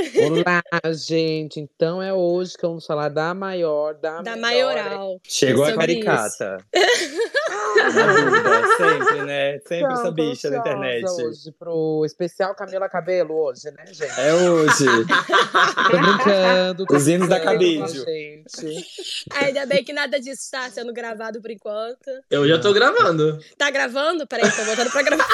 Olá, gente. Então é hoje que vamos falar da maior, da Da melhor. maioral. Chegou a Sobre caricata. Na dúvida, sempre, né? Sempre essa Então, tô bicha da internet. ansiosa hoje pro especial Camila Cabello hoje, né, gente? É hoje. Tô brincando, tô Os hinos da brincando, cabídio. gente. Ainda bem que nada disso está sendo gravado por enquanto. Eu já tô gravando. Tá gravando? Peraí, tô voltando pra gravar.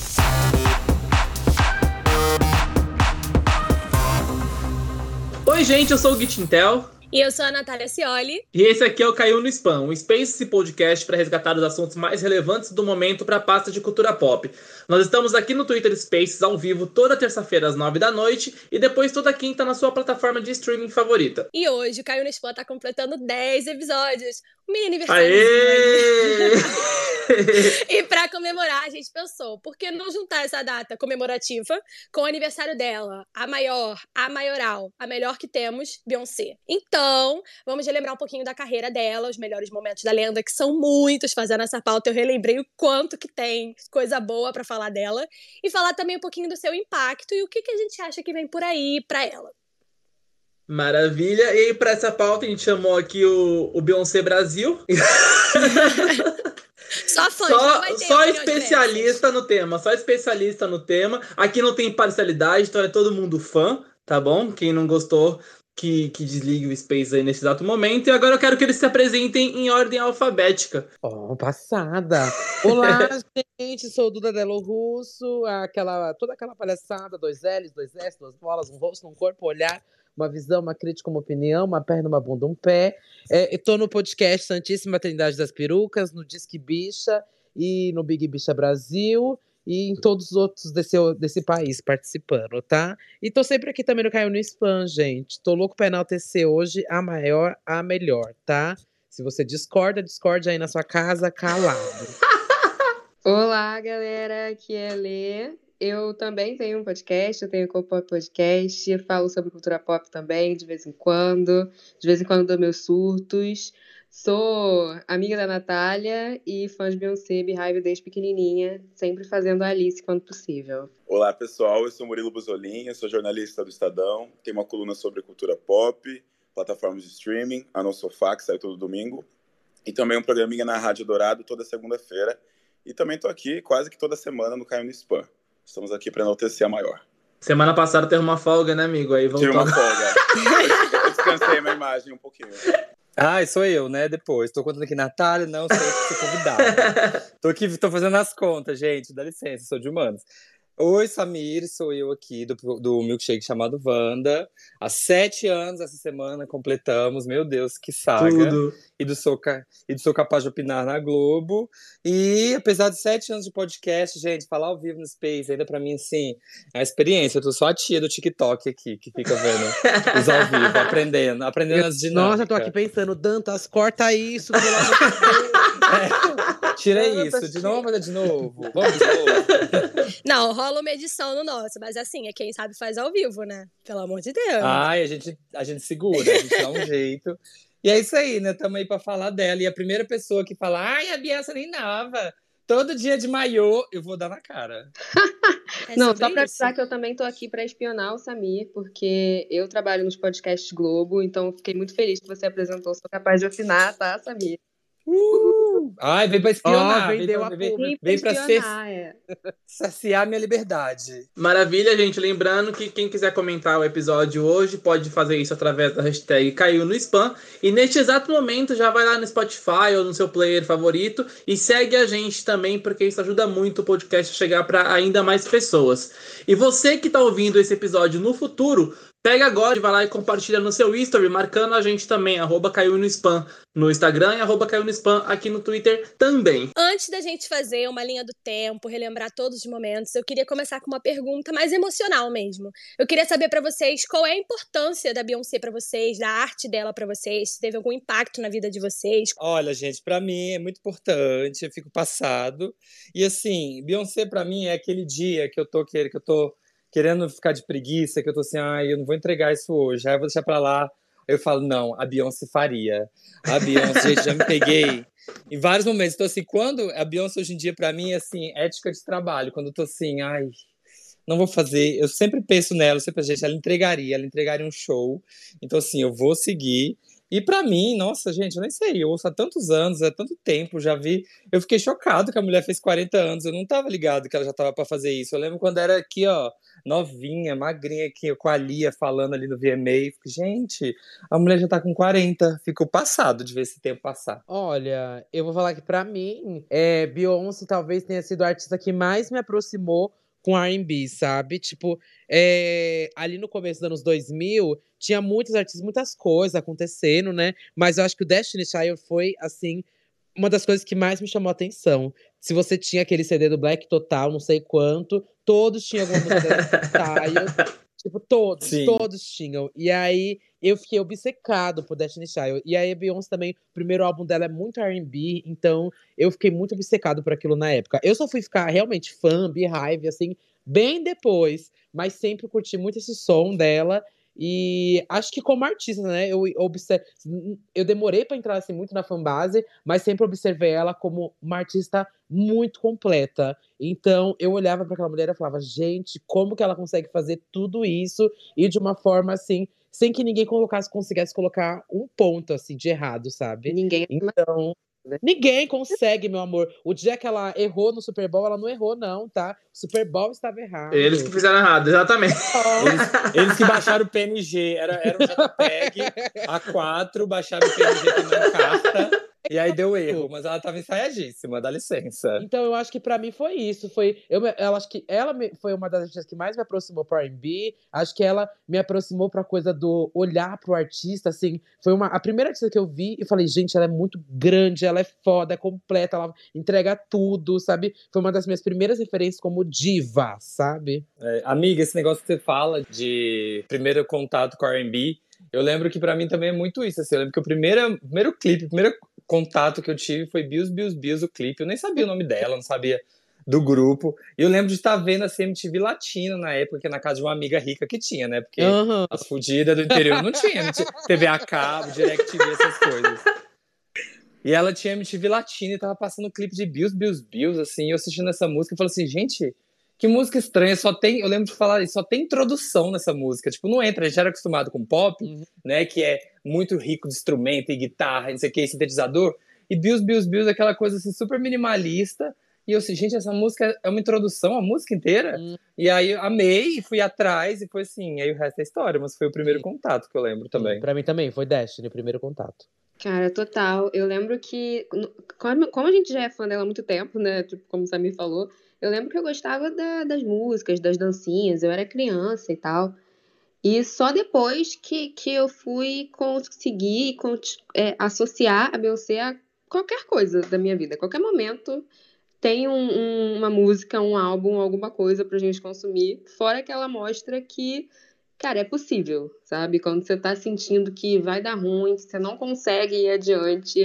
Oi, gente, eu sou o Gitintel. E eu sou a Natália Scioli. E esse aqui é o Caiu no Spam, um Space podcast para resgatar os assuntos mais relevantes do momento para a pasta de cultura pop. Nós estamos aqui no Twitter Spaces ao vivo toda terça-feira às 9 da noite e depois toda quinta na sua plataforma de streaming favorita. E hoje o Caiu no Spam tá completando 10 episódios. Um mini aniversário. Aê! E pra comemorar, a gente pensou, por que não juntar essa data comemorativa com o aniversário dela, a maior, a maioral, a melhor que temos, Beyoncé. Então, vamos relembrar um pouquinho da carreira dela, os melhores momentos da lenda, que são muitos. Fazendo essa pauta, eu relembrei o quanto que tem coisa boa pra falar dela. E falar também um pouquinho do seu impacto e o que a gente acha que vem por aí pra ela. Maravilha! E aí, pra essa pauta, a gente chamou aqui o Beyoncé Brasil. Só fãs, não vai ter Só opiniões especialista no tema, só especialista no tema. Aqui não tem parcialidade, então é todo mundo fã, tá bom? Quem não gostou, que desligue o Space aí nesse exato momento. E agora eu quero que eles se apresentem em ordem alfabética. Oh, passada. Olá, gente. Sou Duda Delo Russo. Toda aquela palhaçada, 2 L's, 2 S, 2 bolas, um rosto, um corpo, um olhar, uma visão, uma crítica, uma opinião, uma perna, uma bunda, um pé. Estou no podcast Santíssima Trindade das Perucas, no Disque Bicha e no Big Bicha Brasil e em todos os outros desse país participando, tá? E tô sempre aqui também no Caiu no Spam, gente. Tô louco pra enaltecer hoje a maior, a melhor, tá? Se você discorda, discorde aí na sua casa, calado. Olá, galera, aqui é a Lê. Eu também tenho um podcast, eu tenho o Copop Podcast, eu falo sobre cultura pop também, de vez em quando dou meus surtos. Sou amiga da Natália e fã de Beyoncé, Beehive desde pequenininha, sempre fazendo a Alice quando possível. Olá, pessoal, eu sou Murilo Buzolin, eu sou jornalista do Estadão, tenho uma coluna sobre cultura pop, plataformas de streaming, a No Sofá, que sai todo domingo, e também um programinha na Rádio Dourado toda segunda-feira, e também estou aqui quase que toda semana no Caiu no Spam. Estamos aqui para enaltecer a maior. Semana passada teve uma folga, né, amigo? Aí voltou. Tive uma folga. Eu descansei minha imagem um pouquinho. Ai, sou eu, né? Depois. Tô contando aqui, Natália, não sou eu que sou convidada. Tô fazendo as contas, gente. Dá licença, sou de humanos. Oi, Samir, sou eu aqui do milkshake chamado Wanda. Há 7 anos essa semana completamos, meu Deus, que saga. Tudo. E sou capaz de opinar na Globo. E apesar de 7 anos de podcast, gente, falar ao vivo no Space, ainda pra mim, assim, é uma experiência. Eu tô só a tia do TikTok aqui, que fica vendo os ao vivo, aprendendo as dinâmicas. Nossa, eu tô aqui pensando, Dantas, corta isso, pelo amor de Deus. Tira isso, de novo. Vamos de novo. Não, rola uma edição no nosso, mas assim, quem sabe faz ao vivo, né? Pelo amor de Deus. Ai, a gente segura, a gente dá um jeito. E é isso aí, né? Tamo aí pra falar dela. E a primeira pessoa que fala, ai, a Beyoncé nem nova. Todo dia de maiô, eu vou dar na cara. Não, só pra avisar que eu também tô aqui pra espionar o Samir, porque eu trabalho nos podcasts Globo, então eu fiquei muito feliz que você apresentou. Sou capaz de opinar, tá, Samir? Ai, vem pra espionar. Vem pra espionar, saciar minha liberdade. Maravilha, gente. Lembrando que quem quiser comentar o episódio hoje pode fazer isso através da hashtag Caiu no Spam. E neste exato momento já vai lá no Spotify ou no seu player favorito e segue a gente também, porque isso ajuda muito o podcast a chegar para ainda mais pessoas. E você que tá ouvindo esse episódio no futuro, pega agora e vai lá e compartilha no seu history, marcando a gente também, @Caiu no Spam no Instagram e @Caiu no Spam aqui no Twitter também. Antes da gente fazer uma linha do tempo, relembrar todos os momentos, eu queria começar com uma pergunta mais emocional mesmo. Eu queria saber pra vocês qual é a importância da Beyoncé pra vocês, da arte dela pra vocês, se teve algum impacto na vida de vocês. Olha, gente, pra mim é muito importante, eu fico passado. E assim, Beyoncé pra mim é aquele dia que eu tô querendo ficar de preguiça, que eu tô assim, eu não vou entregar isso hoje, aí eu vou deixar pra lá. Eu falo, não, a Beyoncé faria. A Beyoncé, gente, já me peguei em vários momentos. Então, assim, quando a Beyoncé hoje em dia, pra mim, é assim, ética de trabalho. Quando eu tô assim, não vou fazer. Eu sempre penso nela, eu sempre penso, gente, ela entregaria um show. Então, assim, eu vou seguir. E pra mim, nossa, gente, eu nem sei, eu ouço há tantos anos, há tanto tempo, já vi. Eu fiquei chocado que a mulher fez 40 anos, eu não tava ligado que ela já tava pra fazer isso. Eu lembro quando era aqui, ó, novinha, magrinha aqui, com a Lia falando ali no VMA. Fiquei, gente, a mulher já tá com 40. Ficou passado de ver esse tempo passar. Olha, eu vou falar que pra mim, Beyoncé talvez tenha sido a artista que mais me aproximou com R&B, sabe? Tipo, ali no começo dos anos 2000, tinha muitos artistas, muitas coisas acontecendo, né? Mas eu acho que o Destiny's Child foi, assim, uma das coisas que mais me chamou a atenção. Se você tinha aquele CD do Black Total, não sei quanto, todos tinham alguma música da Destiny's Child. Tipo, Sim. todos tinham. E aí, eu fiquei obcecado por Destiny's Child. E aí, a Beyoncé também, o primeiro álbum dela é muito R&B, então eu fiquei muito obcecado por aquilo na época. Eu só fui ficar realmente fã, Beehive, assim, bem depois. Mas sempre curti muito esse som dela. E acho que como artista, né, eu demorei pra entrar assim, muito na fanbase, mas sempre observei ela como uma artista muito completa. Então eu olhava pra aquela mulher e falava, gente, como que ela consegue fazer tudo isso e de uma forma assim, sem que ninguém conseguisse colocar um ponto assim de errado, sabe? Ninguém. Então, ninguém consegue, meu amor. O dia que ela errou no Super Bowl, ela não errou, não, tá? O Super Bowl estava errado. Eles que fizeram errado, exatamente. Eles que baixaram o PNG, era um JPEG A4, baixaram o PNG também em carta, e aí deu erro, mas ela tava ensaiadíssima, dá licença. Então eu acho que pra mim foi isso. Eu acho que foi uma das artistas que mais me aproximou pro R&B. Acho que ela me aproximou pra coisa do olhar pro artista, assim. Foi a primeira artista que eu vi e falei, gente, ela é muito grande, ela é foda, é completa, ela entrega tudo, sabe? Foi uma das minhas primeiras referências como diva, sabe? Amiga, esse negócio que você fala de primeiro contato com R&B, eu lembro que pra mim também é muito isso, assim. Eu lembro que o primeiro clipe, o primeiro contato que eu tive foi Bills, o clipe. Eu nem sabia o nome dela, não sabia do grupo. E eu lembro de estar vendo a MTV Latino na época, que é na casa de uma amiga rica que tinha, né? Porque as fudidas do interior não tinha TV a cabo, DirecTV, essas coisas. E ela tinha MTV Latino e tava passando o clipe de Bills, assim, e eu assistindo essa música e falei assim, gente, que música estranha, eu lembro de falar isso, só tem introdução nessa música, tipo, não entra, a gente era acostumado com pop, né, que é muito rico de instrumento e guitarra, não sei o que, sintetizador, e Bills, é aquela coisa assim, super minimalista, e eu assim, gente, essa música é uma introdução, a música inteira, e aí eu amei, fui atrás, e foi assim, aí o resto é história, mas foi o primeiro contato que eu lembro também. Pra mim também, foi Destiny, o primeiro contato. Cara, total. Eu lembro que, como a gente já é fã dela há muito tempo, né? Tipo, como o Samir falou, eu lembro que eu gostava das músicas, das dancinhas, eu era criança e tal. E só depois que eu fui conseguir associar a Beyoncé a qualquer coisa da minha vida. A qualquer momento tem uma música, um álbum, alguma coisa pra gente consumir. Fora que ela mostra que, cara, é possível, sabe? Quando você tá sentindo que vai dar ruim, que você não consegue ir adiante,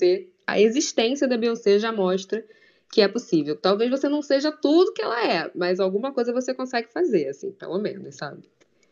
a existência da Beyoncé já mostra que é possível. Talvez você não seja tudo que ela é, mas alguma coisa você consegue fazer, assim, pelo menos, sabe?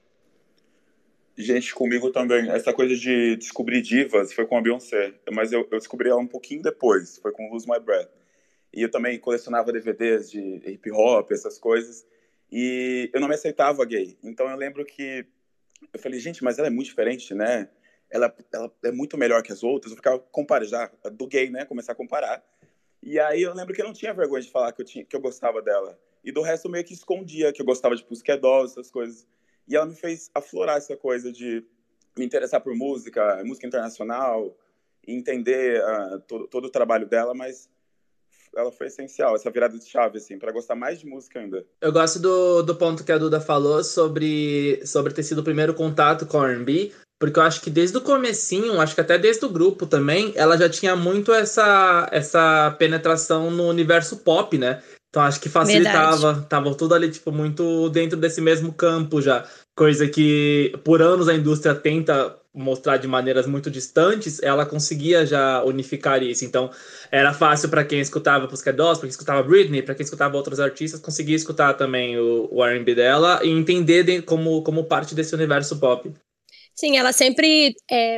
Gente, comigo também. Essa coisa de descobrir divas foi com a Beyoncé, mas eu descobri ela um pouquinho depois, foi com Lose My Breath. E eu também colecionava DVDs de hip hop, essas coisas, e eu não me aceitava gay. Então eu lembro que eu falei, gente, mas ela é muito diferente, né? Ela é muito melhor que as outras. Eu ficava comparando já do gay, né? Começar a comparar. E aí eu lembro que eu não tinha vergonha de falar que eu gostava dela. E do resto eu meio que escondia que eu gostava de Pussycat Dolls, essas coisas. E ela me fez aflorar essa coisa de me interessar por música internacional, e entender todo o trabalho dela, mas ela foi essencial, essa virada de chave, assim, para gostar mais de música ainda. Eu gosto do ponto que a Duda falou sobre ter sido o primeiro contato com a R&B, porque eu acho que desde o comecinho, acho que até desde o grupo também, ela já tinha muito essa penetração no universo pop, né? Então acho que facilitava, tava tudo ali, tipo, muito dentro desse mesmo campo já. Coisa que, por anos, a indústria tenta mostrar de maneiras muito distantes, ela conseguia já unificar isso. Então, era fácil para quem escutava Pussycat Dolls, para quem escutava Britney, para quem escutava outros artistas, conseguir escutar também o R&B dela e entender como parte desse universo pop. Sim, ela sempre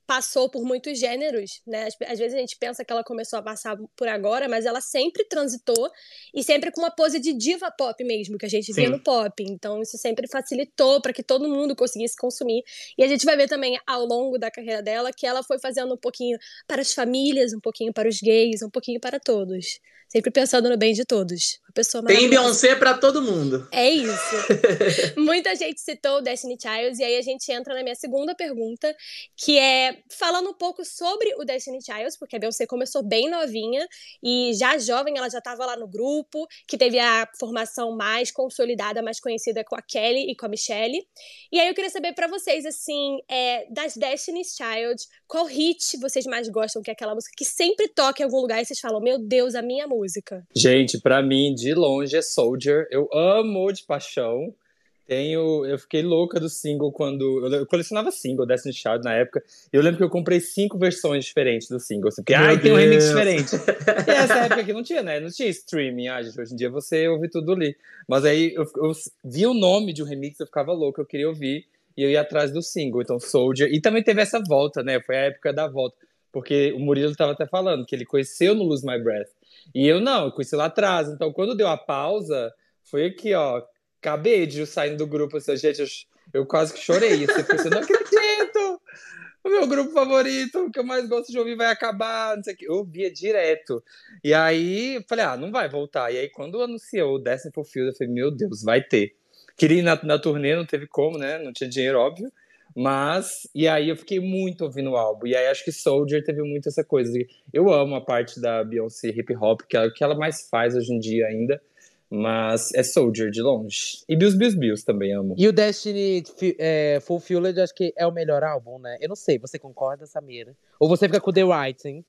passou por muitos gêneros, né? Às vezes a gente pensa que ela começou a passar por agora, mas ela sempre transitou e sempre com uma pose de diva pop mesmo, que a gente via Sim. no pop. Então isso sempre facilitou para que todo mundo conseguisse consumir. E a gente vai ver também ao longo da carreira dela que ela foi fazendo um pouquinho para as famílias, um pouquinho para os gays, um pouquinho para todos. Sempre pensando no bem de todos. Uma pessoa Tem maravilhosa. Beyoncé pra todo mundo. É isso. Muita gente citou o Destiny Child, e aí a gente entra na minha segunda pergunta, que é falando um pouco sobre o Destiny Child, porque a Beyoncé começou bem novinha, e já jovem ela já estava lá no grupo, que teve a formação mais consolidada, mais conhecida com a Kelly e com a Michelle. E aí eu queria saber pra vocês, assim, das Destiny's Child, qual hit vocês mais gostam, que é aquela música que sempre toca em algum lugar e vocês falam, meu Deus, a minha música. Gente, pra mim, de longe, é Soldier. Eu amo de paixão. Eu fiquei louca do single quando... Eu colecionava single, Destiny Child, na época. E eu lembro que eu comprei 5 versões diferentes do single. Assim, porque, tem um remix diferente. E essa época aqui não tinha, né? Não tinha streaming. Gente, hoje em dia você ouve tudo ali. Mas aí eu vi o nome de um remix, eu ficava louca, eu queria ouvir. E eu ia atrás do single. Então, Soldier. E também teve essa volta, né? Foi a época da volta. Porque o Murilo tava até falando que ele conheceu no Lose My Breath. E eu conheci lá atrás. Então, quando deu a pausa, foi aqui, ó, cabedio saindo do grupo. Assim, gente, eu quase que chorei. Assim, não acredito! O meu grupo favorito, o que eu mais gosto de ouvir, vai acabar. Não sei o que. Eu ouvia direto. E aí, eu falei, não vai voltar. E aí, quando anunciou o Destiny Fulfilled, eu falei, meu Deus, vai ter. Queria ir na turnê, não teve como, né? Não tinha dinheiro, óbvio. E aí eu fiquei muito ouvindo o álbum. E aí acho que Soldier teve muito essa coisa. Eu amo a parte da Beyoncé hip hop, que é o que ela mais faz hoje em dia ainda. Mas é Soldier, de longe. E Bills também amo. E o Destiny Fulfilled, acho que é o melhor álbum, né? Eu não sei, você concorda, Samira? Ou você fica com The Right, hein?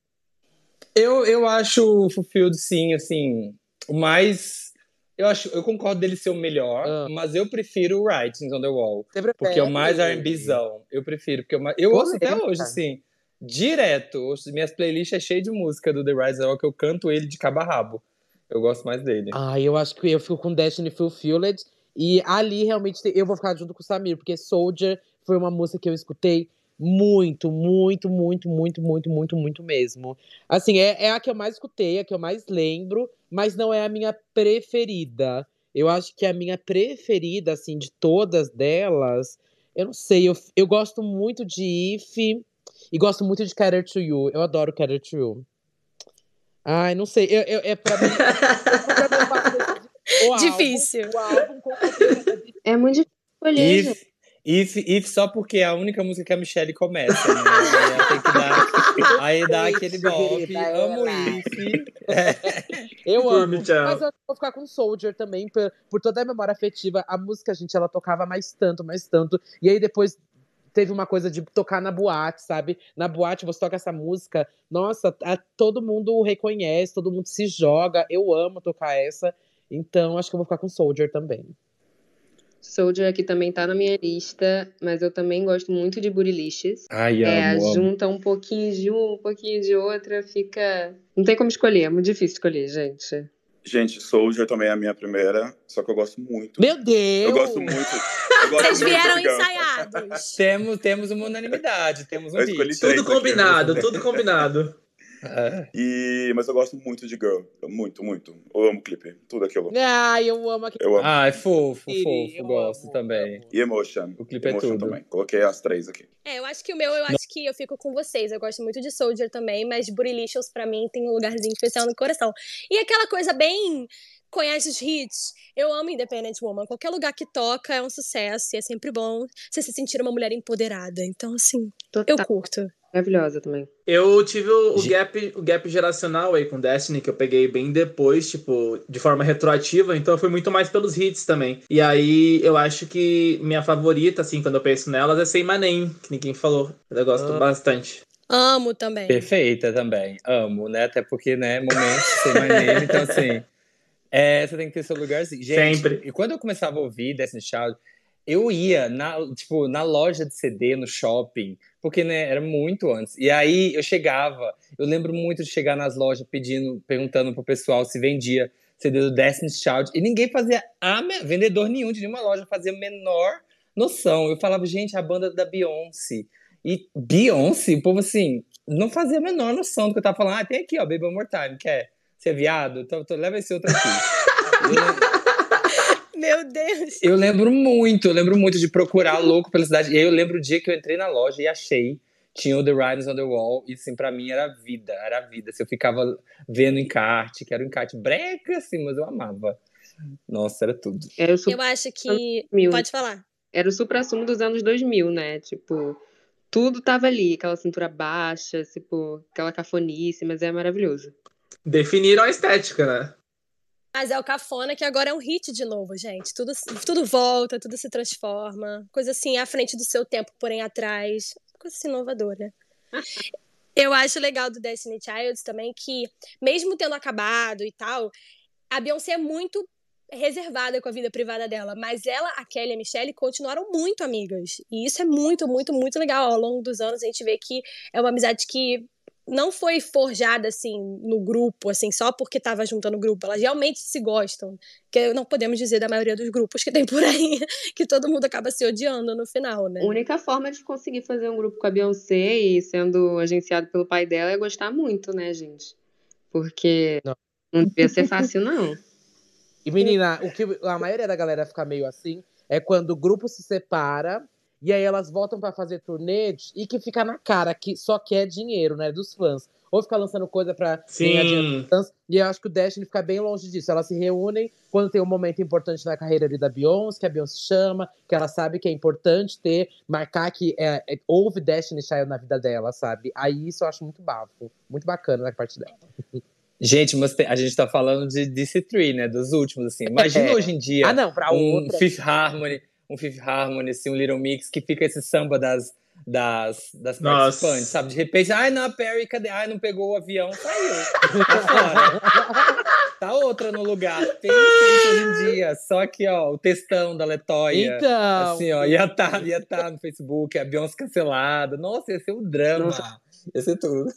Eu acho o Fulfilled, sim, assim, o mais... Eu concordo dele ser o melhor, mas eu prefiro o Writings on the Wall. Porque é o mais R&Bzão. Eu prefiro, porque eu ouço até hoje, assim, direto. Minhas playlists é cheias de música do The Writings on the Wall, que eu canto ele de cabo a rabo. Eu gosto mais dele. Eu acho que eu fico com Destiny Fulfilled. E ali, realmente, eu vou ficar junto com o Samir. Porque Soldier foi uma música que eu escutei muito, muito, muito, muito, muito, muito, muito mesmo. Assim, é a que eu mais escutei, a que eu mais lembro. Mas não é a minha preferida. Eu acho que a minha preferida, assim, de todas delas... Eu não sei, eu gosto muito de If. E gosto muito de Cater to You. Eu adoro Cater to You. Ai, não sei. Pra mim, difícil. O álbum com certeza. É muito difícil escolher, gente. If só porque é a única música que a Michelle começa, né? Aí dá aquele golpe. Amo If. Eu amo. Mas eu vou ficar com Soldier também, por toda a memória afetiva. A música, gente, ela tocava mais tanto. E aí depois teve uma coisa de tocar na boate, sabe? Na boate você toca essa música, nossa, todo mundo reconhece, todo mundo se joga. Eu amo tocar essa. Então acho que eu vou ficar com Soldier também. Soldier aqui também tá na minha lista, mas eu também gosto muito de Bootylicious. Amo. Junta um pouquinho de um pouquinho de outra, fica... Não tem como escolher, é muito difícil escolher, gente. Gente, Soldier também é a minha primeira, só que eu gosto muito. Meu Deus! Eu gosto muito. Vocês vieram ensaiados. Temos uma unanimidade, temos um hit. Tudo combinado. Mas eu gosto muito de Girl. Muito, muito. Eu amo o clipe. Tudo aquilo. Eu amo aquele. Eu amo. É fofo. Gosto também. E Emotion. O clipe Emotion é tudo. Também. Coloquei as 3 aqui. Eu acho que eu fico com vocês. Eu gosto muito de Soldier também, mas Bootylicious pra mim tem um lugarzinho especial no coração. E aquela coisa bem... Conhece os hits? Eu amo Independent Woman. Qualquer lugar que toca é um sucesso e é sempre bom você se sentir uma mulher empoderada. Então, assim, Total. eu curto. Maravilhosa também. Eu tive o gap geracional aí com Destiny, que eu peguei bem depois, tipo, de forma retroativa, então eu fui muito mais pelos hits também. E aí, eu acho que minha favorita, assim, quando eu penso nelas, é Say My Name, que ninguém falou. Eu gosto bastante. Amo também. Perfeita também. Amo, né? Até porque, né, momento Say My Name, então assim... você tem que ter seu lugarzinho. Gente, sempre. E quando eu começava a ouvir Destiny Child, eu ia na loja de CD, no shopping, porque, né, era muito antes. E aí eu lembro muito de chegar nas lojas perguntando pro pessoal se vendia CD do Destiny Child, e ninguém fazia, vendedor nenhum de nenhuma loja fazia a menor noção. Eu falava, gente, a banda da Beyoncé. E Beyoncé, o povo assim, não fazia a menor noção do que eu tava falando. Tem aqui, ó, Baby One More Time, quer? Você é viado? Então, leva esse outro aqui. Meu Deus! Eu lembro muito de procurar louco pela cidade. E aí eu lembro o dia que eu entrei na loja e achei, tinha o The Writings on the Wall, e assim, pra mim era a vida. Assim, eu ficava vendo encarte, que era um encarte brega, assim, mas eu amava. Nossa, era tudo. Eu acho que... Pode falar. Era o suprassumo dos anos 2000, né? Tipo, tudo tava ali. Aquela cintura baixa, tipo, aquela cafonice, mas é maravilhoso. Definiram a estética, né? Mas é o cafona que agora é um hit de novo, gente. Tudo volta, tudo se transforma. Coisa assim, à frente do seu tempo, porém atrás. Coisa assim, inovadora. Eu acho legal do Destiny Child também que, mesmo tendo acabado e tal, a Beyoncé é muito reservada com a vida privada dela. Mas ela, a Kelly e a Michelle continuaram muito amigas. E isso é muito, muito, muito legal. Ao longo dos anos, a gente vê que é uma amizade que não foi forjada, assim, no grupo, assim, só porque tava junto no grupo. Elas realmente se gostam. Que não podemos dizer da maioria dos grupos que tem por aí, que todo mundo acaba se odiando no final, né? A única forma de conseguir fazer um grupo com a Beyoncé e sendo agenciado pelo pai dela é gostar muito, né, gente? Porque não devia ser fácil, não. E, menina, o que a maioria da galera fica meio assim é quando o grupo se separa e aí elas voltam pra fazer turnê e que fica na cara que só quer dinheiro, né, dos fãs. Ou fica lançando coisa pra ganhar dinheiro dos fãs. E eu acho que o Destiny fica bem longe disso. Elas se reúnem quando tem um momento importante na carreira ali da Beyoncé, que a Beyoncé chama, que ela sabe que é importante marcar que houve Destiny Child na vida dela, sabe? Aí isso eu acho muito bafo. Muito bacana da parte dela. Gente, mas a gente tá falando de DC3, né? Dos últimos, assim. Imagina hoje em dia Fifth Harmony, assim, um Little Mix, que fica esse samba das participantes, sabe? De repente, não, a Perry, cadê? Não pegou o avião, saiu. Tá fora. Tá outra no lugar. Tem isso hoje em dia. Só que, ó, o textão da Letoya. Então... Assim, ó, ia tá no Facebook, a Beyoncé cancelada. Nossa, ia ser um drama. Nossa. Ia ser tudo.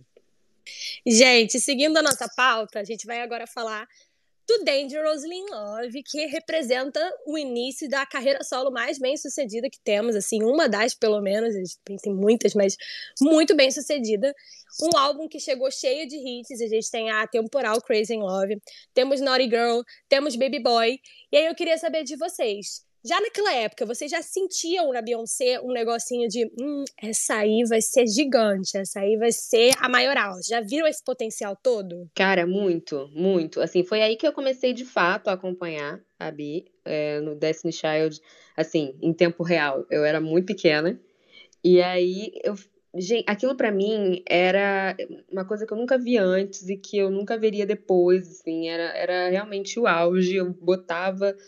Gente, seguindo a nossa pauta, a gente vai agora falar do Dangerously in Love, que representa o início da carreira solo mais bem sucedida que temos, assim, uma das, pelo menos, a gente tem muitas, mas muito bem sucedida. Um álbum que chegou cheio de hits, a gente tem a atemporal Crazy in Love, temos Naughty Girl, temos Baby Boy, e aí eu queria saber de vocês. Já naquela época, vocês já sentiam na Beyoncé um negocinho de essa aí vai ser gigante, essa aí vai ser a maioral. Já viram esse potencial todo? Cara, muito, muito. Assim, foi aí que eu comecei de fato a acompanhar a Bi no Destiny Child, assim, em tempo real. Eu era muito pequena. E aí, gente, aquilo pra mim era uma coisa que eu nunca vi antes e que eu nunca veria depois, assim. Era realmente o auge. Eu botava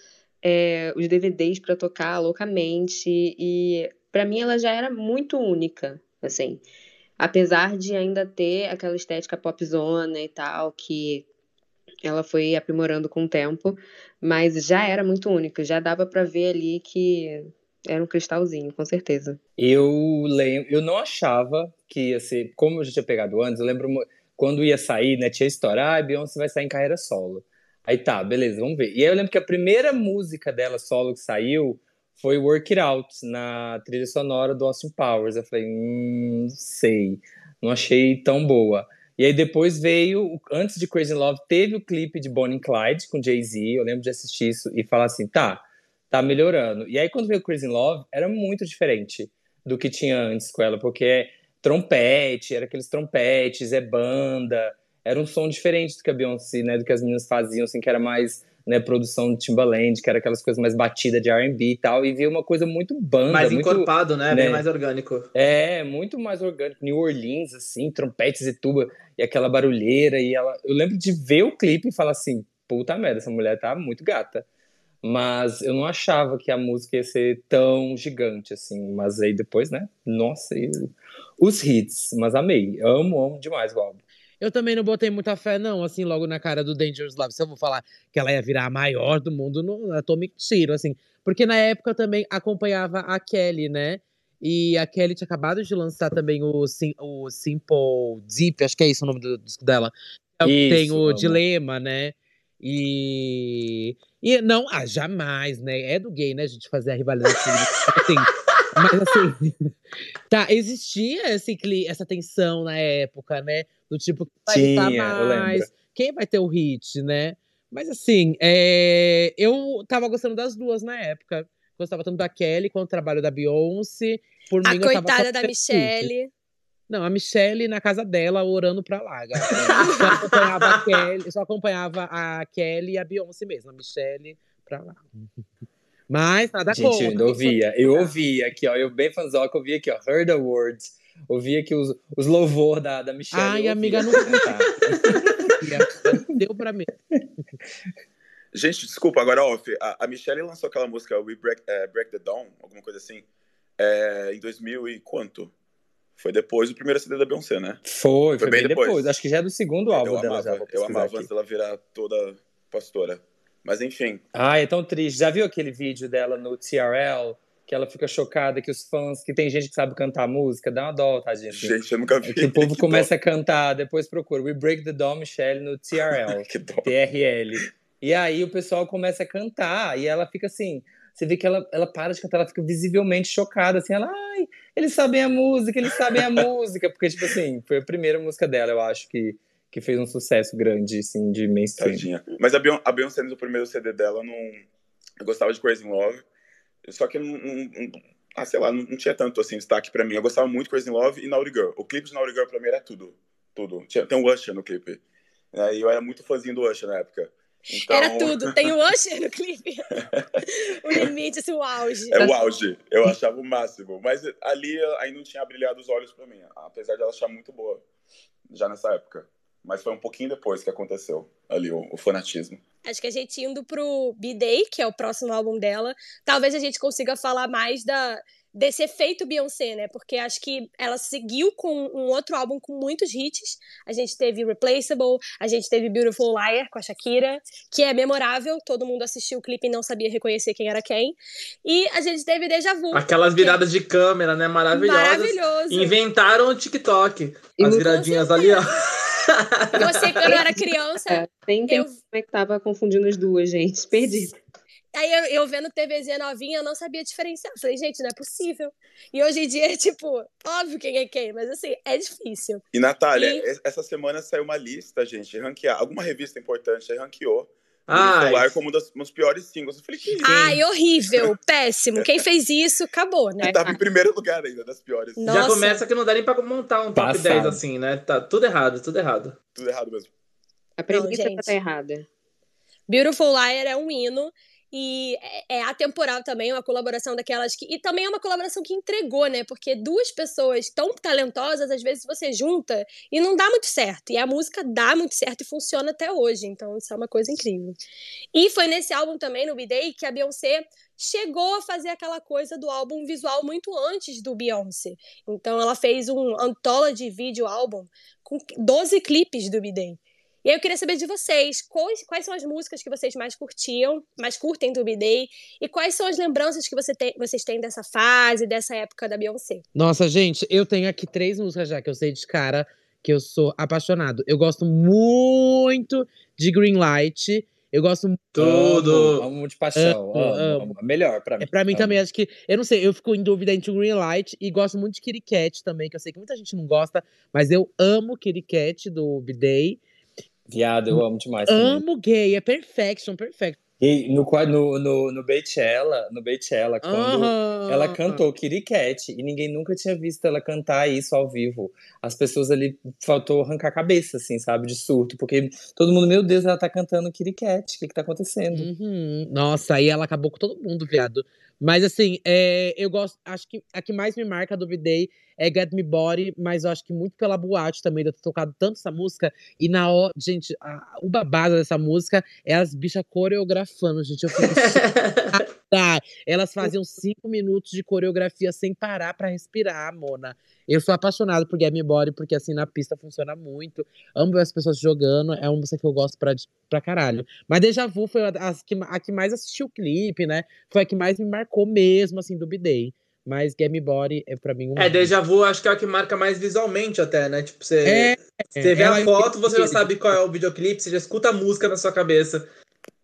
os DVDs pra tocar loucamente e pra mim ela já era muito única, assim, apesar de ainda ter aquela estética popzona e tal, que ela foi aprimorando com o tempo, mas já era muito única, já dava pra ver ali que era um cristalzinho, com certeza. Eu não achava que ia ser, como eu já tinha pegado antes, eu lembro quando ia sair, né, tinha a história, a Beyoncé vai sair em carreira solo. Aí tá, beleza, vamos ver. E aí eu lembro que a primeira música dela solo que saiu foi Work It Out, na trilha sonora do Austin Powers. Eu falei, não sei, não achei tão boa. E aí depois veio, antes de Crazy in Love, teve o clipe de Bonnie and Clyde com Jay-Z, eu lembro de assistir isso e falar assim, tá melhorando. E aí quando veio Crazy in Love, era muito diferente do que tinha antes com ela, porque é trompete, era aqueles trompetes, banda... Era um som diferente do que a Beyoncé, né? Do que as meninas faziam, assim, que era mais, né, produção de Timbaland, que era aquelas coisas mais batidas de R&B e tal, e veio uma coisa muito banda. Mais muito, encorpado, né? Bem mais orgânico. Muito mais orgânico. New Orleans, assim, trompetes e tuba, e aquela barulheira, e ela... Eu lembro de ver o clipe e falar assim, puta merda, essa mulher tá muito gata. Mas eu não achava que a música ia ser tão gigante, assim, mas aí depois, né? Nossa, os hits, mas amei. Amo demais o álbum. Eu também não botei muita fé, não, assim, logo na cara do Dangerous Love. Se eu vou falar que ela ia virar a maior do mundo, não, eu tô mentindo, assim. Porque na época eu também acompanhava a Kelly, né? E a Kelly tinha acabado de lançar também o Simple Deep, acho que é isso o nome do disco dela. Tem o Dilema, né? E não, jamais, né? É do gay, né? A gente fazer a rivalidade. Assim, Mas assim, tá, existia essa tensão na época, né? Do tipo, quem vai hitar Tinha, eu lembro. mais, quem vai ter o hit, né? Mas assim, eu tava gostando das duas na época. Gostava tanto da Kelly quanto do trabalho da Beyoncé. Por A mim, eu tava só coitada da pelo hit. Michelle. Não, a Michelle na casa dela, orando pra lá, gata. Só acompanhava a Kelly e a Beyoncé mesmo. A Michelle pra lá. Mas nada Gente, eu contra. ainda ouvia. Eu ouvia aqui, ó. Eu bem fãzoca, eu ouvia aqui, ó. Heard Awards. Ouvia aqui os louvor da Michelle. Ai, eu amiga, ouvia não cantar. deu pra mim. Gente, desculpa, agora off. A Michelle lançou aquela música We Break the Dawn, alguma coisa assim, em 2000 e quanto? Foi depois do primeiro CD da Beyoncé, né? Foi Foi bem bem depois. depois. Acho que já é do segundo álbum Eu dela, já. amava, Vou eu pesquisar amava aqui. antes dela virar toda pastora. Mas enfim, Ai, é tão triste. Já viu aquele vídeo dela no TRL? Que ela fica chocada que os fãs, que tem gente que sabe cantar música, dá uma dó, tadinha. Assim. gente, eu nunca vi. Que o povo Que começa dó. a cantar, depois procura We Break the Dawn, Michelle, no TRL. Que dó. TRL. E aí o pessoal começa a cantar, e ela fica assim, você vê que ela para de cantar, ela fica visivelmente chocada, assim, ela, ai, eles sabem a música, porque, tipo assim, foi a primeira música dela, eu acho, que fez um sucesso grande, assim, de mainstream. Tadinha. Mas a Beyoncé, no primeiro CD dela, eu gostava de Crazy in Love, só que sei lá, não tinha tanto, assim, destaque pra mim. Eu gostava muito de Crazy in Love e Naughty Girl. O clipe de Naughty Girl, pra mim, era tudo. Tem um Usher no clipe. E eu era muito fãzinho do Usher na época. Então... Era tudo. Tem o Usher no clipe. O limite, assim, o auge. É o auge. Eu achava o máximo. Mas ali aí não tinha brilhado os olhos pra mim. Apesar de ela achar muito boa. Já nessa época. Mas foi um pouquinho depois que aconteceu ali o fanatismo. Acho que a gente indo pro B-Day, que é o próximo álbum dela, talvez a gente consiga falar mais desse efeito Beyoncé, né? Porque acho que ela seguiu com um outro álbum com muitos hits. A gente teve Replaceable, a gente teve Beautiful Liar com a Shakira, que é memorável, todo mundo assistiu o clipe e não sabia reconhecer quem era quem. E a gente teve Deja Vu. Aquelas viradas de câmera, né? Maravilhosas. Maravilhoso. Inventaram o TikTok. As viradinhas ali, ó. Você, quando eu era criança... Nem entendi como é que tava confundindo as duas, gente. Perdi. Aí eu vendo TVzinha novinha, eu não sabia diferenciar. Falei, gente, não é possível. E hoje em dia é tipo, óbvio quem é quem, mas assim, é difícil. E Natália, essa semana saiu uma lista, gente, ranquear. Alguma revista importante ranqueou o como um dos piores singles. Eu falei, que isso? Ai, horrível, péssimo. Quem fez isso, acabou, né? E tava em primeiro lugar ainda, das piores. Nossa. Já começa que não dá nem pra montar um top 10 assim, né? Tá tudo errado, tudo errado. Tudo errado mesmo. A premissa tá errada. Beautiful Liar é um hino. E é atemporal também, uma colaboração daquelas que... E também é uma colaboração que entregou, né? Porque duas pessoas tão talentosas, às vezes você junta e não dá muito certo. E a música dá muito certo e funciona até hoje. Então isso é uma coisa incrível. E foi nesse álbum também, no B-Day, que a Beyoncé chegou a fazer aquela coisa do álbum visual muito antes do Beyoncé. Então ela fez um anthology video álbum com 12 clipes do B-Day. E aí eu queria saber de vocês, quais são as músicas que vocês mais curtem do B-Day, e quais são as lembranças que vocês têm dessa fase, dessa época da Beyoncé? Nossa, gente, eu tenho aqui 3 músicas já que eu sei de cara, que eu sou apaixonado. Eu gosto muito de Greenlight. Eu gosto tudo. Amo de paixão. Amo. Melhor pra mim. Pra mim também, acho que... Eu não sei, eu fico em dúvida entre o Greenlight e gosto muito de Kitty Cat também, que eu sei que muita gente não gosta, mas eu amo Kitty Cat do B-Day. Viado, eu amo demais Amo também. Gay, é perfection. E no Beychella, quando ela cantou Kitty Cat, e ninguém nunca tinha visto ela cantar isso ao vivo. As pessoas ali faltou arrancar a cabeça, assim, sabe, de surto, porque todo mundo, meu Deus, ela tá cantando Kitty Cat, o que tá acontecendo? Nossa, aí ela acabou com todo mundo, viado. Mas assim, eu gosto, acho que a que mais me marca do B-Day é Get Me Body, mas eu acho que muito pela boate também, de eu ter tocado tanto essa música. E na hora, gente, o babado dessa música é as bichas coreografando, gente. Eu fico Elas faziam 5 minutos de coreografia sem parar pra respirar, Mona. Eu sou apaixonado por Get Me Body, porque assim, na pista funciona muito. Amo ver as pessoas jogando, é uma música que eu gosto pra caralho. Mas Deja Vu foi a que mais assistiu o clipe, né? Foi a que mais me marcou mesmo, assim, do B-Day. Mas Get Me Body é pra mim Deja Vu acho que é a que marca mais visualmente até, né? Tipo, você vê a foto, você já sabe qual é o videoclipe, você já escuta a música na sua cabeça.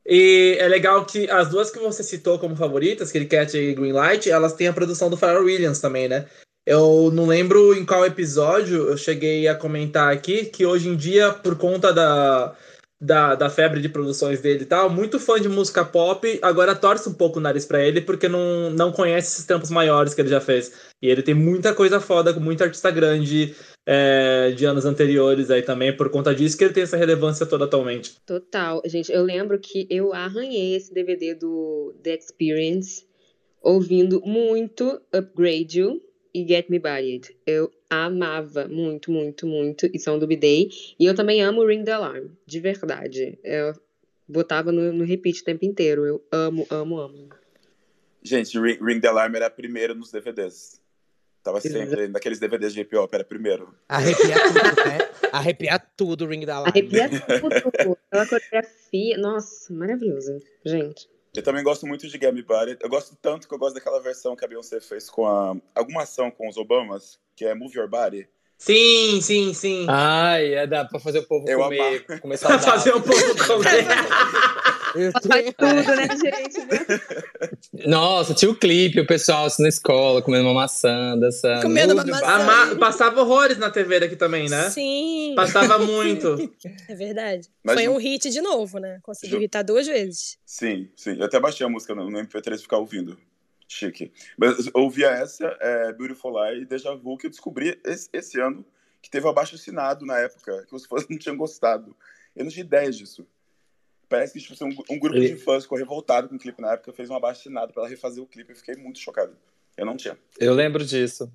E é legal que as duas que você citou como favoritas, Kitty Kat e Greenlight, elas têm a produção do Pharrell Williams também, né? Eu não lembro em qual episódio eu cheguei a comentar aqui que hoje em dia, por conta da febre de produções dele e tal, muito fã de música pop agora torce um pouco o nariz pra ele porque não conhece esses tempos maiores que ele já fez. E ele tem muita coisa foda, com muita artista grande de anos anteriores aí também, por conta disso que ele tem essa relevância toda atualmente. Total. Gente, eu lembro que eu arranhei esse DVD do The Experience ouvindo muito Upgrade You e Get Me Bodied. Eu amava muito, muito, muito. E são do B-Day. E eu também amo Ring the Alarm. De verdade. Eu botava no repeat o tempo inteiro. Eu amo, amo, amo. Gente, Ring the Alarm era primeiro nos DVDs. Tava sempre naqueles DVDs de J-Pop, era primeiro. Arrepiar tudo, né? Arrepiar tudo, Ring the Alarm. Arrepiar tudo. Aquela coreografia. Nossa, maravilhoso, gente. Eu também gosto muito de Get Me Bodied. Eu gosto tanto que eu gosto daquela versão que a Beyoncé fez com alguma ação com os Obamas, que é Move Your Body. Sim, sim, sim. Ai, dá pra fazer o povo comer. Começar a fazer o povo comer. Faz tudo, né, gente? Nossa, tinha o clipe, o pessoal assim, na escola, comendo uma maçã, dançando. Comendo uma maçã. Passava horrores na TV daqui também, né? Sim. Passava muito. É verdade. Mas foi um hit de novo, né? Conseguiu hitar 2 vezes. Sim, sim. Eu até baixei a música no MP3 e ficar ouvindo. Chique. Mas eu ouvia essa, Beautiful Lie e Deja Vu, que eu descobri esse ano, que teve abaixo assinado na época, que os fãs não tinham gostado. Eu não tinha ideia disso. Parece que tipo, um grupo de fãs ficou revoltado com o clipe na época, fez um abaixo assinado pra ela refazer o clipe. Eu fiquei muito chocado. Eu não tinha. Eu lembro disso.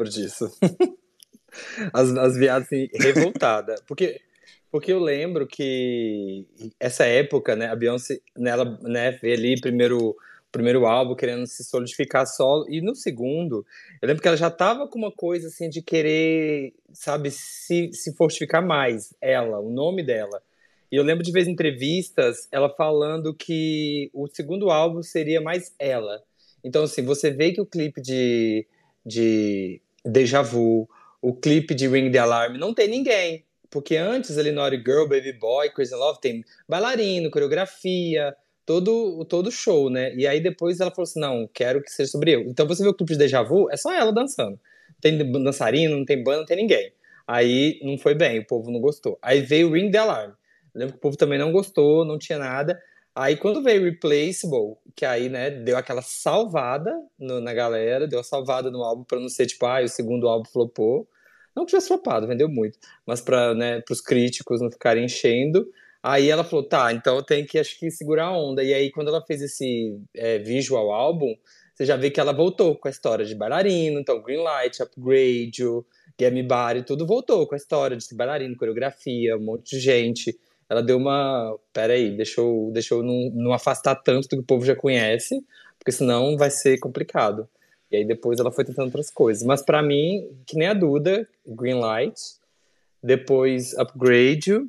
As viadas assim, revoltadas. Porque eu lembro que essa época, né, a Beyoncé, ela, né, veio ali primeiro álbum querendo se solidificar solo, e no segundo, eu lembro que ela já tava com uma coisa assim de querer, sabe, se fortificar mais, o nome dela. E eu lembro de ver entrevistas, ela falando que o segundo álbum seria mais ela. Então, assim, você vê que o clipe de Deja Vu, o clipe de Ring the Alarm, não tem ninguém. Porque antes ali, Naughty Girl, Baby Boy, Crazy in Love, tem bailarino, coreografia, todo show, né? E aí depois ela falou assim, não, quero que seja sobre eu. Então você vê o clipe de Deja Vu, é só ela dançando. Não tem dançarino, não tem banda, não tem ninguém. Aí não foi bem, o povo não gostou. Aí veio Ring the Alarm. Lembro que o povo também não gostou, não tinha nada. Aí quando veio Replaceable, que aí, né, deu aquela salvada na galera, deu a salvada no álbum pra não ser tipo, o segundo álbum flopou. Não que tivesse flopado, vendeu muito. Mas para, né, os críticos não ficarem enchendo. Aí ela falou, tá, então eu tenho que, acho que, segurar a onda. E aí quando ela fez esse visual álbum, você já vê que ela voltou com a história de bailarino, então Greenlight, Upgrade, Get Me Body, tudo voltou com a história de bailarino, coreografia, um monte de gente. Ela deu uma... Peraí, deixa eu não afastar tanto do que o povo já conhece, porque senão vai ser complicado. E aí depois ela foi tentando outras coisas. Mas pra mim, que nem a Duda, Greenlight, depois Upgrade,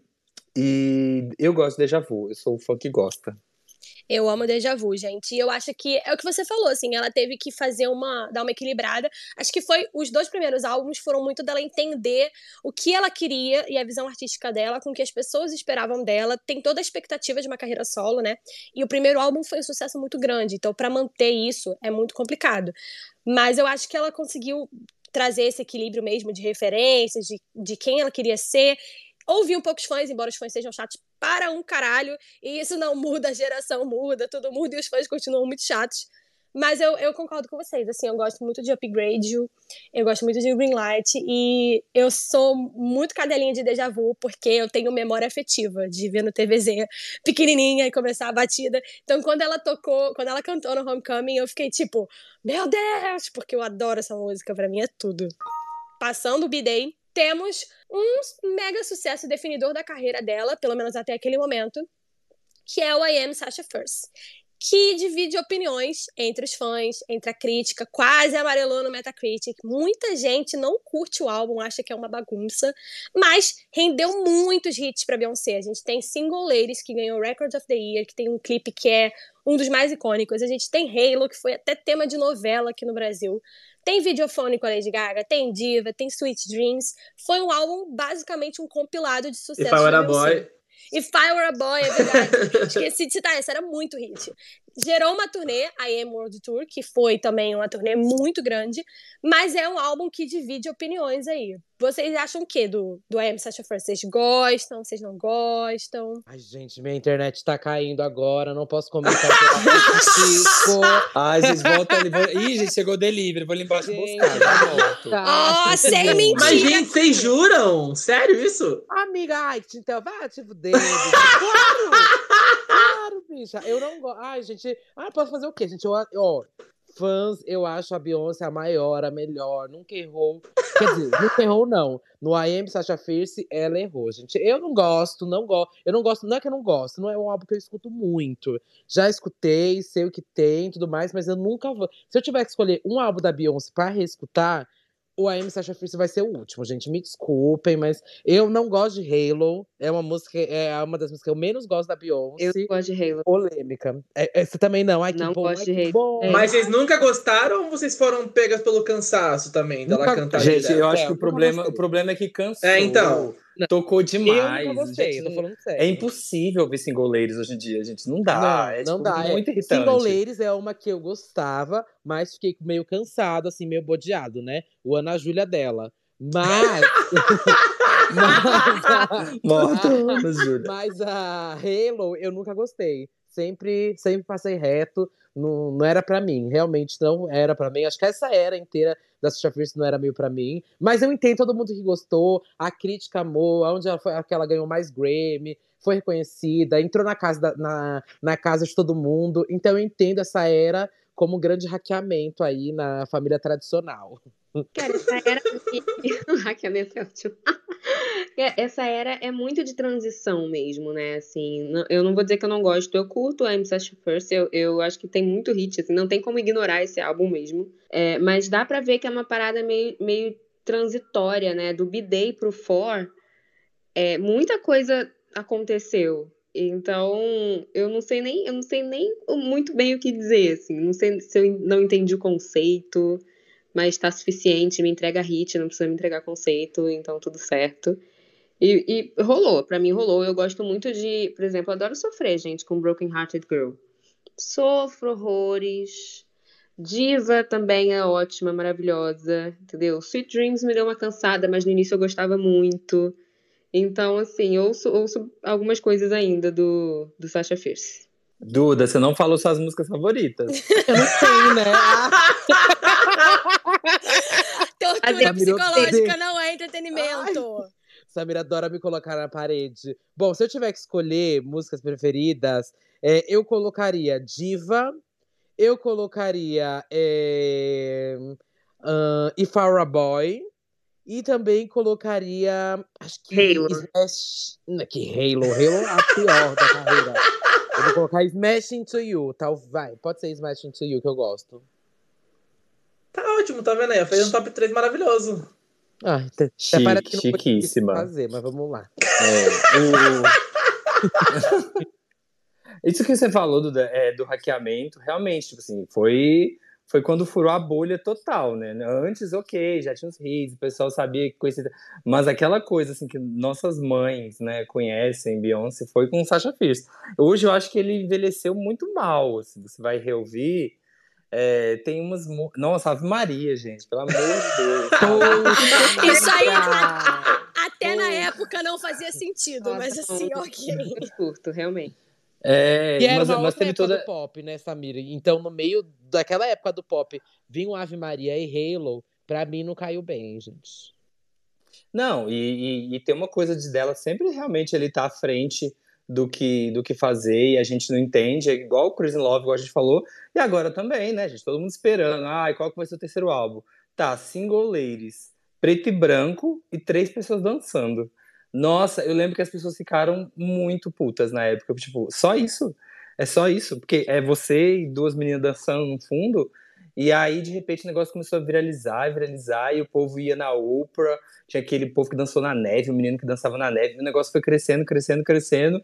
e eu gosto de Deja Vu, eu sou o fã que gosta. Eu amo Deja Vu, gente. E eu acho que é o que você falou, assim, ela teve que dar uma equilibrada. Acho que os 2 primeiros álbuns foram muito dela entender o que ela queria e a visão artística dela, com o que as pessoas esperavam dela. Tem toda a expectativa de uma carreira solo, né? E o primeiro álbum foi um sucesso muito grande, então pra manter isso é muito complicado. Mas eu acho que ela conseguiu trazer esse equilíbrio mesmo de referências, de quem ela queria ser. Ouvi um pouco os fãs, embora os fãs sejam chatos para um caralho, e isso não muda, a geração muda, tudo muda, e os fãs continuam muito chatos. Mas eu concordo com vocês, assim, eu gosto muito de Upgrade, eu gosto muito de Greenlight, e eu sou muito cadelinha de Deja Vu, porque eu tenho memória afetiva de ver no TVZ pequenininha e começar a batida. Então, quando ela cantou no Homecoming, eu fiquei tipo, meu Deus, porque eu adoro essa música, pra mim é tudo. Passando o B-Day, temos um mega sucesso definidor da carreira dela, pelo menos até aquele momento, que é o I Am Sasha Fierce, que divide opiniões entre os fãs, entre a crítica, quase amarelou no Metacritic. Muita gente não curte o álbum, acha que é uma bagunça, mas rendeu muitos hits pra Beyoncé. A gente tem Single Ladies, que ganhou Record of the Year, que tem um clipe que é um dos mais icônicos. A gente tem Halo, que foi até tema de novela aqui no Brasil. Tem Videofone com a Lady Gaga, tem Diva, tem Sweet Dreams. Foi um álbum, basicamente, um compilado de sucessos da Beyoncé. If I Were a Boy, é verdade. Esqueci de citar essa, era muito hit. Gerou uma turnê, a AM World Tour, que foi também uma turnê muito grande, mas é um álbum que divide opiniões aí. Vocês acham o quê do I Am Sasha Fierce? Vocês gostam? Vocês não gostam? Ai, gente, minha internet tá caindo agora, não posso comentar. Chico. Ai, gente, volta ali. Ih, gente, chegou o delivery. Vou limpar as Gente, bolsas. Ó, sem mentira. Mas, gente, vocês juram? Sério isso? Amiga, ai, então vai, tipo, David. Claro, bicha. Eu não gosto. Ai, gente. Ah, posso fazer o quê, gente? Ó, fãs, eu acho a Beyoncé a maior, a melhor. Nunca errou. Quer dizer, nunca errou, não. No I Am Sasha Fierce, ela errou, gente. Eu não gosto, não gosto. Eu não gosto, não é que eu não gosto, não é um álbum que eu escuto muito. Já escutei, sei o que tem e tudo mais, mas eu nunca vou. Se eu tiver que escolher um álbum da Beyoncé pra reescutar, o I Am Sasha Fierce vai ser o último, gente. Me desculpem, mas eu não gosto de Halo. É uma música, é uma das músicas que eu menos gosto da Beyoncé. Eu gosto de Halo. Polêmica. Você também não? Ai, que Não bom, gosto ai, de que Halo. bom. Mas vocês nunca gostaram ou vocês foram pegas pelo cansaço também dela Nunca- cantar Gente, direto? eu acho que Nunca o gostei. problema é que cansou. É, então. Tocou Eu demais. nunca gostei, gente, eu tô falando sério. é impossível ver singoleiros hoje em dia, gente. Não dá. Não, não dá. Muito irritante. Single Ladies é uma que eu gostava, mas fiquei meio cansado, assim, meio bodeado, né? O Ana Júlia dela. Mas. Morta, Ana Júlia. Mas a Halo eu nunca gostei. Sempre passei reto. Não era pra mim. Realmente não era pra mim. Acho que essa era inteira da Sasha Fierce não era meio pra mim. Mas eu entendo todo mundo que gostou. A crítica amou. Onde ela foi, que ela ganhou mais Grammy. Foi reconhecida. Entrou na casa, na casa de todo mundo. Então eu entendo essa era como um grande hackeamento aí na família tradicional. Cara, essa era. O hackeamento é ótimo. Essa era é muito de transição mesmo, né? Assim, eu não vou dizer que eu não gosto, eu curto a I'm Sasha Fierce, eu acho que tem muito hit, assim, não tem como ignorar esse álbum mesmo. Mas dá pra ver que é uma parada meio transitória, né? Do B-Day pro For, muita coisa aconteceu. Então, eu não sei nem muito bem o que dizer, assim. Não sei se eu não entendi o conceito, mas tá suficiente, me entrega hit, não precisa me entregar conceito, então tudo certo. E rolou, pra mim rolou. Eu gosto muito de, por exemplo, eu adoro sofrer, gente, com Broken Hearted Girl. Sofro horrores. Diva também é ótima, maravilhosa, entendeu? Sweet Dreams me deu uma cansada, mas no início eu gostava muito. Então, assim, ouço algumas coisas ainda do Sasha Fierce. Duda, você não falou suas músicas favoritas. Eu não sei, né? Tortura virou psicológica TD. não é entretenimento. Samira adora me colocar na parede. Bom, se eu tiver que escolher músicas preferidas, eu colocaria Diva, eu colocaria If I Were a Boy, e também colocaria, acho que Halo. Smash... Que Halo é a pior da carreira. Eu vou colocar Smash Into You, vai. Pode ser Smash Into You, que eu gosto. Tá ótimo, tá vendo aí? Fez um top 3 maravilhoso. Até parece que não foi difícil Chiquíssima. fazer, mas vamos lá. Isso que você falou do hackeamento, realmente, tipo assim, foi quando furou a bolha total, né? Antes, ok, já tinha os hits, o pessoal sabia que coisa... Mas aquela coisa, assim, que nossas mães, né, conhecem, Beyoncé, foi com Sasha Fierce. Hoje eu acho que ele envelheceu muito mal, assim, você vai reouvir, tem umas... Nossa, Ave Maria, gente, pelo amor de Deus. Isso aí, até na época não fazia sentido, mas assim, ok. Eu curto, realmente. E era uma mas outra teve época toda... do pop, né, Samira? Então, no meio daquela época do pop, vinha o Ave Maria e Halo, pra mim não caiu bem, gente. Não, e tem uma coisa dela sempre realmente ele tá à frente do que fazer, e a gente não entende, é igual o Crazy in Love, igual a gente falou, e agora também, né, gente, todo mundo esperando, qual que vai ser o terceiro álbum? Tá, Single Ladies, preto e branco e 3 pessoas dançando. Nossa, eu lembro que as pessoas ficaram muito putas na época, tipo, só isso? É só isso? Porque é você e 2 meninas dançando no fundo, e aí, de repente, o negócio começou a viralizar, e o povo ia na Oprah, tinha aquele povo que dançou na neve, o menino que dançava na neve, o negócio foi crescendo,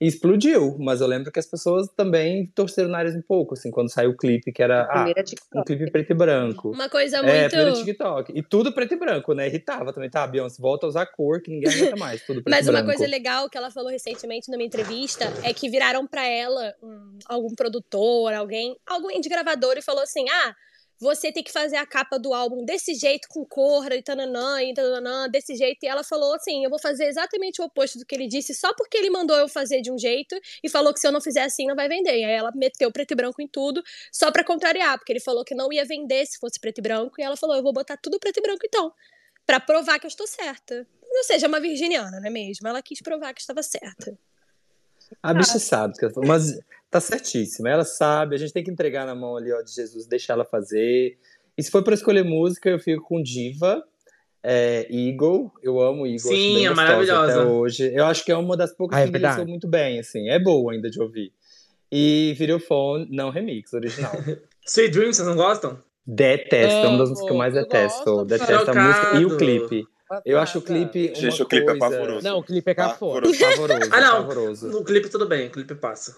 e explodiu. Mas eu lembro que as pessoas também torceram o nariz um pouco, assim, quando saiu o clipe, que era Primeira um TikTok. clipe preto e branco. Uma coisa Primeiro muito. TikTok. E tudo preto e branco, né? Irritava também, tá? Beyoncé, volta a usar cor, que ninguém aguenta mais, tudo preto Mas e uma branco. coisa legal que ela falou recentemente numa entrevista é que viraram pra ela algum produtor, alguém de gravador e falou assim: você tem que fazer a capa do álbum desse jeito, com cor, e tananã, desse jeito. E ela falou assim: eu vou fazer exatamente o oposto do que ele disse, só porque ele mandou eu fazer de um jeito e falou que se eu não fizer assim, não vai vender. E aí ela meteu preto e branco em tudo, só pra contrariar, porque ele falou que não ia vender se fosse preto e branco. E ela falou: eu vou botar tudo preto e branco então, pra provar que eu estou certa. Ou seja, uma virginiana, não é mesmo? Ela quis provar que estava certa. A bicha sabe, mas tá certíssima. Ela sabe, a gente tem que entregar na mão ali, ó, de Jesus, deixar ela fazer. E se for pra escolher música, eu fico com Diva, Eagle. Eu amo Eagle, acho Sim, bem é gostosa até maravilhosa. hoje. Eu acho que é uma das poucas É que envelheceu verdade. muito bem, assim. É boa ainda de ouvir. E Video Phone, não remix, original. Sweet Dreams, vocês não gostam? Detesto, é uma das músicas que eu Amo, mais eu detesto. gosto, Detesto a música e o Chocado. clipe. Eu acho o clipe uma Gente, o clipe é coisa pavoroso. Não, o clipe é cafona. Pavoroso. pavoroso, Não, pavoroso. no clipe tudo bem, o clipe passa.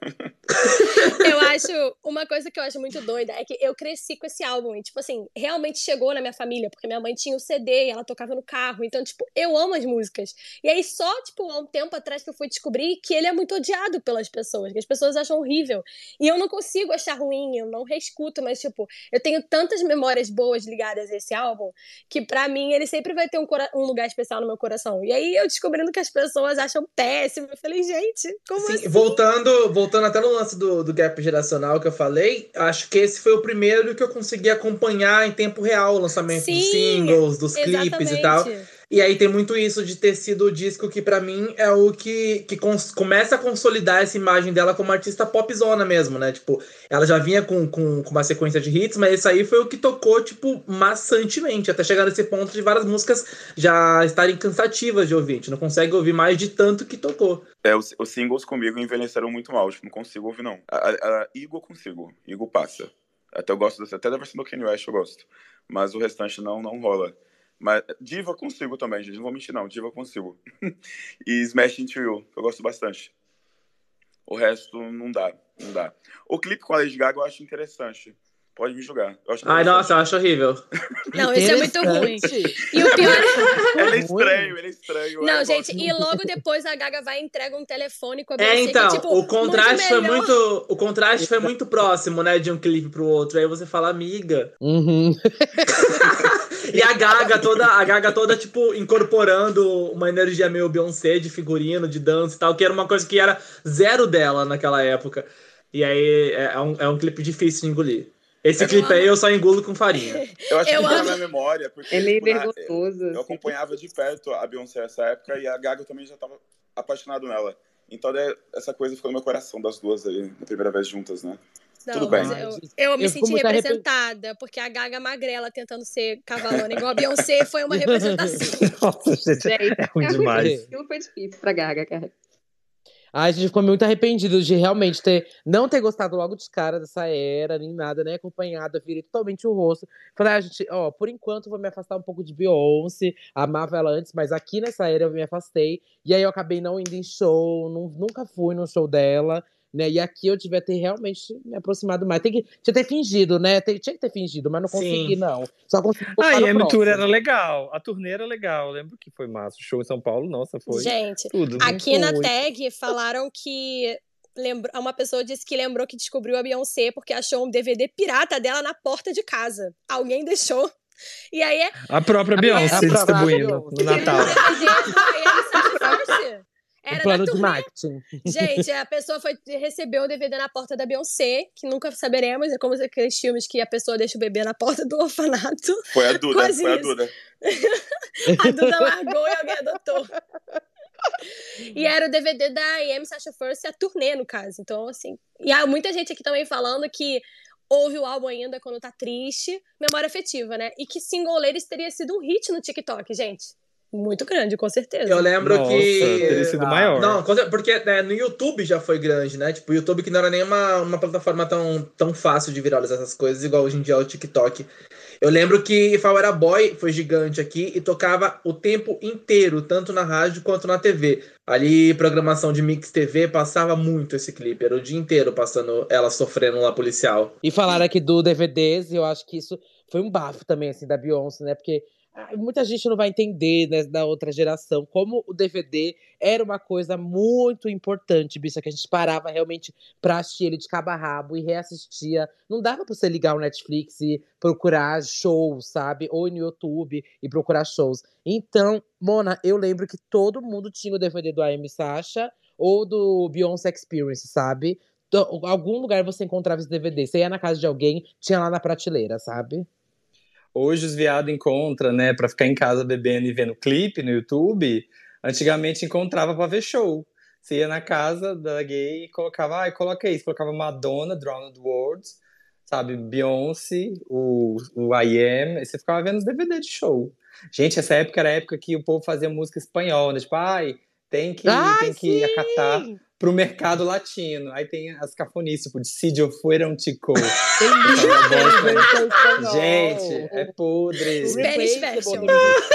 Eu acho, uma coisa que eu acho muito doida é que eu cresci com esse álbum e, tipo assim, realmente chegou na minha família, porque minha mãe tinha o CD e ela tocava no carro, então, tipo, eu amo as músicas. E aí só, tipo, há um tempo atrás que eu fui descobrir que ele é muito odiado pelas pessoas, que as pessoas acham horrível. E eu não consigo achar ruim, eu não reescuto, mas, tipo, eu tenho tantas memórias boas ligadas a esse álbum que, pra mim, ele sempre vai ter um lugar especial no meu coração. E aí eu descobrindo que as pessoas acham péssimo, eu falei, gente, como Sim, assim? voltando até no lance do gap geracional que eu falei, acho que esse foi o primeiro que eu consegui acompanhar em tempo real o lançamento dos Sim, singles, dos clipes e tal. exatamente. E aí tem muito isso de ter sido o disco que pra mim é o que começa a consolidar essa imagem dela como artista popzona mesmo, né? Tipo, ela já vinha com uma sequência de hits, mas esse aí foi o que tocou, tipo, maçantemente, até chegar nesse ponto de várias músicas já estarem cansativas de ouvir. A gente não consegue ouvir mais de tanto que tocou. Os singles comigo envelheceram muito mal, tipo, não consigo ouvir, não. A Eagle eu consigo, Eagle passa. Até eu gosto, até da versão do Kanye West eu gosto. Mas o restante não rola. Mas Diva consigo também, gente, não vou mentir não, Diva consigo. E Smash Into You, eu gosto bastante. O resto não dá. O clipe com a Lady Gaga eu acho interessante. Pode me julgar. Eu acho Ai, nossa, eu acho horrível. Não, isso é muito ruim. Interessante. E o pior Ele é estranho. Não, eu gente, gosto. e logo depois a Gaga vai e entrega um telefone com a Beyoncé, que é, Então, tipo, o contraste foi melhor. o contraste foi muito próximo, né, de um clipe pro outro. Aí você fala, amiga. Uhum. E a Gaga toda, tipo, incorporando uma energia meio Beyoncé de figurino, de dança e tal, que era uma coisa que era zero dela naquela época. E aí é um clipe difícil de engolir. Esse clipe aí eu só engulo com farinha. Eu acho que Eu fica na amo. minha memória, porque É meio tipo, vergonhoso, eu assim. acompanhava de perto a Beyoncé nessa época e a Gaga também já tava apaixonado nela. Então essa coisa ficou no meu coração das duas aí, na primeira vez juntas, né? Não, Tudo mas bem. eu me Eu fico senti muito representada, porque a Gaga magrela tentando ser cavalona igual a Beyoncé foi uma representação. Nossa, gente, Gente, é ruim demais. aquilo foi difícil pra Gaga, cara. Ai, a gente ficou muito arrependido de realmente não ter gostado logo de cara dessa era, nem nada, né? Acompanhada, virei totalmente o rosto. Falei, gente, ó, por enquanto vou me afastar um pouco de Beyoncé, amava ela antes, mas aqui nessa era eu me afastei. E aí eu acabei não indo em show, nunca fui no show dela, né? E aqui eu devia ter realmente me aproximado mais. Tinha que ter fingido, né? Tinha que ter fingido, mas não consegui, Sim. não. Só consegui A botar no EM Tour próximo. era legal, a turnê era legal. Eu lembro que foi massa. O show em São Paulo, nossa, foi Gente, tudo. aqui na Foi. tag falaram que uma pessoa disse que lembrou que descobriu a Beyoncé porque achou um DVD pirata dela na porta de casa. Alguém deixou. E aí A própria Beyoncé a própria distribuindo Beyoncé. no Natal. o DVD do I Am Such First. Um Era plano da de turnê. marketing. Gente, a pessoa recebeu o DVD na porta da Beyoncé, que nunca saberemos. É como aqueles filmes que a pessoa deixa o bebê na porta do orfanato. Foi a Duda, Quase foi a isso. Duda. A Duda largou e alguém adotou. E era o DVD da I Am Sasha First, a turnê, no caso. Então, assim. E há muita gente aqui também falando que ouve o álbum ainda quando tá triste. Memória afetiva, né? E que Single Ladies teria sido um hit no TikTok, gente. Meu Deus do céu. Muito grande, com certeza. Eu lembro Nossa, que. teria sido maior. Não, porque no YouTube já foi grande, né? Tipo, o YouTube que não era nem uma plataforma tão fácil de viralizar essas coisas, igual hoje em dia é o TikTok. Eu lembro que If I Were a Boy foi gigante aqui e tocava o tempo inteiro, tanto na rádio quanto na TV. Ali, programação de Mix TV, passava muito esse clipe. Era o dia inteiro passando ela sofrendo lá policial. E falaram aqui do DVDs, e eu acho que isso foi um bafo também, assim, da Beyoncé, né? Porque muita gente não vai entender, né, da outra geração, como o DVD era uma coisa muito importante, bicha, que a gente parava realmente pra assistir ele de cabo a rabo e reassistia. Não dava pra você ligar o Netflix e procurar shows, sabe? Ou ir no YouTube e procurar shows. Então, Mona, eu lembro que todo mundo tinha o DVD do I Am Sasha ou do Beyoncé Experience, sabe? Algum lugar você encontrava esse DVD. Você ia na casa de alguém, tinha lá na prateleira, sabe? Hoje os viados encontram, né, pra ficar em casa bebendo e vendo clipe no YouTube. Antigamente encontrava pra ver show. Você ia na casa da gay e colocava, coloca isso, colocava Madonna, Drowned Words, sabe, Beyoncé, o I Am, e você ficava vendo os DVD de show. Gente, essa época era a época que o povo fazia música espanhola, né? Tipo, tem que acatar pro mercado latino. Aí tem as cafonices, tipo, de Si yo fuera un chico. Gente, é podre. Spanish version.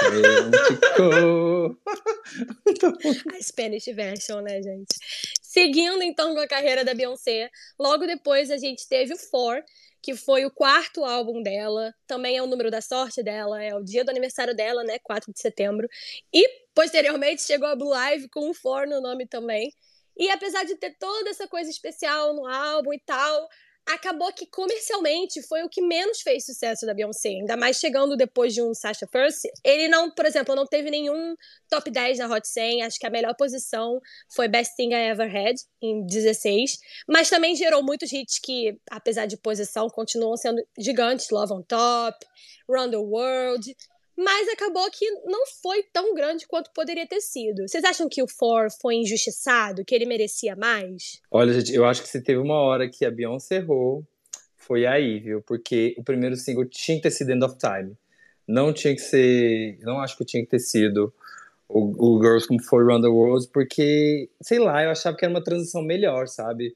A Spanish version, né, gente? Seguindo, então, com a carreira da Beyoncé, logo depois a gente teve o Four, que foi o 4º álbum dela, também é o número da sorte dela, é o dia do aniversário dela, né, 4 de setembro. E, posteriormente, chegou a Blue Ivy com o Four no nome também. E apesar de ter toda essa coisa especial no álbum e tal, acabou que comercialmente foi o que menos fez sucesso da Beyoncé. Ainda mais chegando depois de um Sasha First. Ele não, por exemplo, não teve nenhum top 10 na Hot 100. Acho que a melhor posição foi Best Thing I Ever Had, em 16. Mas também gerou muitos hits que, apesar de posição, continuam sendo gigantes. Love on Top, Run the World. Mas acabou que não foi tão grande quanto poderia ter sido. Vocês acham que o Four foi injustiçado? Que ele merecia mais? Olha, gente, eu acho que se teve uma hora que a Beyoncé errou, foi aí, viu? Porque o primeiro single tinha que ter sido End of Time. Não tinha que ser... Não acho que tinha que ter sido o Girls Como foi Run the World, porque, sei lá, eu achava que era uma transição melhor, sabe?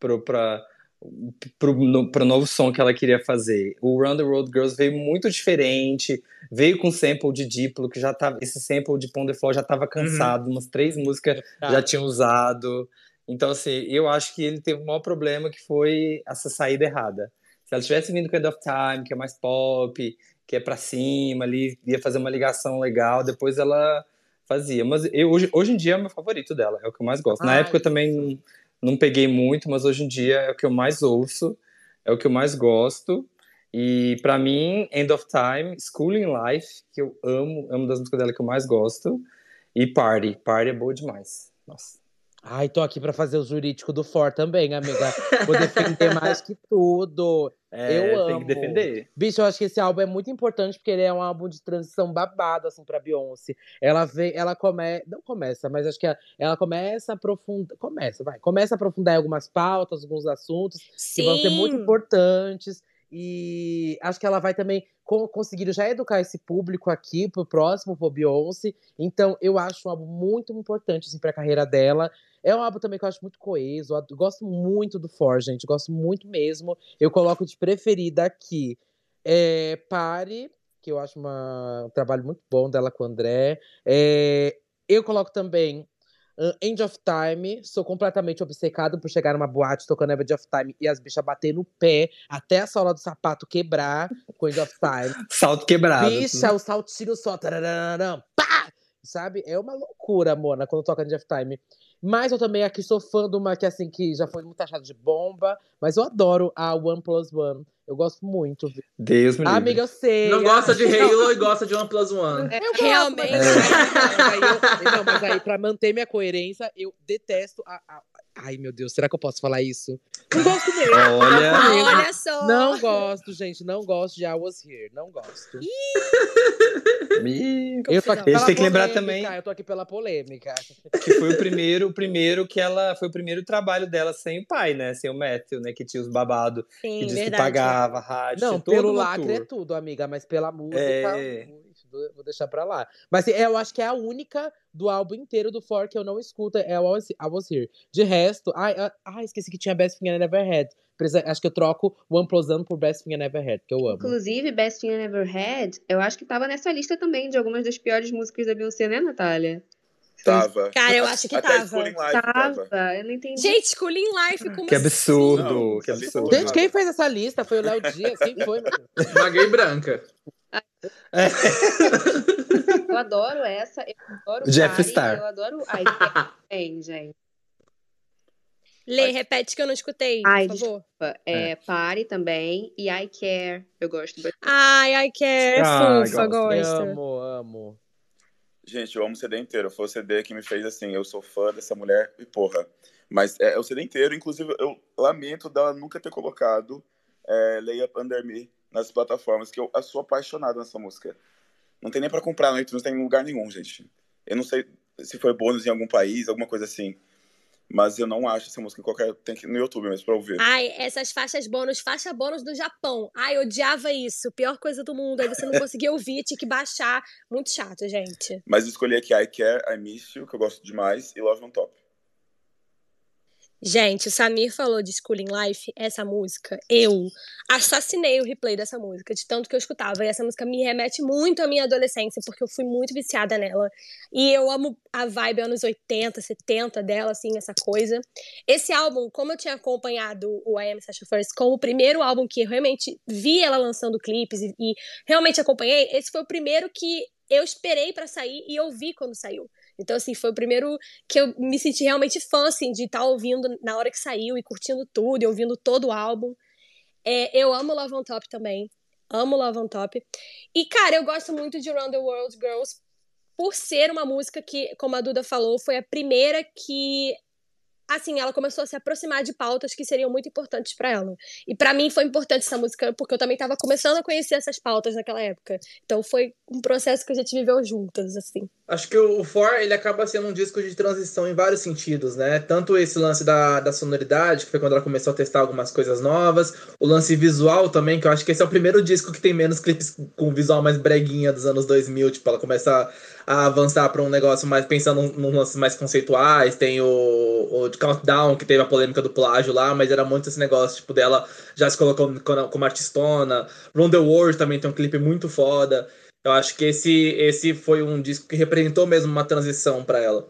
Pro novo som que ela queria fazer. O Run the World Girls veio muito diferente, veio com sample de Diplo, que já tava, esse sample de Pon de Floor já tava cansado, umas 3 músicas já tinham usado. Então, assim, eu acho que ele teve o maior problema, que foi essa saída errada. Se ela tivesse vindo com End of Time, que é mais pop, que é pra cima ali, ia fazer uma ligação legal, depois ela fazia. Mas hoje em dia é o meu favorito dela, é o que eu mais gosto. Na época eu também não peguei muito, mas hoje em dia é o que eu mais ouço, é o que eu mais gosto. E pra mim, End of Time, Schooling Life, que eu amo das músicas dela que eu mais gosto, e Party é boa demais. Nossa. Ai, tô aqui pra fazer o jurídico do For também, amiga. Vou defender mais que tudo. Eu amo. Tem que defender. Bicho, eu acho que esse álbum é muito importante, porque ele é um álbum de transição babado, assim, pra Beyoncé. Não começa, mas acho que ela começa a aprofundar. Começa a aprofundar em algumas pautas, alguns assuntos que vão ser muito importantes. E acho que ela vai também conseguir já educar esse público aqui pro próximo, pro Beyoncé. Então, eu acho um álbum muito importante, assim, pra carreira dela. É um álbum também que eu acho muito coeso. Eu gosto muito do For, gente. Gosto muito mesmo. Eu coloco de preferida aqui Pare, que eu acho um trabalho muito bom dela com o André. Eu coloco também End of Time. Sou completamente obcecado por chegar numa boate tocando End of Time e as bichas bater no pé até a sola do sapato quebrar com End of Time. Salto quebrado. Bicha, o saltinho só. Pá! Sabe? É uma loucura, Mona, quando toca End of Time. Mas eu também aqui sou fã de uma que, assim, que já foi muito taxada de bomba. Mas eu adoro a One Plus One. Eu gosto muito. Deus me livre. Amiga, eu sei. Não gosta de Halo e gosta de One Plus One. Realmente. Mas aí, pra manter minha coerência, eu detesto Ai, meu Deus, será que eu posso falar isso? Não gosto mesmo. Olha só. Não gosto, gente. Não gosto de I Was Here. Não gosto. Eu tô aqui pela tem que lembrar também. Eu tô aqui pela polêmica. Que foi o primeiro que ela. Foi o primeiro trabalho dela sem o pai, né? Sem o Matthew, né? Que tinha os babados. Sim, que disse verdade. que pagava, rádio. Não, pelo lacre é tudo, amiga, mas pela música. vou deixar pra lá. Mas assim, eu acho que é a única do álbum inteiro do For que eu não escuto, é o I Was Here. De resto, esqueci que tinha Best Thing I Never Had. Acho que eu troco o Unplugged por Best Thing I Never Had, que eu amo. Inclusive, Best Thing I Never Had, eu acho que tava nessa lista também de algumas das piores músicas da Beyoncé, né, Natália? Tava. Cara, eu acho que Até tava. Schooling Life tava. Eu não entendi. Gente, Schooling Life, como Que assim? absurdo, Não, que a lista absurdo. toda Gente, quem fez essa lista? Foi o Léo Dias? Quem foi, meu Deus? Uma gay branca. Eu adoro essa, eu adoro Jeff Party, Star. eu adoro I Care também, gente. Lê, repete que eu não escutei, Ai, por favor. desculpa. Party também e I Care, eu gosto bastante. Ai, I Care, Ai, fofa, gosto. gosto. Amo. Gente, eu amo o CD inteiro. Foi o CD que me fez assim, eu sou fã dessa mulher e porra. Mas é o CD inteiro, inclusive eu lamento dela nunca ter colocado Lay Up Under Me nas plataformas, que eu sou apaixonado nessa música. Não tem nem pra comprar no iTunes, não tem em lugar nenhum, gente. Eu não sei se foi bônus em algum país, alguma coisa assim. Mas eu não acho essa música em qualquer... Tem que ir no YouTube mesmo pra ouvir. Ai, essas faixas bônus, faixa bônus do Japão. Ai, eu odiava isso. Pior coisa do mundo. Aí você não conseguia ouvir, tinha que baixar. Muito chato, gente. Mas eu escolhi aqui I Care, I Miss You, que eu gosto demais, e Love on Top. Gente, o Samir falou de Schooling Life, essa música, eu assassinei o replay dessa música, de tanto que eu escutava. E essa música me remete muito à minha adolescência, porque eu fui muito viciada nela. E eu amo a vibe anos 80, 70 dela, assim, essa coisa. Esse álbum, como eu tinha acompanhado o I Am Sasha Fierce como o primeiro álbum que eu realmente vi ela lançando clipes e realmente acompanhei, esse foi o primeiro que eu esperei pra sair e eu vi quando saiu. Então, assim, foi o primeiro que eu me senti realmente fã, assim, de estar ouvindo na hora que saiu e curtindo tudo e ouvindo todo o álbum. Eu amo Love on Top também. Amo Love on Top. E, cara, eu gosto muito de Run the World Girls por ser uma música que, como a Duda falou, foi a primeira que, assim, ela começou a se aproximar de pautas que seriam muito importantes pra ela. E pra mim foi importante essa música porque eu também tava começando a conhecer essas pautas naquela época. Então foi um processo que a gente viveu juntas, assim. Acho que o For, ele acaba sendo um disco de transição em vários sentidos, né? Tanto esse lance da sonoridade, que foi quando ela começou a testar algumas coisas novas. O lance visual também, que eu acho que esse é o primeiro disco que tem menos clipes com visual mais breguinha dos anos 2000. Tipo, ela começa a avançar pra um negócio mais, pensando num lances mais conceituais. Tem o Countdown, que teve a polêmica do plágio lá, mas era muito esse negócio, tipo, dela já se colocou como artistona. Run the World também tem um clipe muito foda. Eu acho que esse foi um disco que representou mesmo uma transição pra ela.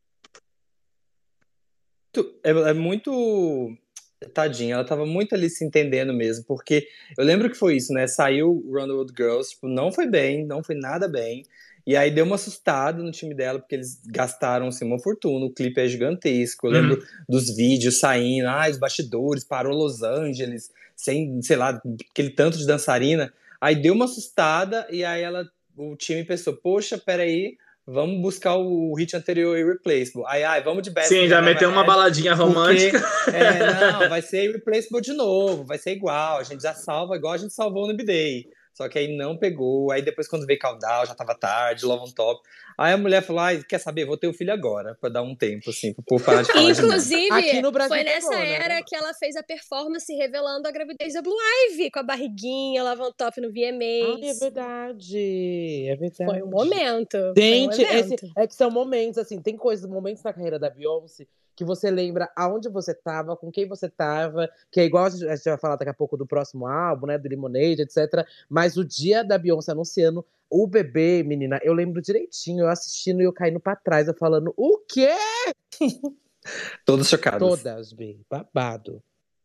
É muito... Tadinha, ela tava muito ali se entendendo mesmo, porque eu lembro que foi isso, né? Saiu Run the World Girls, tipo, não foi bem, não foi nada bem. E aí deu uma assustada no time dela, porque eles gastaram assim, uma fortuna, o clipe é gigantesco. Eu lembro dos vídeos saindo, os bastidores, parou Los Angeles, sem, sei lá, aquele tanto de dançarina. Aí deu uma assustada e aí o time pensou, poxa, peraí, vamos buscar o hit anterior, Irreplaceable. Aí, vamos de Best. Sim, já meteu uma baladinha romântica. Não, vai ser Irreplaceable de novo, vai ser igual, a gente já salva igual a gente salvou no B-Day. Só que aí não pegou, aí depois quando veio Countdown, já tava tarde, Love on Top. Aí a mulher falou, quer saber, vou ter o filho agora, pra dar um tempo, assim, pro povo parar de falar de mim. Inclusive, Aqui no Brasil foi nessa pegou, né? era que ela fez a performance revelando a gravidez da Blue Ivy, com a barriguinha, Love on Top no VMAs. É verdade. Foi um momento. Gente, foi um evento. é que são momentos, assim, tem momentos na carreira da Beyoncé que você lembra aonde você tava, com quem você tava, que é igual a gente vai falar daqui a pouco do próximo álbum, né, do Lemonade, etc. Mas o dia da Beyoncé anunciando o bebê, menina, eu lembro direitinho, eu assistindo e eu caindo pra trás, eu falando, o quê? Todas chocadas. Todas, babado.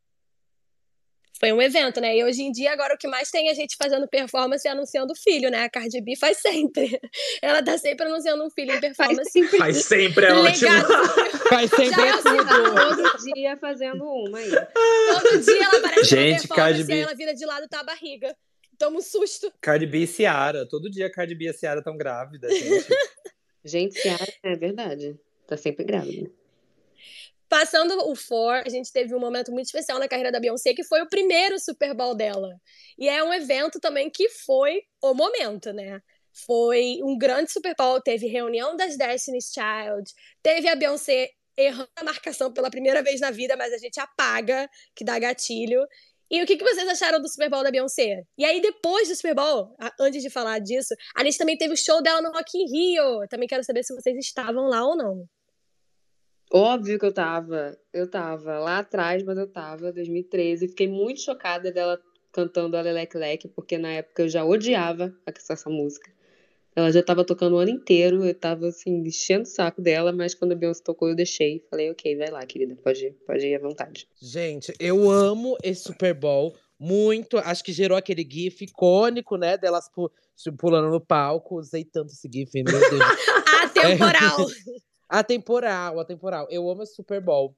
Foi um evento, né? E hoje em dia, agora o que mais tem a gente fazendo performance e anunciando filho, né? A Cardi B faz sempre. Ela tá sempre anunciando um filho em performance. Faz sempre, é ótimo. Faz sempre Já é tudo. Todo dia fazendo uma aí. Todo dia ela aparece Gente, na Cardi performance B. e aí ela vira de lado e tá a barriga. Toma um susto. Cardi B e Ciara, todo dia Cardi B e Ciara tão grávida, gente. Gente, Ciara, é verdade. Tá sempre grávida. Passando o For, a gente teve um momento muito especial na carreira da Beyoncé, que foi o primeiro Super Bowl dela. E é um evento também que foi o momento, né? Foi um grande Super Bowl, teve reunião das Destiny's Child, teve a Beyoncé errando a marcação pela primeira vez na vida, mas a gente apaga, que dá gatilho. E o que vocês acharam do Super Bowl da Beyoncé? E aí, depois do Super Bowl, antes de falar disso, a gente também teve o show dela no Rock in Rio. Também quero saber se vocês estavam lá ou não. Óbvio que eu tava. Eu tava lá atrás, mas eu tava, 2013. Fiquei muito chocada dela cantando a Lelec Lec, porque na época eu já odiava essa música. Ela já tava tocando o ano inteiro, eu tava, assim, enchendo o saco dela, mas quando a Beyoncé tocou, eu deixei. Falei, ok, vai lá, querida, pode ir à vontade. Gente, eu amo esse Super Bowl muito. Acho que gerou aquele gif icônico, né? Delas pulando no palco. Usei tanto esse gif, meu Deus. Atemporal! Atemporal. Eu amo esse Super Bowl.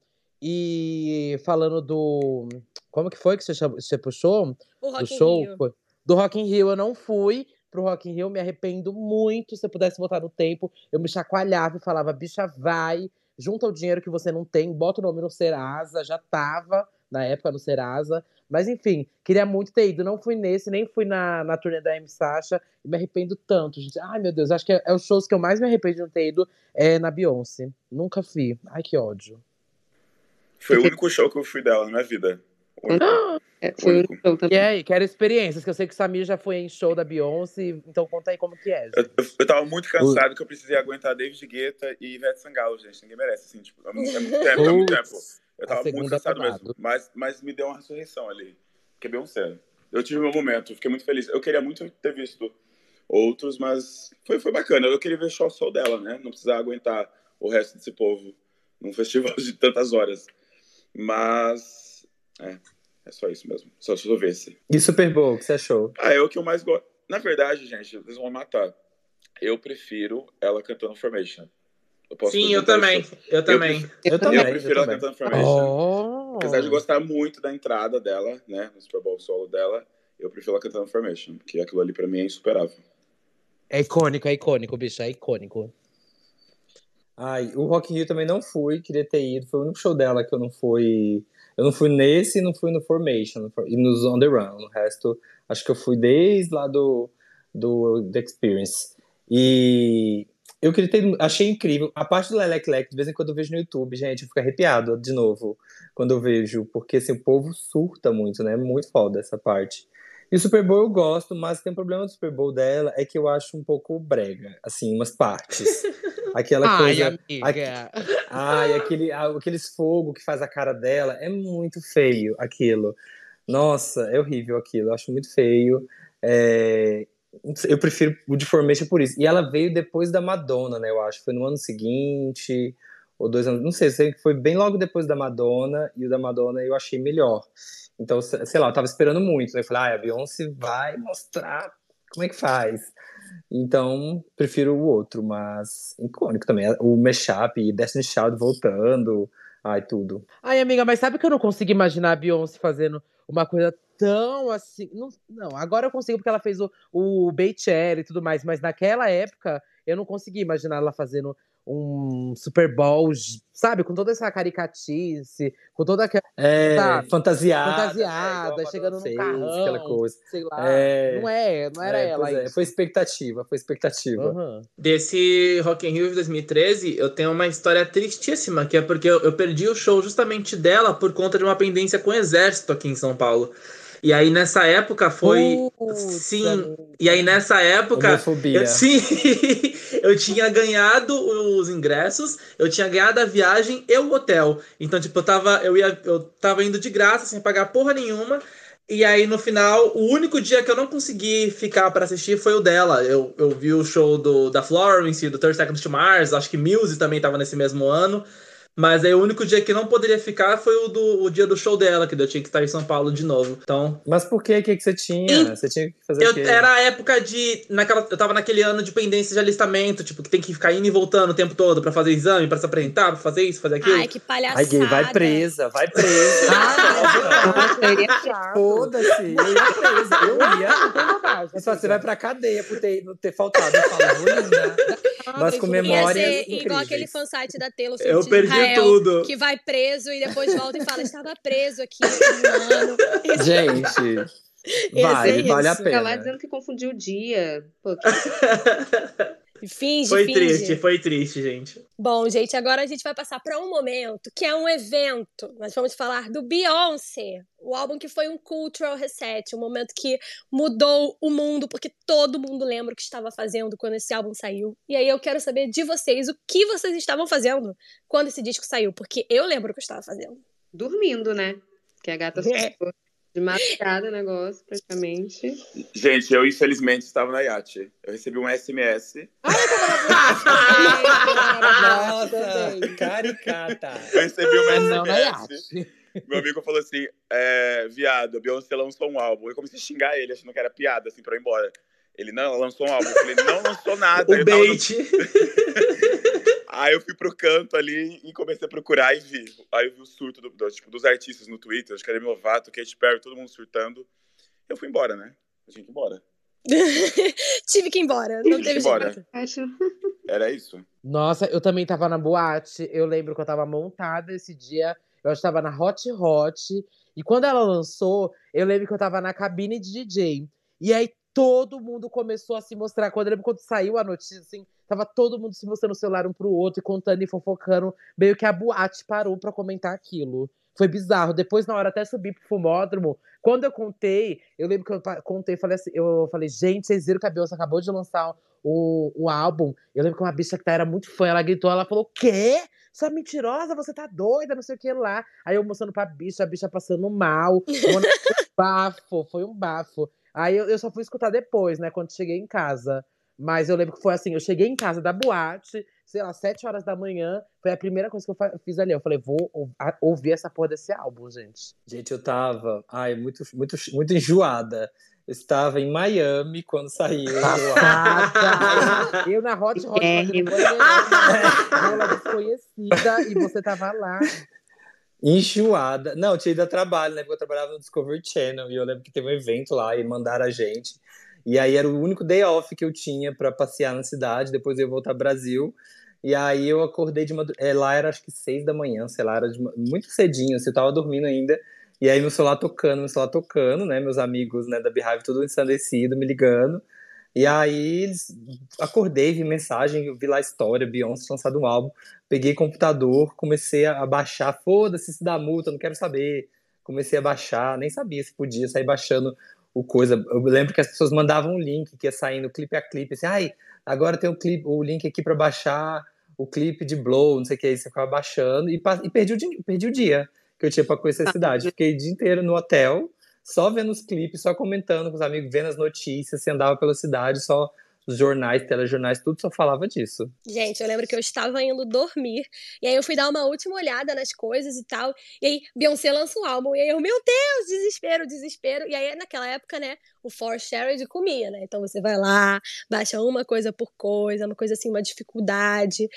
E falando do… Como que foi que você puxou? O Rock do in show? Rio. Do Rock in Rio eu não fui. Pro Rock in Rio, me arrependo muito. Se eu pudesse voltar no tempo, eu me chacoalhava e falava, bicha, vai, junta o dinheiro que você não tem, bota o nome no Serasa, já tava na época no Serasa. Mas enfim, queria muito ter ido. Não fui nesse, nem fui na turnê da M. Sacha. E me arrependo tanto, gente. Ai, meu Deus, acho que é os shows que eu mais me arrependo de não ter ido na Beyoncé. Nunca fui. Ai, que ódio. Foi o único show que eu fui dela na minha vida. Foi o único show E também. aí, quero experiências, que eu sei que o Samir já foi em show da Beyoncé, então conta aí como que é. Gente. Eu tava muito cansado que eu precisei aguentar David Guetta e Ivete Sangalo, gente. Ninguém merece, assim, tipo, é muito tempo. Eu tava muito cansado mesmo. Mas me deu uma ressurreição ali. Que é Beyoncé. Eu tive meu momento, fiquei muito feliz. Eu queria muito ter visto outros, mas foi bacana. Eu queria ver só o show dela, né? Não precisar aguentar o resto desse povo num festival de tantas horas. Mas é só isso mesmo. Só se eu visse. E Super Bowl, o que você achou? É o que eu mais gosto. Na verdade, gente, vocês vão matar. Eu prefiro ela cantando Formation. Sim, eu também. Eu prefiro ela cantando Formation. Apesar de gostar muito da entrada dela, né? No Super Bowl solo dela, eu prefiro ela cantando Formation. Porque aquilo ali pra mim é insuperável. É icônico, bicho. É icônico. Ai, o Rock in Rio também não fui, queria ter ido. Foi o único show dela que eu não fui. Eu não fui nesse e não fui no Formation. E nos On The Run. O resto, acho que eu fui desde lá do The Experience. E eu queria ter. Achei incrível. A parte do Lelec Lec, de vez em quando eu vejo no YouTube, gente, eu fico arrepiado de novo quando eu vejo. Porque assim, o povo surta muito, né? Muito foda essa parte. E o Super Bowl eu gosto, mas tem um problema do Super Bowl dela, é que eu acho um pouco brega, assim, umas partes. Aquela coisa. Amiga. Aqueles fogo que faz a cara dela, é muito feio aquilo. Nossa, é horrível aquilo, eu acho muito feio. Eu prefiro o de Formation por isso. E ela veio depois da Madonna, né? Eu acho. Foi no ano seguinte, ou 2 anos, não sei que foi bem logo depois da Madonna, e o da Madonna eu achei melhor. Então, sei lá, eu tava esperando muito. Né? Eu falei, a Beyoncé vai mostrar como é que faz. Então, prefiro o outro, mas icônico também. O Mashup e Destiny Child voltando, tudo. Ai, amiga, mas sabe que eu não consigo imaginar a Beyoncé fazendo uma coisa tão assim… Não, agora eu consigo porque ela fez o Beychella e tudo mais, mas naquela época eu não conseguia imaginar ela fazendo um Super Bowl, sabe? Com toda essa caricatice, com toda aquela… Fantasiada, chegando num carrão, aquela coisa. sei lá. Não era ela isso. Foi expectativa. Uhum. Desse Rock in Rio de 2013, eu tenho uma história tristíssima, que é porque eu perdi o show justamente dela por conta de uma pendência com o exército aqui em São Paulo. E aí nessa época foi… Sim, e aí nessa época… Homofobia. Eu tinha ganhado os ingressos, eu tinha ganhado a viagem e o hotel. Então, tipo, eu tava indo de graça, sem pagar porra nenhuma. E aí, no final, o único dia que eu não consegui ficar pra assistir foi o dela. Eu vi o show da Florence, do 30 Seconds to Mars, acho que Muse também tava nesse mesmo ano. Mas aí o único dia que não poderia ficar foi o dia do show dela, que eu tinha que estar em São Paulo de novo. Então… Mas por que? O que você tinha? Você tinha que fazer o quê? Era a época eu tava naquele ano de pendência de alistamento, tipo, que tem que ficar indo e voltando o tempo todo pra fazer exame, pra se apresentar, pra fazer isso, fazer aquilo. Ai, que palhaçada. Ai, gay, vai presa. Foda-se, eu ia presa. Eu ia. Você vai pra cadeia por ter faltado. Eu falo, linda. Nós com memórias ia ser incríveis. igual aquele fansit da Taylor Eu Swift perdi Israel, tudo. que vai preso e depois volta e fala, estava preso aqui um ano. Gente, vale a pena. Fica lá dizendo que confundiu o dia. Pô, Finge. Foi triste, gente. Bom, gente, agora a gente vai passar para um momento que é um evento. Nós vamos falar do Beyoncé O álbum que foi um cultural reset, um momento que mudou o mundo, porque todo mundo lembra o que estava fazendo quando esse álbum saiu. E aí eu quero saber de vocês o que vocês estavam fazendo quando esse disco saiu, porque eu lembro o que eu estava fazendo. Dormindo, né? Que a gata ficou de madrugada o negócio, praticamente. Gente, eu infelizmente estava na iate. Eu recebi um SMS. Nossa, caricata. Eu recebi um Não, na SMS. iate. Meu amigo falou assim, viado, a Beyoncé lançou um álbum. Eu comecei a xingar ele, achando que era piada, assim, pra eu ir embora. Ele, não, ela lançou um álbum. Eu falei, não lançou nada. O bait. Aí eu fui pro canto ali e comecei a procurar e vi. Aí eu vi o surto dos artistas no Twitter. Acho que era Demi Lovato, Katy Perry, todo mundo surtando. Eu fui embora, né? Eu tinha que ir embora. Tive que ir embora, não teve embora. jeito. Era isso. Nossa, eu também tava na boate. Eu lembro que eu tava montada esse dia. Eu estava na Hot Hot. E quando ela lançou, eu lembro que eu tava na cabine de DJ. E aí todo mundo começou a se mostrar. Eu lembro quando saiu a notícia, assim, tava todo mundo se mostrando o celular um pro outro e contando e fofocando. Meio que a boate parou pra comentar aquilo. Foi bizarro. Depois, na hora, até subi pro fumódromo. Quando eu contei, eu lembro que eu contei, eu falei, gente, vocês viram que a Beyoncé acabou de lançar um álbum? Eu lembro que uma bicha que era muito fã, ela gritou, ela falou, quê? Sua mentirosa, você tá doida, não sei o que lá. Aí eu mostrando pra bicha, a bicha passando mal. Foi um bafo. Aí eu só fui escutar depois, né, quando cheguei em casa. Mas eu lembro que foi assim, eu cheguei em casa da boate, sei lá, 7 horas da manhã, foi a primeira coisa que eu fiz ali. Eu falei, vou ouvir essa porra desse álbum, gente. Gente, eu tava, muito enjoada. Eu estava em Miami quando saiu. Passada! Eu na Hot fazendo rola desconhecida e você tava lá. Enjoada. Não, eu tinha ido a trabalho, né? Porque eu trabalhava no Discovery Channel e eu lembro que teve um evento lá e mandaram a gente. E aí era o único day off que eu tinha pra passear na cidade, depois eu ia voltar ao Brasil. E aí eu acordei de madrugada. Lá era acho que 6 da manhã, sei lá, era muito cedinho, assim, eu tava dormindo ainda. E aí meu celular tocando, né? Meus amigos, né, da Beehive, tudo ensandecido, me ligando. E aí acordei, vi mensagem, vi lá a história, Beyoncé lançado um álbum. Peguei computador, comecei a baixar, foda-se se dá multa, não quero saber. Comecei a baixar, nem sabia se podia sair baixando o coisa. Eu lembro que as pessoas mandavam um link que ia saindo clipe a clipe, assim, ai, agora tem o link aqui pra baixar o clipe de Blow, não sei o que, aí você ficava baixando e perdi o dia que eu tinha pra conhecer a cidade. Fiquei o dia inteiro no hotel, só vendo os clipes, só comentando com os amigos, vendo as notícias, você andava pela cidade, só os jornais, telejornais, tudo só falava disso. Gente, eu lembro que eu estava indo dormir, e aí eu fui dar uma última olhada nas coisas e tal, e aí Beyoncé lança um álbum, e aí eu, meu Deus, desespero, e aí naquela época, né, o For Shared comia, né, então você vai lá, baixa uma coisa por coisa, uma coisa assim, uma dificuldade,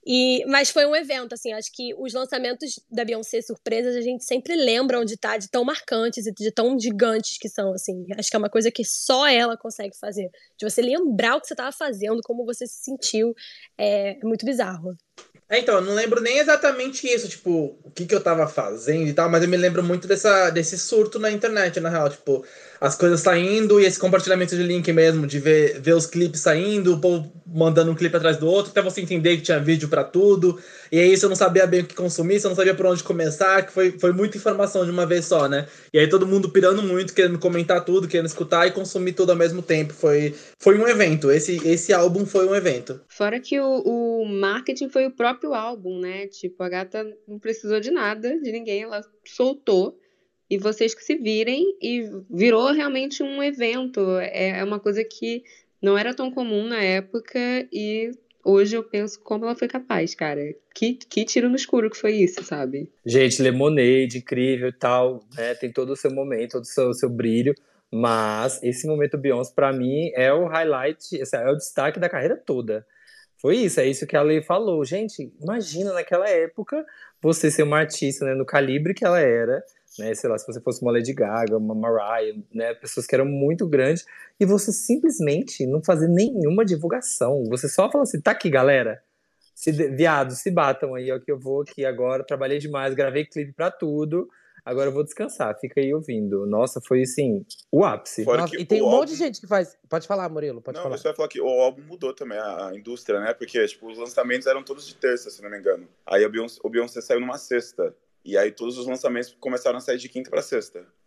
mas foi um evento, assim, acho que os lançamentos da Beyoncé surpresas a gente sempre lembra onde tá, de tão marcantes e de tão gigantes que são, assim, acho que é uma coisa que só ela consegue fazer, de você lembrar o que você tava fazendo, como você se sentiu, é muito bizarro. Então, eu não lembro nem exatamente isso, tipo, o que eu tava fazendo e tal, mas eu me lembro muito desse surto na internet, na real, tipo, as coisas saindo e esse compartilhamento de link mesmo, de ver os clipes saindo, o povo mandando um clipe atrás do outro, até você entender que tinha vídeo pra tudo, e aí você não sabia bem o que consumir, você não sabia por onde começar, que foi muita informação de uma vez só, né? E aí todo mundo pirando muito, querendo comentar tudo, querendo escutar e consumir tudo ao mesmo tempo. Foi um evento, esse álbum foi um evento. Fora que o marketing foi o próprio álbum, né? Tipo, a gata não precisou de nada, de ninguém, ela soltou. E vocês que se virem, e virou realmente um evento. É uma coisa que não era tão comum na época, e hoje eu penso como ela foi capaz, cara. Que tiro no escuro que foi isso, sabe? Gente, Lemonade, incrível e tal, né? Tem todo o seu momento, todo o seu brilho. Mas esse momento Beyoncé, pra mim, é o highlight, é o destaque da carreira toda. Foi isso, é isso que a Lei falou. Gente, imagina naquela época você ser uma artista, né, no calibre que ela era, né, sei lá, se você fosse uma Lady Gaga, uma Mariah, né, pessoas que eram muito grandes, e você simplesmente não fazer nenhuma divulgação. Você só fala assim, tá aqui, galera, viados, se batam aí, ó, que eu vou aqui agora, trabalhei demais, gravei clipe pra tudo, agora eu vou descansar, fica aí ouvindo. Nossa, foi assim, o ápice. Nossa, e tem um monte de gente que faz. Pode falar, Murilo, pode falar. Eu só ia falar que o álbum mudou também a indústria, né? Porque tipo, os lançamentos eram todos de terça, se não me engano. Aí o Beyoncé saiu numa sexta. E aí todos os lançamentos começaram a sair de quinta pra sexta.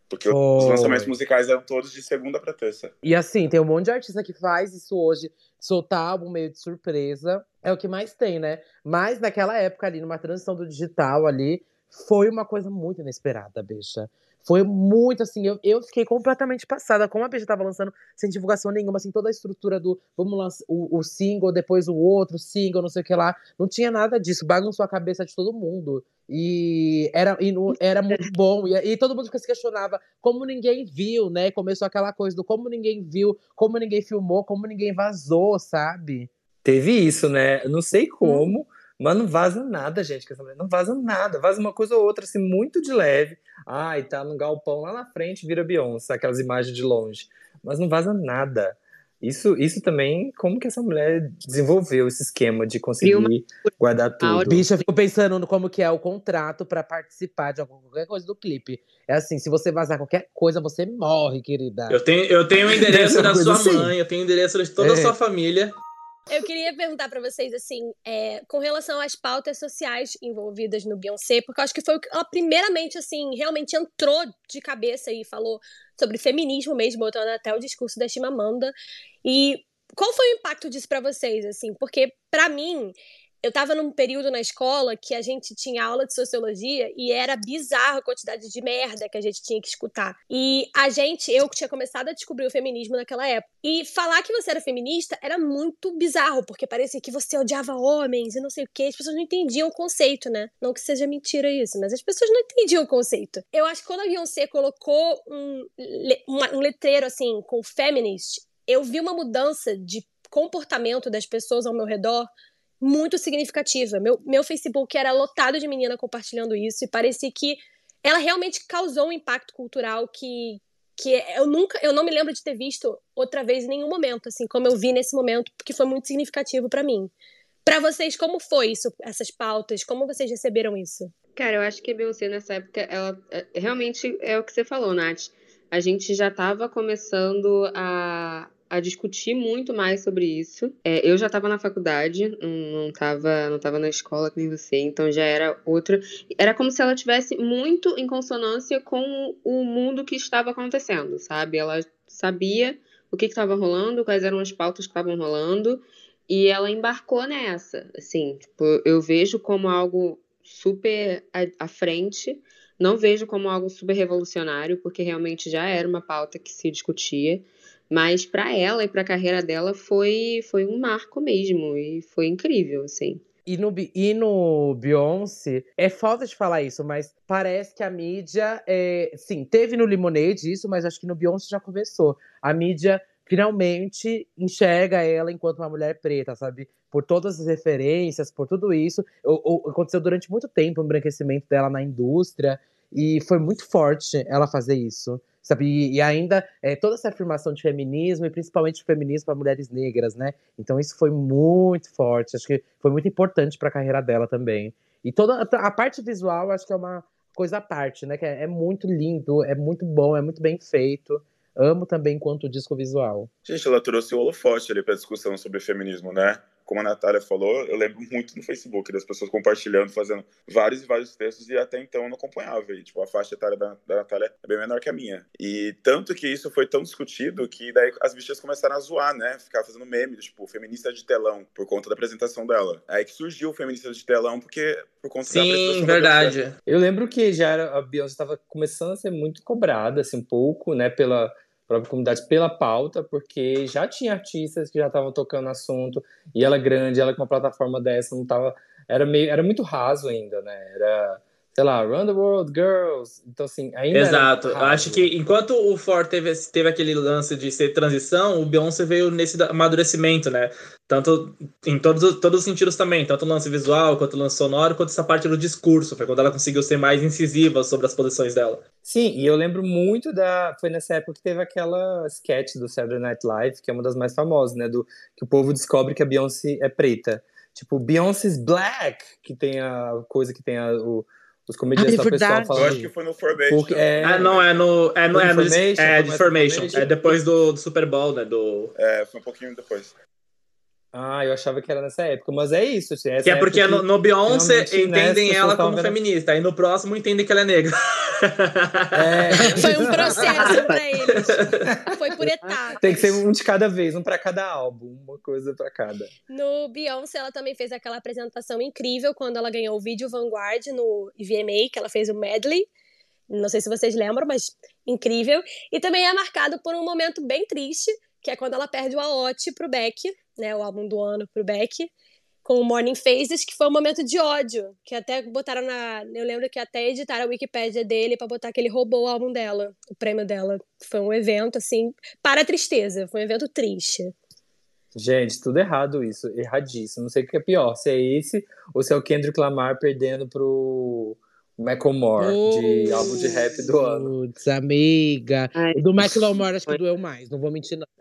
Porque os lançamentos musicais eram todos de segunda pra terça. E assim, tem um monte de artista que faz isso hoje, soltar álbum meio de surpresa. É o que mais tem, né? Mas naquela época ali, numa transição do digital ali, foi uma coisa muito inesperada, bicha. Foi muito assim, eu fiquei completamente passada. Como a bicha tava lançando sem divulgação nenhuma, assim, toda a estrutura do vamos lançar o single, depois o outro single, não sei o que lá. Não tinha nada disso, bagunçou a cabeça de todo mundo. E era muito bom. E todo mundo se questionava como ninguém viu, né? Começou aquela coisa do como ninguém viu, como ninguém filmou, como ninguém vazou, sabe? Teve isso, né? Eu não sei como, mas não vaza nada, gente. Não vaza nada. Vaza uma coisa ou outra, assim, muito de leve. Ai, tá no galpão lá na frente, vira Beyoncé, aquelas imagens de longe. Mas não vaza nada. Isso também, como que essa mulher desenvolveu esse esquema de conseguir guardar tudo? Bicha, eu fico pensando no como que é o contrato pra participar de qualquer coisa do clipe. É assim, se você vazar qualquer coisa, você morre, querida. Eu tenho o endereço da sua mãe, eu tenho o endereço de toda a sua família. Eu queria perguntar pra vocês, assim, com relação às pautas sociais envolvidas no Beyoncé, porque eu acho que foi o que ela primeiramente, assim, realmente entrou de cabeça e falou sobre feminismo mesmo, botando até o discurso da Chimamanda. E qual foi o impacto disso pra vocês, assim? Porque, pra mim, eu tava num período na escola que a gente tinha aula de sociologia e era bizarro a quantidade de merda que a gente tinha que escutar. E eu que tinha começado a descobrir o feminismo naquela época. E falar que você era feminista era muito bizarro, porque parecia que você odiava homens e não sei o quê. As pessoas não entendiam o conceito, né? Não que seja mentira isso, mas as pessoas não entendiam o conceito. Eu acho que quando a Beyoncé colocou um letreiro, assim, com feminist, eu vi uma mudança de comportamento das pessoas ao meu redor muito significativa. Meu Facebook era lotado de menina compartilhando isso e parecia que ela realmente causou um impacto cultural que eu não me lembro de ter visto outra vez em nenhum momento, assim, como eu vi nesse momento, porque foi muito significativo pra mim. Pra vocês, como foi isso, essas pautas? Como vocês receberam isso? Cara, eu acho que a Beyoncé nessa época, ela realmente é o que você falou, Nath. A gente já estava começando a discutir muito mais sobre isso. Eu já estava na faculdade, não tava na escola que nem você, então já era outra. Era como se ela tivesse muito em consonância com o mundo que estava acontecendo, sabe? Ela sabia o que estava rolando, quais eram as pautas que estavam rolando, e ela embarcou nessa. Assim, tipo, eu vejo como algo super à frente. Não vejo como algo super revolucionário, porque realmente já era uma pauta que se discutia, mas para ela e para a carreira dela foi um marco mesmo, e foi incrível, assim. E no Beyoncé, é falta de falar isso, mas parece que a mídia, sim, teve no Lemonade isso, mas acho que no Beyoncé já começou. A mídia finalmente enxerga ela enquanto uma mulher preta, sabe? Por todas as referências, por tudo isso. Aconteceu durante muito tempo o embranquecimento dela na indústria, e foi muito forte ela fazer isso, sabe? E ainda toda essa afirmação de feminismo, e principalmente de feminismo para mulheres negras, né? Então isso foi muito forte, acho que foi muito importante para a carreira dela também. E toda a parte visual, acho que é uma coisa à parte, né? Que é muito lindo, é muito bom, é muito bem feito. Amo também quanto disco visual. Gente, ela trouxe o holofote ali pra discussão sobre feminismo, né? Como a Natália falou, eu lembro muito no Facebook das pessoas compartilhando, fazendo vários e vários textos, e até então eu não acompanhava. E, tipo, a faixa etária da Natália é bem menor que a minha. E tanto que isso foi tão discutido que daí as bichas começaram a zoar, né? Ficar fazendo meme, tipo, feminista de telão, por conta da apresentação dela. Aí que surgiu o feminista de telão, porque por conta da apresentação. Sim, verdade. Eu lembro que a Beyoncé estava começando a ser muito cobrada, assim, um pouco, né, pela própria comunidade, pela pauta, porque já tinha artistas que já estavam tocando assunto, e ela grande, ela com uma plataforma dessa, não tava, era muito raso ainda, né, era, sei lá, Run the World Girls, então assim, ainda Exato, era raso, acho que enquanto o Ford teve aquele lance de ser transição, o Beyoncé veio nesse amadurecimento, né, tanto em todos os sentidos também, tanto o lance visual, quanto o lance sonoro, quanto essa parte do discurso, foi quando ela conseguiu ser mais incisiva sobre as posições dela. Sim, e eu lembro muito foi nessa época que teve aquela sketch do Saturday Night Live, que é uma das mais famosas, né, que o povo descobre que a Beyoncé é preta. Tipo, Beyoncé's Black, que tem a coisa que tem os comediantes da pessoal falando. Eu acho que foi no Formation. Não, é de Formation. É depois do Super Bowl, né? Foi um pouquinho depois. Eu achava que era nessa época, mas é isso. Assim, que é porque no Beyoncé entendem ela como feminista, aí no próximo entendem que ela é negra. Foi um processo pra eles. Foi por etapas. Tem que ser um de cada vez, um pra cada álbum, uma coisa pra cada. No Beyoncé, ela também fez aquela apresentação incrível quando ela ganhou o Vídeo Vanguard no VMA, que ela fez o medley. Não sei se vocês lembram, mas incrível. E também é marcado por um momento bem triste, que é quando ela perde o AOT pro Beck, né, o álbum do ano pro Beck, com o Morning Phases, que foi um momento de ódio, que até botaram eu lembro que até editaram a Wikipédia dele pra botar que ele roubou o álbum dela, o prêmio dela. Foi um evento, assim, para a tristeza, foi um evento triste. Gente, tudo errado isso, erradíssimo. Não sei o que é pior, se é esse ou se é o Kendrick Lamar perdendo pro Macklemore, de álbum de rap do ano. Putz, amiga. O do Macklemore acho que doeu mais, não vou mentir não.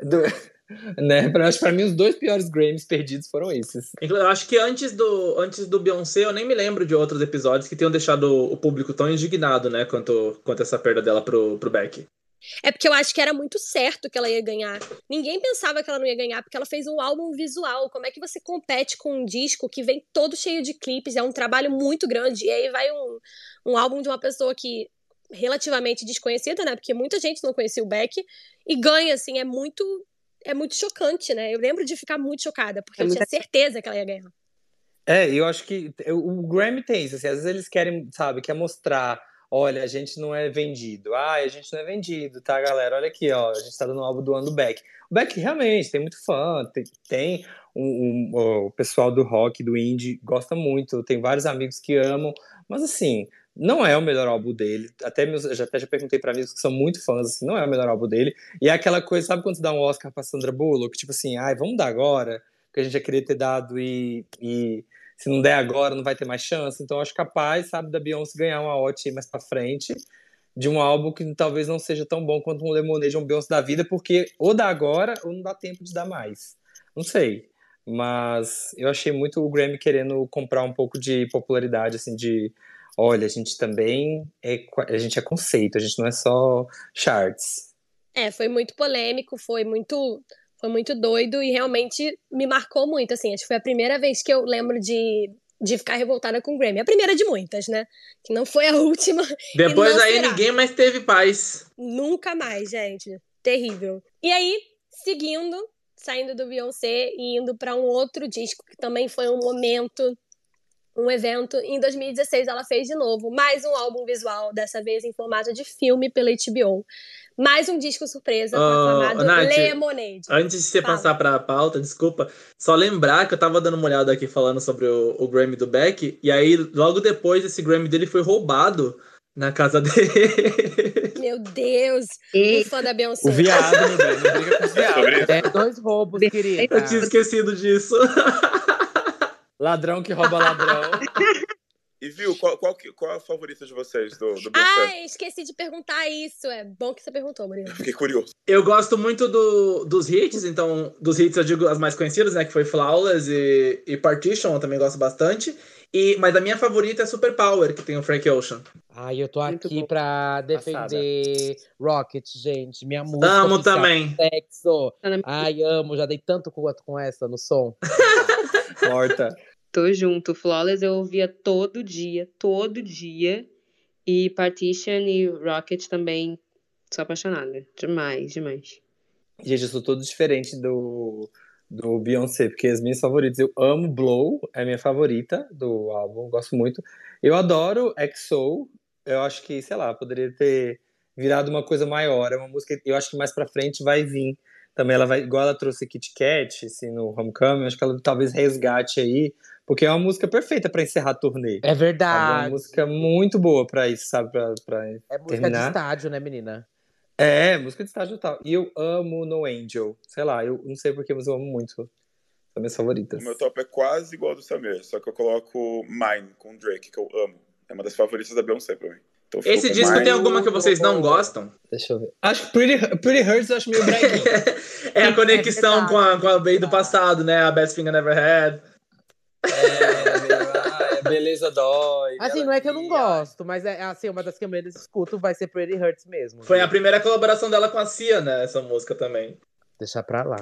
Né? Acho que pra mim os 2 piores Grammys perdidos foram esses. Eu acho que antes do Beyoncé, eu nem me lembro de outros episódios que tenham deixado o público tão indignado, né, quanto essa perda dela pro Beck. É porque eu acho que era muito certo que ela ia ganhar. Ninguém pensava que ela não ia ganhar, porque ela fez um álbum visual. Como é que você compete com um disco que vem todo cheio de clipes? É um trabalho muito grande. E aí vai um álbum de uma pessoa que relativamente desconhecida, né? Porque muita gente não conhecia o Beck. E ganha, assim, é muito chocante, né? Eu lembro de ficar muito chocada, porque eu tinha certeza que ela ia ganhar. Eu acho que o Grammy tem isso, assim, às vezes eles querem, sabe, quer mostrar, olha, a gente não é vendido, a gente não é vendido, tá, galera, olha aqui, ó, a gente tá dando o álbum do ano do Beck. O Beck realmente tem muito fã, tem o pessoal do rock, do indie, gosta muito, tem vários amigos que amam, mas assim, não é o melhor álbum dele, já perguntei pra amigos que são muito fãs, assim, não é o melhor álbum dele, e é aquela coisa, sabe quando você dá um Oscar pra Sandra Bullock, tipo assim, vamos dar agora, porque a gente já queria ter dado e se não der agora não vai ter mais chance, então eu acho capaz, sabe, da Beyoncé ganhar uma OT mais pra frente, de um álbum que talvez não seja tão bom quanto um Lemonade ou um Beyoncé da vida, porque ou dá agora ou não dá tempo de dar mais, não sei. Mas eu achei muito o Grammy querendo comprar um pouco de popularidade, assim, de olha, a gente também a gente é conceito, a gente não é só charts. Foi muito polêmico, foi muito doido e realmente me marcou muito, assim, acho que foi a primeira vez que eu lembro de ficar revoltada com o Grammy. A primeira de muitas, né? Que não foi a última. Depois aí ninguém mais teve paz. Nunca mais, gente. Terrível. E aí, saindo do Beyoncé e indo para um outro disco que também foi um evento. Em 2016 ela fez de novo mais um álbum visual, dessa vez em formato de filme pela HBO. Mais um disco surpresa chamado Nath, Lemonade. Antes de você passar pra pauta, desculpa, só lembrar que eu tava dando uma olhada aqui falando sobre o Grammy do Beck, e aí logo depois esse Grammy dele foi roubado na casa dele. Meu Deus! Um fã da Beyoncé. O viado, meu Deus, não briga com os viados. 2 roubos, querida. Eu tinha esquecido disso. Ladrão que rouba ladrão. E viu, qual a favorita de vocês do Beyoncé? Esqueci de perguntar isso. É bom que você perguntou, Murilo. Fiquei curioso. Eu gosto muito dos hits, então, dos hits eu digo as mais conhecidas, né, que foi Flawless e Partition, eu também gosto bastante. Mas a minha favorita é Superpower, que tem o Frank Ocean. Eu tô aqui pra defender Rocket, gente. Minha música. Amo também. Sexo. Amo. Já dei tanto quanto com essa no som. Morta. Tô junto. Flawless eu ouvia todo dia. E Partition e Rocket também. Sou apaixonada. Demais. Gente, eu sou todo diferente do Beyoncé, porque as minhas favoritas, eu amo Blow, é a minha favorita do álbum, gosto muito. Eu adoro XO, eu acho que, sei lá, poderia ter virado uma coisa maior, é uma música, eu acho que mais pra frente vai vir. Também ela vai, igual ela trouxe Kit Kat, assim, no Homecoming, acho que ela talvez resgate aí, porque é uma música perfeita pra encerrar a turnê. É verdade. É uma música muito boa pra isso, sabe, pra é música terminar. De estádio, né, menina? Música de estágio total. E eu amo No Angel. Sei lá, eu não sei porquê, mas eu amo muito. São minhas favoritas. O meu top é quase igual ao do Samir, só que eu coloco Mine, com Drake, que eu amo. É uma das favoritas da Beyoncé pra mim. Então, esse disco Mine. tem alguma que vocês não gostam? Deixa eu ver. Acho que Pretty Hurts eu acho meio breguinho. É a conexão com a Bay do passado, né? A Best Thing I Never Had. Beleza dói. Assim, não é que eu não gosto, mas é assim, uma das que eu menos escuto vai ser Pretty Hurts mesmo. Foi a primeira colaboração dela com a Cia, né? Essa música também. Deixa pra lá.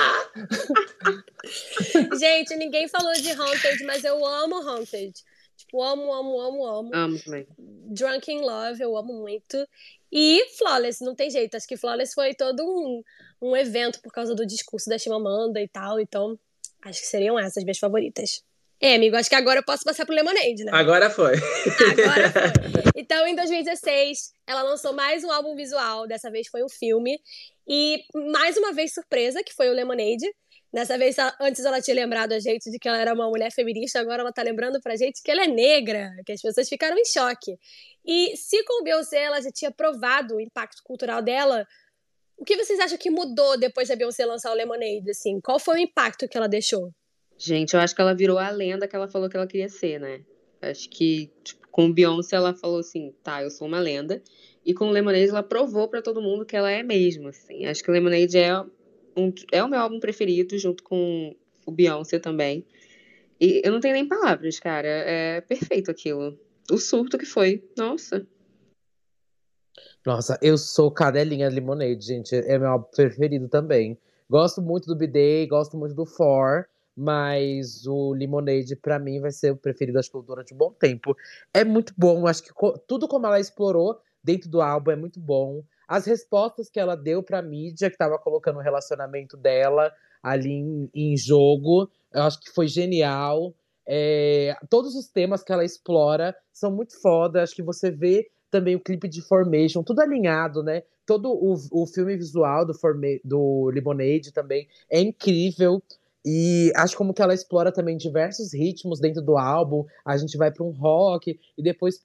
Gente, ninguém falou de Haunted, mas eu amo Haunted. Amo, amo, amo, amo. Amo também. Drunk in Love, eu amo muito. E Flawless, não tem jeito. Acho que Flawless foi todo um evento por causa do discurso da Chimamanda e tal. Então, acho que seriam essas minhas favoritas. Amigo, acho que agora eu posso passar pro Lemonade, né? Agora foi. Agora foi. Então, em 2016, ela lançou mais um álbum visual. Dessa vez foi um filme. E, mais uma vez, surpresa, que foi o Lemonade. Dessa vez, antes ela tinha lembrado a gente de que ela era uma mulher feminista, agora ela tá lembrando pra gente que ela é negra, que as pessoas ficaram em choque. E se com Beyoncé ela já tinha provado o impacto cultural dela, o que vocês acham que mudou depois da Beyoncé lançar o Lemonade, assim? Qual foi o impacto que ela deixou? Gente, eu acho que ela virou a lenda que ela falou que ela queria ser, né? Acho que, tipo, com Beyoncé ela falou assim, tá, eu sou uma lenda. E com o Lemonade ela provou pra todo mundo que ela é mesmo, assim. Acho que o Lemonade é o meu álbum preferido, junto com o Beyoncé também. E eu não tenho nem palavras, cara. É perfeito aquilo. O surto que foi. Nossa. Nossa, eu sou cadelinha Lemonade, gente. É meu álbum preferido também. Gosto muito do B-Day, gosto muito do For, mas o Lemonade, pra mim, vai ser o preferido, acho que durante um bom tempo. É muito bom, acho que tudo como ela explorou dentro do álbum é muito bom. As respostas que ela deu pra mídia, que tava colocando o relacionamento dela ali em jogo, eu acho que foi genial. Todos os temas que ela explora são muito foda. Acho que você vê também o clipe de Formation, tudo alinhado, né? Todo o filme visual do Lemonade também é incrível. E acho como que ela explora também diversos ritmos dentro do álbum. A gente vai para um rock e depois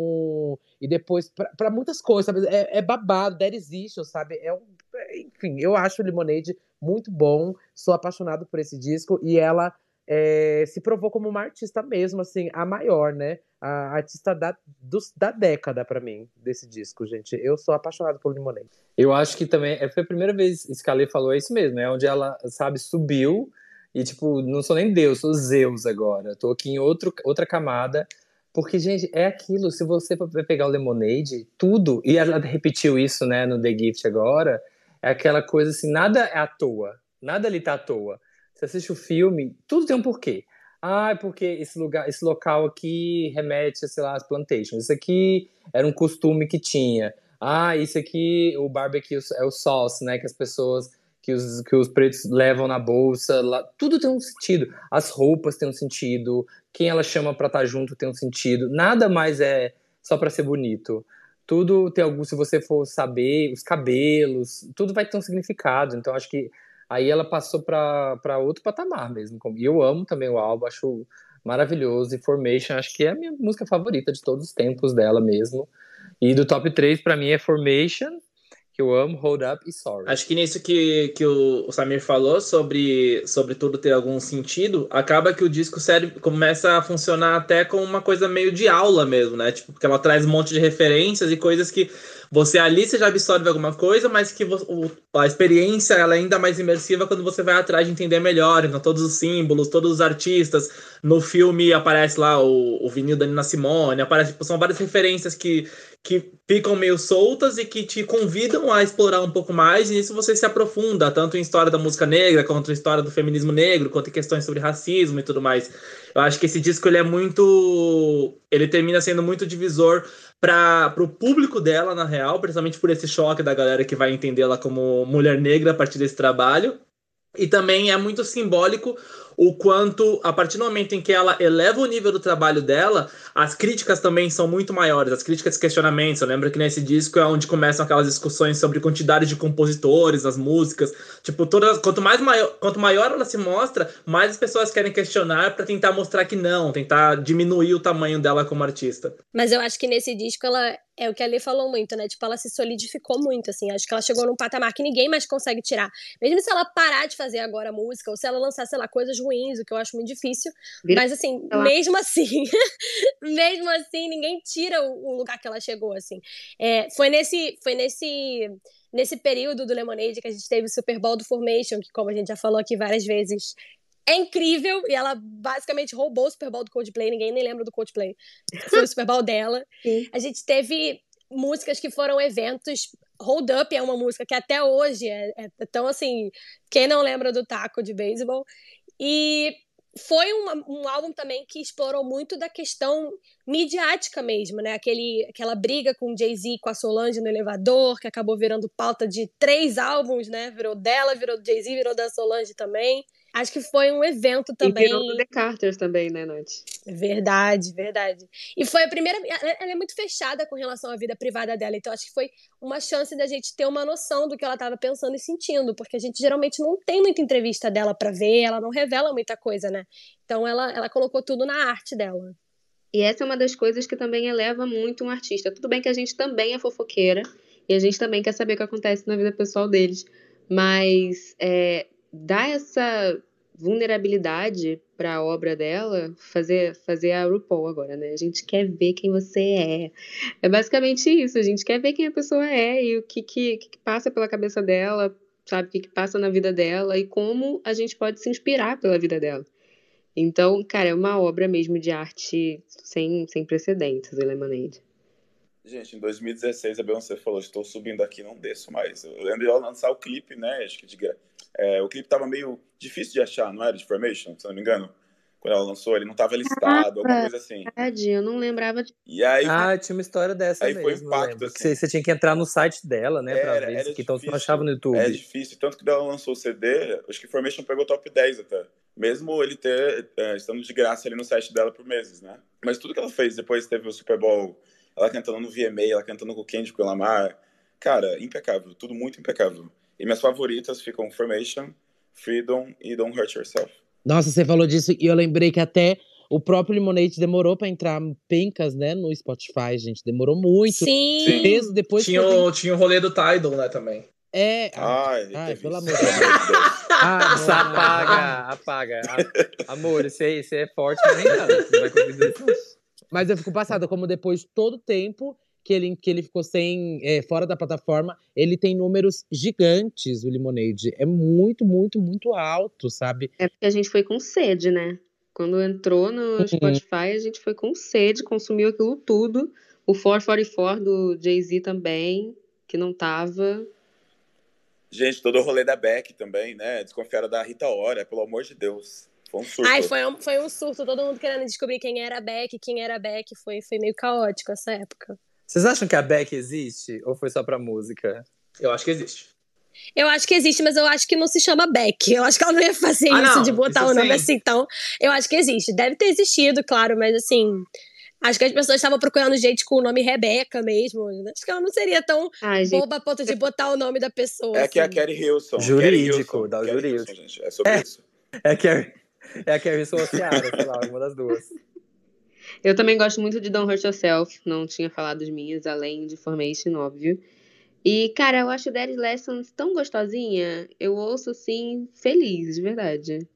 para muitas coisas, sabe? É babado, There Is Issues, sabe? Enfim, eu acho o Lemonade muito bom. Sou apaixonado por esse disco e ela se provou como uma artista mesmo, assim, a maior, né? A artista da década pra mim, desse disco, gente. Eu sou apaixonado por Lemonade. Eu acho que também foi a primeira vez que Scarlett falou isso mesmo, é onde ela, sabe, subiu e, tipo, não sou nem Deus, sou Zeus agora. Tô aqui em outra camada. Porque, gente, é aquilo, se você for pegar o Lemonade, tudo, e ela repetiu isso, né, no The Gift agora, é aquela coisa assim, nada é à toa, nada ali tá à toa. Você assiste o filme, tudo tem um porquê. Ah, porque esse local aqui remete, sei lá, às plantations. Isso aqui era um costume que tinha. Ah, isso aqui, o barbecue é o sauce, né? Que as pessoas, que os pretos levam na bolsa. Lá, tudo tem um sentido. As roupas têm um sentido. Quem ela chama pra estar junto tem um sentido. Nada mais é só pra ser bonito. Tudo tem algum, se você for saber, os cabelos, tudo vai ter um significado. Então, acho que aí ela passou pra outro patamar mesmo. E eu amo também o álbum, acho maravilhoso. E Formation, acho que é a minha música favorita de todos os tempos dela mesmo. E do top 3, pra mim, é Formation, que eu amo, Hold Up e Sorry. Acho que nisso que o Samir falou sobre tudo ter algum sentido, acaba que o disco começa a funcionar até como uma coisa meio de aula mesmo, né? Tipo, porque ela traz um monte de referências e coisas que você já absorve alguma coisa, mas que a experiência ela é ainda mais imersiva quando você vai atrás de entender melhor. Então, todos os símbolos, todos os artistas. No filme aparece lá o vinil da Nina Simone, são várias referências que ficam meio soltas e que te convidam a explorar um pouco mais, e nisso você se aprofunda, tanto em história da música negra, quanto em história do feminismo negro, quanto em questões sobre racismo e tudo mais. Eu acho que esse disco ele termina sendo muito divisor para o público dela, na real, principalmente por esse choque da galera que vai entendê-la como mulher negra a partir desse trabalho. E também é muito simbólico o quanto, a partir do momento em que ela eleva o nível do trabalho dela, as críticas também são muito maiores, as críticas e questionamentos. Eu lembro que nesse disco é onde começam aquelas discussões sobre quantidade de compositores, as músicas. Tipo, quanto maior ela se mostra, mais as pessoas querem questionar para tentar mostrar que não, tentar diminuir o tamanho dela como artista. Mas eu acho que nesse disco ela é o que a Lê falou muito, né? Tipo, ela se solidificou muito, assim. Acho que ela chegou num patamar que ninguém mais consegue tirar. Mesmo se ela parar de fazer agora música, ou se ela lançar, sei lá, coisas ruins, o que eu acho muito difícil. Mas, assim, mesmo assim, ninguém tira o lugar que ela chegou, assim. Foi nesse período do Lemonade que a gente teve o Super Bowl do Formation, que, como a gente já falou aqui várias vezes, é incrível, e ela basicamente roubou o Super Bowl do Coldplay, ninguém nem lembra do Coldplay. Foi o Super Bowl dela. Sim. A gente teve músicas que foram eventos. Hold Up é uma música que até hoje é tão assim, quem não lembra do taco de beisebol. E foi um álbum também que explorou muito da questão midiática mesmo, né? Aquela briga com o Jay-Z e com a Solange no elevador, que acabou virando pauta de 3 álbuns, né? Virou dela, virou do Jay-Z, virou da Solange também. Acho que foi um evento também. E virou do The Carters também, né, Nath? Verdade. E foi a primeira. Ela é muito fechada com relação à vida privada dela, então acho que foi uma chance da gente ter uma noção do que ela estava pensando e sentindo, porque a gente geralmente não tem muita entrevista dela para ver, ela não revela muita coisa, né? Então ela colocou tudo na arte dela. E essa é uma das coisas que também eleva muito um artista. Tudo bem que a gente também é fofoqueira e a gente também quer saber o que acontece na vida pessoal deles, mas dá essa vulnerabilidade para a obra dela, fazer a RuPaul agora, né? A gente quer ver quem você é. É basicamente isso, a gente quer ver quem a pessoa é e o que passa pela cabeça dela, sabe? O que passa na vida dela e como a gente pode se inspirar pela vida dela. Então, cara, é uma obra mesmo de arte sem precedentes, o Lemonade. Gente, em 2016 a Beyoncé falou, estou subindo aqui, não desço mais. Eu lembro de ela lançar o clipe, né? Acho que o clipe tava meio difícil de achar, não era? De Formation, se não me engano. Quando ela lançou, ele não tava listado, alguma coisa assim. Verdade, eu não lembrava de... E aí... tinha uma história dessa aí mesmo. Foi um impacto, assim. Você tinha que entrar no site dela, né? Pra ver isso aqui, então você não achava no YouTube. É difícil, tanto que quando ela lançou o CD, acho que Formation pegou top 10 até. Mesmo ele estando de graça ali no site dela por meses, né? Mas tudo que ela fez, depois teve o Super Bowl, ela cantando no VMA, ela cantando com o Kendrick Lamar. Cara, impecável, tudo muito impecável. E minhas favoritas ficam Formation, Freedom e Don't Hurt Yourself. Nossa, você falou disso e eu lembrei que até o próprio Lemonade demorou pra entrar pencas, né, no Spotify, gente. Demorou muito. Sim. Mesmo depois tinha o rolê do Tidal, né, também. Pelo amor de Deus. Apaga. Amor, você é forte, mas nem nada. Você vai conseguir isso. Mas eu fico passada, como depois de todo o tempo que ele ficou fora da plataforma, ele tem números gigantes, o Lemonade. É muito, muito, muito alto, sabe? É porque a gente foi com sede, né? Quando entrou no Spotify, a gente foi com sede, consumiu aquilo tudo. O 444 do Jay-Z também, que não tava. Gente, todo o rolê da Beck também, né? Desconfiaram da Rita Ora, pelo amor de Deus. Foi um surto. Foi um surto. Todo mundo querendo descobrir quem era a Beck. Foi meio caótico essa época. Vocês acham que a Beck existe? Ou foi só pra música? Eu acho que existe. Eu acho que existe, mas eu acho que não se chama Beck. Eu acho que ela não ia fazer isso de botar o nome assim. Então, eu acho que existe. Deve ter existido, claro, mas assim... Acho que as pessoas estavam procurando gente com o nome Rebeca mesmo. Acho que ela não seria tão boba a ponto de botar o nome da pessoa. Que é a Carrie Hilson. Jurídico, dá o jurídico. Gente, é sobre isso. É a Carrie Hilson ou a Ciara, sei lá, uma das duas. Eu também gosto muito de Don't Hurt Yourself. Não tinha falado as minhas, além de Formation, óbvio. E, cara, eu acho Daddy Lessons tão gostosinha. Eu ouço, assim, feliz, de verdade.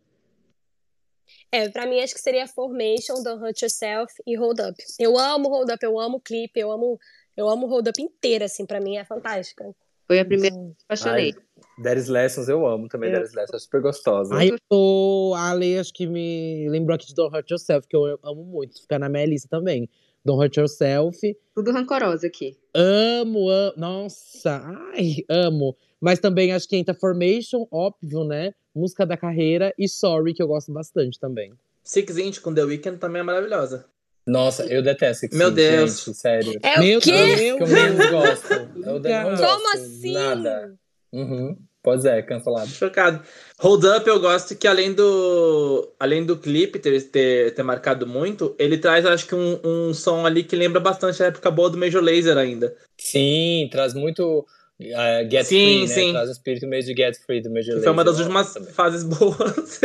Pra mim, acho que seria Formation, Don't Hurt Yourself e Hold Up. Eu amo Hold Up, eu amo o clipe, eu amo Hold Up inteira, assim, pra mim é fantástica. Foi a primeira que eu apaixonei. Daddy's Lessons eu amo também, Daddy's Lessons é super gostosa. A Ale, acho que me lembrou aqui de Don't Hurt Yourself, que eu amo muito, fica na minha lista também. Don't Hurt Yourself. Tudo rancorosa aqui. Amo, nossa, amo. Mas também acho que entra Formation, óbvio, né? Música da carreira e Sorry, que eu gosto bastante também. 6 Inch com The Weeknd também é maravilhosa. Nossa, eu detesto Six Meu Deus. Gente, sério. O quê? É o que eu menos gosto. Eu não gosto. Como assim? Nada. Pois é, cancelado. Chocado. Hold Up eu gosto que além do clipe ter marcado muito, ele traz acho que um som ali que lembra bastante a época boa do Major Lazer ainda. Sim, traz muito Get Free, né? Traz o espírito meio de Get Free do Major Lazer. Foi uma das últimas fases boas.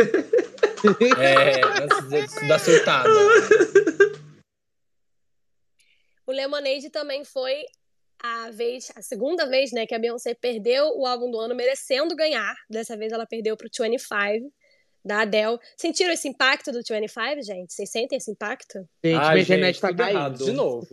Antes da surtada. O Lemonade também foi a segunda vez, né, que a Beyoncé perdeu o álbum do ano, merecendo ganhar. Dessa vez ela perdeu pro 25, da Adele. Sentiram esse impacto do 25, gente? Vocês sentem esse impacto? Gente, minha internet tá errado caindo. de novo.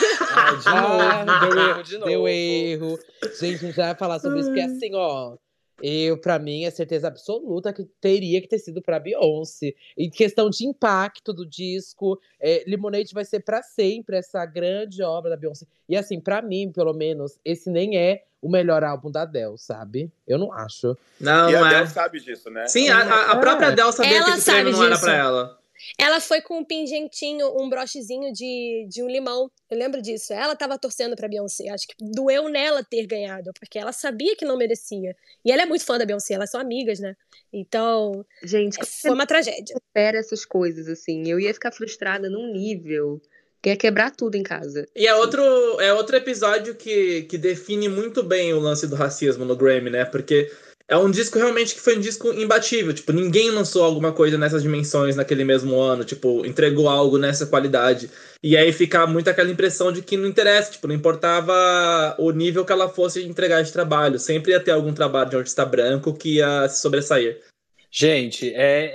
Deu erro de novo. Deu erro. Gente, a gente vai falar sobre isso, porque assim, ó... Pra mim, é certeza absoluta que teria que ter sido pra Beyoncé. Em questão de impacto do disco, Lemonade vai ser pra sempre essa grande obra da Beyoncé. E assim, pra mim, pelo menos, esse nem é o melhor álbum da Adele, sabe? Eu não acho. Não, E a não Adele é. sabe disso, né? Sim, a própria Adele sabia que Ela esse prêmio sabe não era disso. pra ela. Ela foi com um pingentinho, um brochezinho de um limão. Eu lembro disso. Ela tava torcendo pra Beyoncé. Acho que doeu nela ter ganhado, porque ela sabia que não merecia. E ela é muito fã da Beyoncé, elas são amigas, né? Então, Gente, foi uma tragédia. espera essas coisas, assim. Eu ia ficar frustrada num nível que ia quebrar tudo em casa. E é outro episódio que define muito bem o lance do racismo no Grammy, né? Porque é um disco realmente que foi um disco imbatível. Tipo, ninguém lançou alguma coisa nessas dimensões naquele mesmo ano. Tipo, entregou algo nessa qualidade. E aí fica muito aquela impressão de que não interessa. Tipo, não importava o nível que ela fosse entregar de trabalho. Sempre ia ter algum trabalho de um artista branco que ia se sobressair. Gente,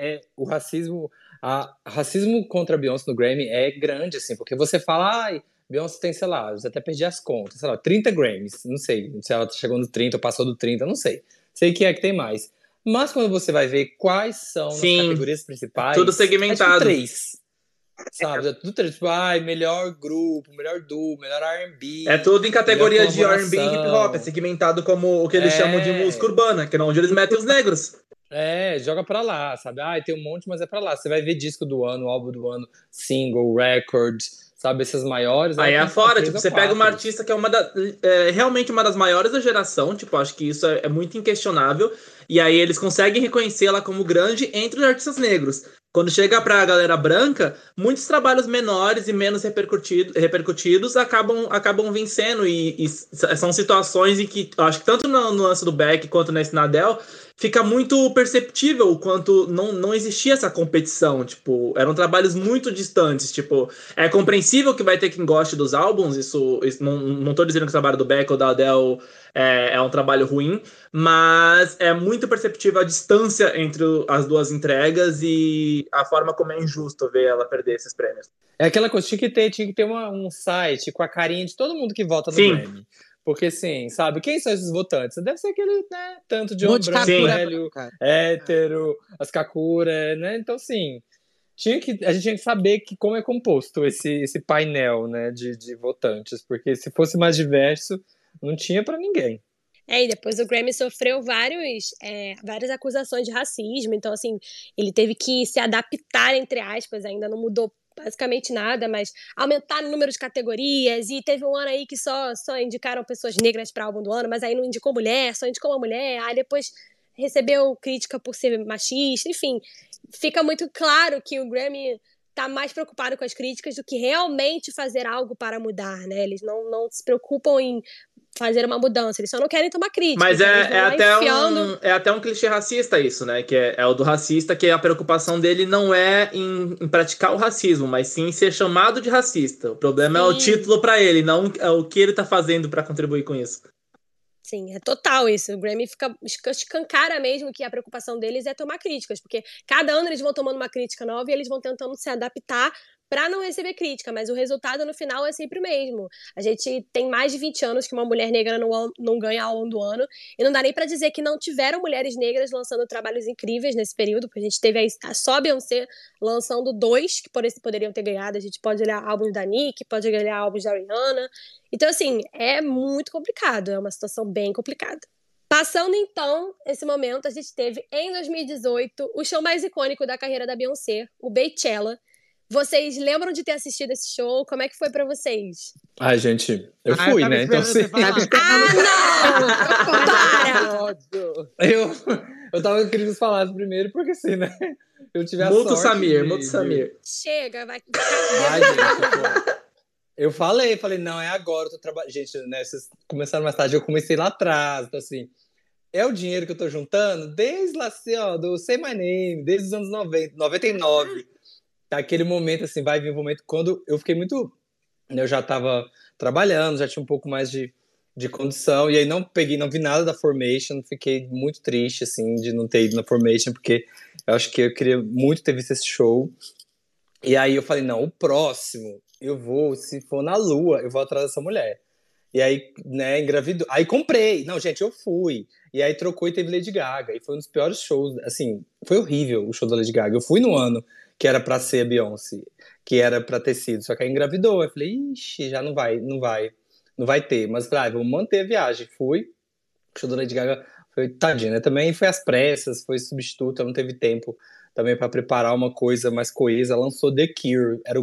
o racismo, racismo contra a Beyoncé no Grammy é grande, assim, porque você fala, ai, Beyoncé tem, sei lá, eu até perdi as contas, sei lá, 30 Grammys, não sei se ela chegou no 30 ou passou do 30, não sei. Sei que é que tem mais. Mas quando você vai ver quais são nas Sim, categorias principais, tudo é tipo segmentado. 3, sabe? É tudo 3, tipo, ai, melhor grupo, melhor duo, melhor R&B, É tudo em categoria melhor de R&B e hip hop. É colaboração. segmentado como o que eles chamam de música urbana, que é onde eles metem os negros. Joga pra lá, sabe? Ah, tem um monte, mas é pra lá. Você vai ver disco do ano, álbum do ano, single, record, sabe? Esses maiores. Aí é fora, 3 tipo, ou você pega uma 4. artista que é realmente uma das maiores da geração, tipo, acho que isso é muito inquestionável, e aí eles conseguem reconhecê-la como grande entre os artistas negros. Quando chega pra galera branca, muitos trabalhos menores e menos repercutidos acabam vencendo, e são situações em que, acho que tanto no lance do Beck quanto nesse Nadel, fica muito perceptível o quanto não existia essa competição, tipo, eram trabalhos muito distantes, tipo, é compreensível que vai ter quem goste dos álbuns, isso não tô dizendo que o trabalho do Beck ou da Adele é um trabalho ruim, mas é muito perceptível a distância entre as duas entregas e a forma como é injusto ver ela perder esses prêmios. É aquela coisa, tinha que ter um site com a carinha de todo mundo que vota no Sim. Grammy. Porque, assim, sabe, quem são esses votantes? Deve ser aquele, né, tanto de Monte homem branco, Sim. velho, hétero, as Kakura, né? Então, assim, a gente tinha que saber como é composto esse painel, né, de votantes. Porque se fosse mais diverso, não tinha pra ninguém. E depois o Grammy sofreu várias acusações de racismo. Então, assim, ele teve que se adaptar, entre aspas, ainda não mudou basicamente nada, mas aumentar o número de categorias. E teve um ano aí que só indicaram pessoas negras para álbum do ano, mas aí não indicou mulher, só indicou uma mulher. Aí depois recebeu crítica por ser machista. Enfim, fica muito claro que o Grammy tá mais preocupado com as críticas do que realmente fazer algo para mudar, né? Eles não se preocupam em fazer uma mudança, eles só não querem tomar crítica. Mas então eles vão lá enfiando... é até um clichê racista isso, né? Que é o do racista, que a preocupação dele não é em praticar o racismo, mas sim em ser chamado de racista. O problema é o título pra ele, não é o que ele tá fazendo pra contribuir com isso. Sim, é total isso. O Grammy escancara mesmo que a preocupação deles é tomar críticas, porque cada ano eles vão tomando uma crítica nova e eles vão tentando se adaptar para não receber crítica, mas o resultado no final é sempre o mesmo. A gente tem mais de 20 anos que uma mulher negra não ganha álbum do ano, e não dá nem para dizer que não tiveram mulheres negras lançando trabalhos incríveis nesse período, porque a gente teve só a Beyoncé lançando 2 que poderiam ter ganhado. A gente pode olhar álbuns da Nicki, pode olhar álbuns da Rihanna. Então, assim, é muito complicado, é uma situação bem complicada. Passando, então, esse momento, a gente teve, em 2018, o show mais icônico da carreira da Beyoncé, o Beychella. Vocês lembram de ter assistido esse show? Como é que foi pra vocês? Ai, gente, eu fui, né? Então, você Para! Eu tava querendo que falar primeiro, porque assim, né? Eu tive a Multo sorte Samir. Chega, vai... Ai, gente, eu falei, não, é agora, eu tô trabalhando. Gente, né, vocês começaram mais tarde, eu comecei lá atrás, então assim, é o dinheiro que eu tô juntando desde lá, assim, ó, do Say My Name, desde os anos 90, 99. Aquele momento, assim, vai vir um momento quando eu fiquei muito... Eu já tava trabalhando, já tinha um pouco mais de condição, e aí não vi nada da Formation, fiquei muito triste, assim, de não ter ido na Formation, porque eu acho que eu queria muito ter visto esse show. E aí eu falei, não, o próximo, eu vou, se for na Lua, eu vou atrás dessa mulher. E aí, né, engravidou. Aí comprei. Não, gente, eu fui. E aí trocou e teve Lady Gaga. E foi um dos piores shows. Assim, foi horrível o show da Lady Gaga. Eu fui no ano que era pra ser a Beyoncé, que era pra ter sido. Só que aí engravidou. Eu falei, ixi, já não vai ter. Mas falei, vamos manter a viagem. Fui. O show da Lady Gaga foi tadinho, né? Também foi às pressas, foi substituta, não teve tempo também pra preparar uma coisa mais coesa. Lançou The Cure. Era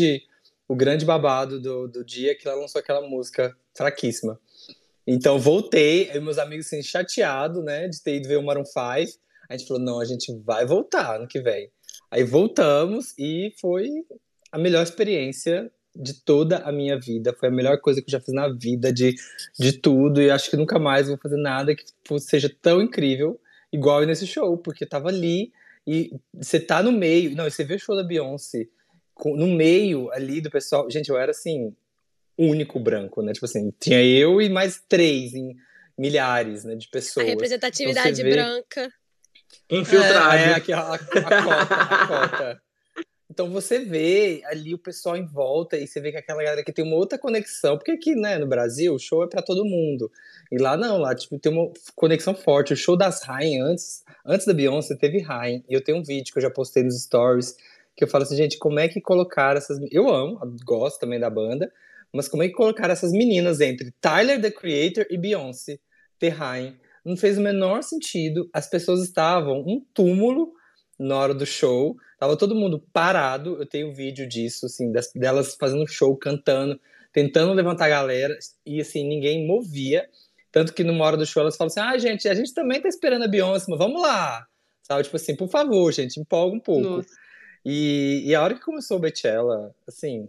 o grande babado do dia que ela lançou aquela música fraquíssima. Então voltei, aí meus amigos assim, chateados, né, de ter ido ver o Maroon 5. A gente falou, não, a gente vai voltar ano que vem. Aí voltamos e foi a melhor experiência de toda a minha vida. Foi a melhor coisa que eu já fiz na vida, de tudo. E acho que nunca mais vou fazer nada que seja tão incrível igual nesse show, porque tava ali e você tá no meio. Não, e você vê o show da Beyoncé no meio ali do pessoal. Gente, eu era assim, o único branco, né? Tipo assim, tinha eu e mais 3 em milhares, né, de A pessoas. Então representatividade você vê branca. Infiltrado. aqui a cota. Então você vê ali o pessoal em volta e você vê que aquela galera que tem uma outra conexão, porque aqui, né, no Brasil, o show é pra todo mundo. E lá não, lá tipo, tem uma conexão forte. O show das Haim, antes da Beyoncé, teve Haim. E eu tenho um vídeo que eu já postei nos stories, que eu falo assim, gente, como é que colocaram essas... Eu amo, gosto também da banda, mas como é que colocaram essas meninas entre Tyler, the Creator, e Beyoncé, The Haim? Não fez o menor sentido. As pessoas estavam um túmulo na hora do show. Tava todo mundo parado. Eu tenho vídeo disso, assim, delas fazendo show, cantando, tentando levantar a galera. E, assim, ninguém movia. Tanto que numa hora do show elas falam assim, gente, a gente também tá esperando a Beyoncé, mas vamos lá. Sabe, tipo assim, por favor, gente, empolga um pouco. Nossa. E a hora que começou o Beychella, assim,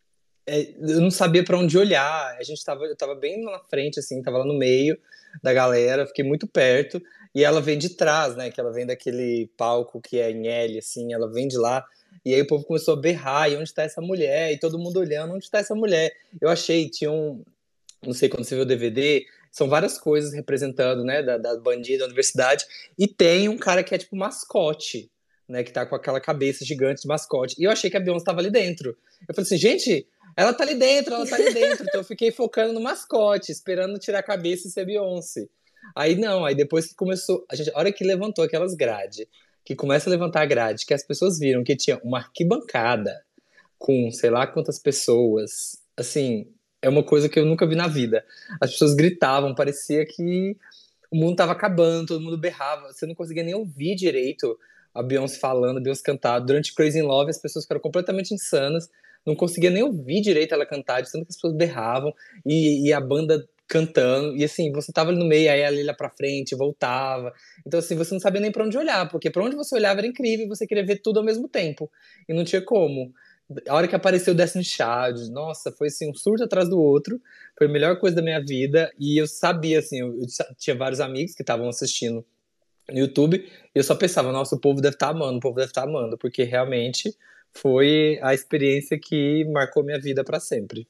eu não sabia pra onde olhar. Eu tava bem na frente, assim, tava lá no meio da galera, fiquei muito perto. E ela vem de trás, né? Que ela vem daquele palco que é em L, assim, ela vem de lá. E aí o povo começou a berrar, e onde tá essa mulher? E todo mundo olhando, onde tá essa mulher? Eu achei, não sei, quando você vê o DVD, são várias coisas representando, né, da bandida, da universidade, e tem um cara que é tipo mascote, né, que tá com aquela cabeça gigante de mascote. E eu achei que a Beyoncé tava ali dentro. Eu falei assim, gente, ela tá ali dentro, ela tá ali dentro. Então eu fiquei focando no mascote, esperando tirar a cabeça e ser Beyoncé. Aí não, aí depois que começou, a hora que levantou aquelas grades, que começa a levantar a grade, que as pessoas viram que tinha uma arquibancada com sei lá quantas pessoas, assim, é uma coisa que eu nunca vi na vida. As pessoas gritavam, parecia que o mundo tava acabando, todo mundo berrava, você não conseguia nem ouvir direito a Beyoncé falando, a Beyoncé cantar. Durante Crazy in Love, as pessoas ficaram completamente insanas, não conseguia nem ouvir direito ela cantar, de tanto que as pessoas berravam, e a banda cantando, e assim, você tava ali no meio, aí ela ia pra frente, voltava. Então, assim, você não sabia nem pra onde olhar, porque pra onde você olhava era incrível, e você queria ver tudo ao mesmo tempo, e não tinha como. A hora que apareceu o Destiny Child, nossa, foi assim, um surto atrás do outro, foi a melhor coisa da minha vida, e eu sabia, assim, eu tinha vários amigos que estavam assistindo no YouTube, e eu só pensava, nossa, o povo deve estar amando, o povo deve estar amando, porque realmente foi a experiência que marcou minha vida pra sempre.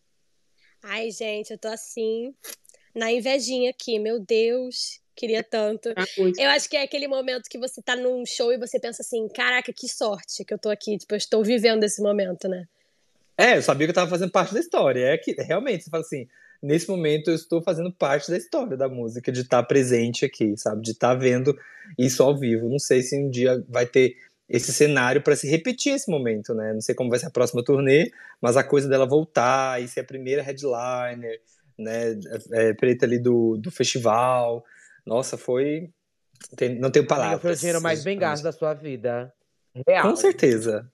Ai, gente, eu tô assim, na invejinha aqui, meu Deus, queria tanto. Tá muito. Eu acho que é aquele momento que você tá num show e você pensa assim, caraca, que sorte que eu tô aqui, tipo, eu estou vivendo esse momento, né? Eu sabia que eu tava fazendo parte da história. É que realmente você fala assim, nesse momento eu estou fazendo parte da história da música, de estar presente aqui, sabe? De estar vendo isso ao vivo. Não sei se um dia vai ter esse cenário para se repetir esse momento, né? Não sei como vai ser a próxima turnê, mas a coisa dela voltar e ser a primeira headliner, né? Preta ali do festival. Nossa, foi. Não tenho Amiga, foi o dinheiro palavras. mais bem gasto da sua vida. Com Real. certeza.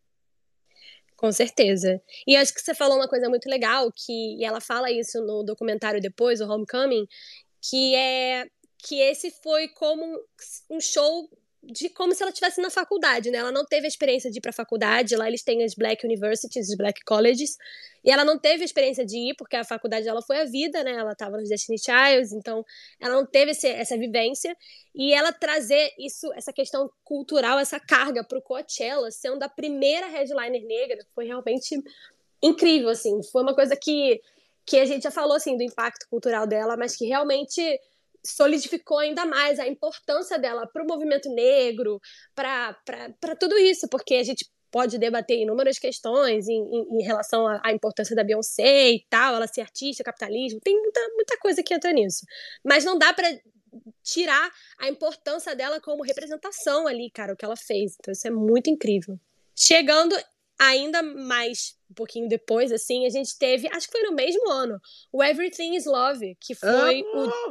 Com certeza. E acho que você falou uma coisa muito legal, e ela fala isso no documentário depois, o Homecoming, que é que esse foi como um show de como se ela estivesse na faculdade, né? Ela não teve a experiência de ir pra faculdade, lá eles têm as Black Universities, os Black Colleges, e ela não teve a experiência de ir, porque a faculdade dela foi a vida, né? Ela tava nos Destiny Childs, então ela não teve essa vivência, e ela trazer isso, essa questão cultural, essa carga pro Coachella, sendo a primeira headliner negra, foi realmente incrível, assim. Foi uma coisa que a gente já falou, assim, do impacto cultural dela, mas que realmente solidificou ainda mais a importância dela para o movimento negro, para tudo isso, porque a gente pode debater inúmeras questões em relação à importância da Beyoncé e tal, ela ser artista, capitalismo, tem muita coisa que entra nisso. Mas não dá pra tirar a importância dela como representação ali, cara, o que ela fez. Então isso é muito incrível. Chegando ainda mais, um pouquinho depois, assim, a gente teve, acho que foi no mesmo ano, o Everything is Love, que foi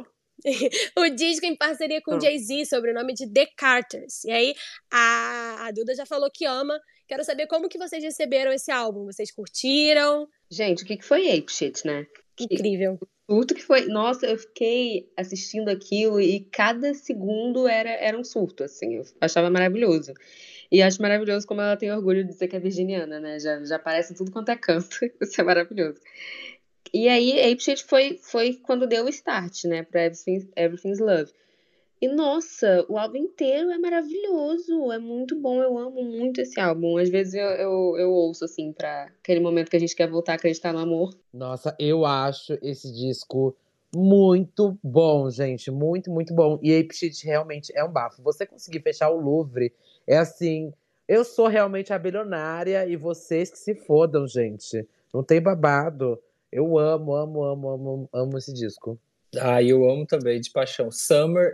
o disco em parceria com Jay-Z, sobre o nome de The Carters. E aí, a Duda já falou que ama. Quero saber como que vocês receberam esse álbum. Vocês curtiram? Gente, o que foi Ape Shit, né? Incrível. Surto que foi. Nossa, eu fiquei assistindo aquilo e cada segundo era um surto, assim. Eu achava maravilhoso. E acho maravilhoso como ela tem orgulho de dizer que é virginiana, né? Já aparece em tudo quanto é canto. Isso é maravilhoso. E aí, Ape Shit foi quando deu o start, né? Pra Everything's Love. E, nossa, o álbum inteiro é maravilhoso. É muito bom. Eu amo muito esse álbum. Às vezes eu ouço, assim, pra aquele momento que a gente quer voltar a acreditar no amor. Nossa, eu acho esse disco muito bom, gente. Muito, muito bom. E Ape Shit realmente é um bafo. Você conseguir fechar o Louvre é assim... Eu sou realmente a bilionária e vocês que se fodam, gente. Não tem babado. Eu amo esse disco. Eu amo também, de paixão. Summer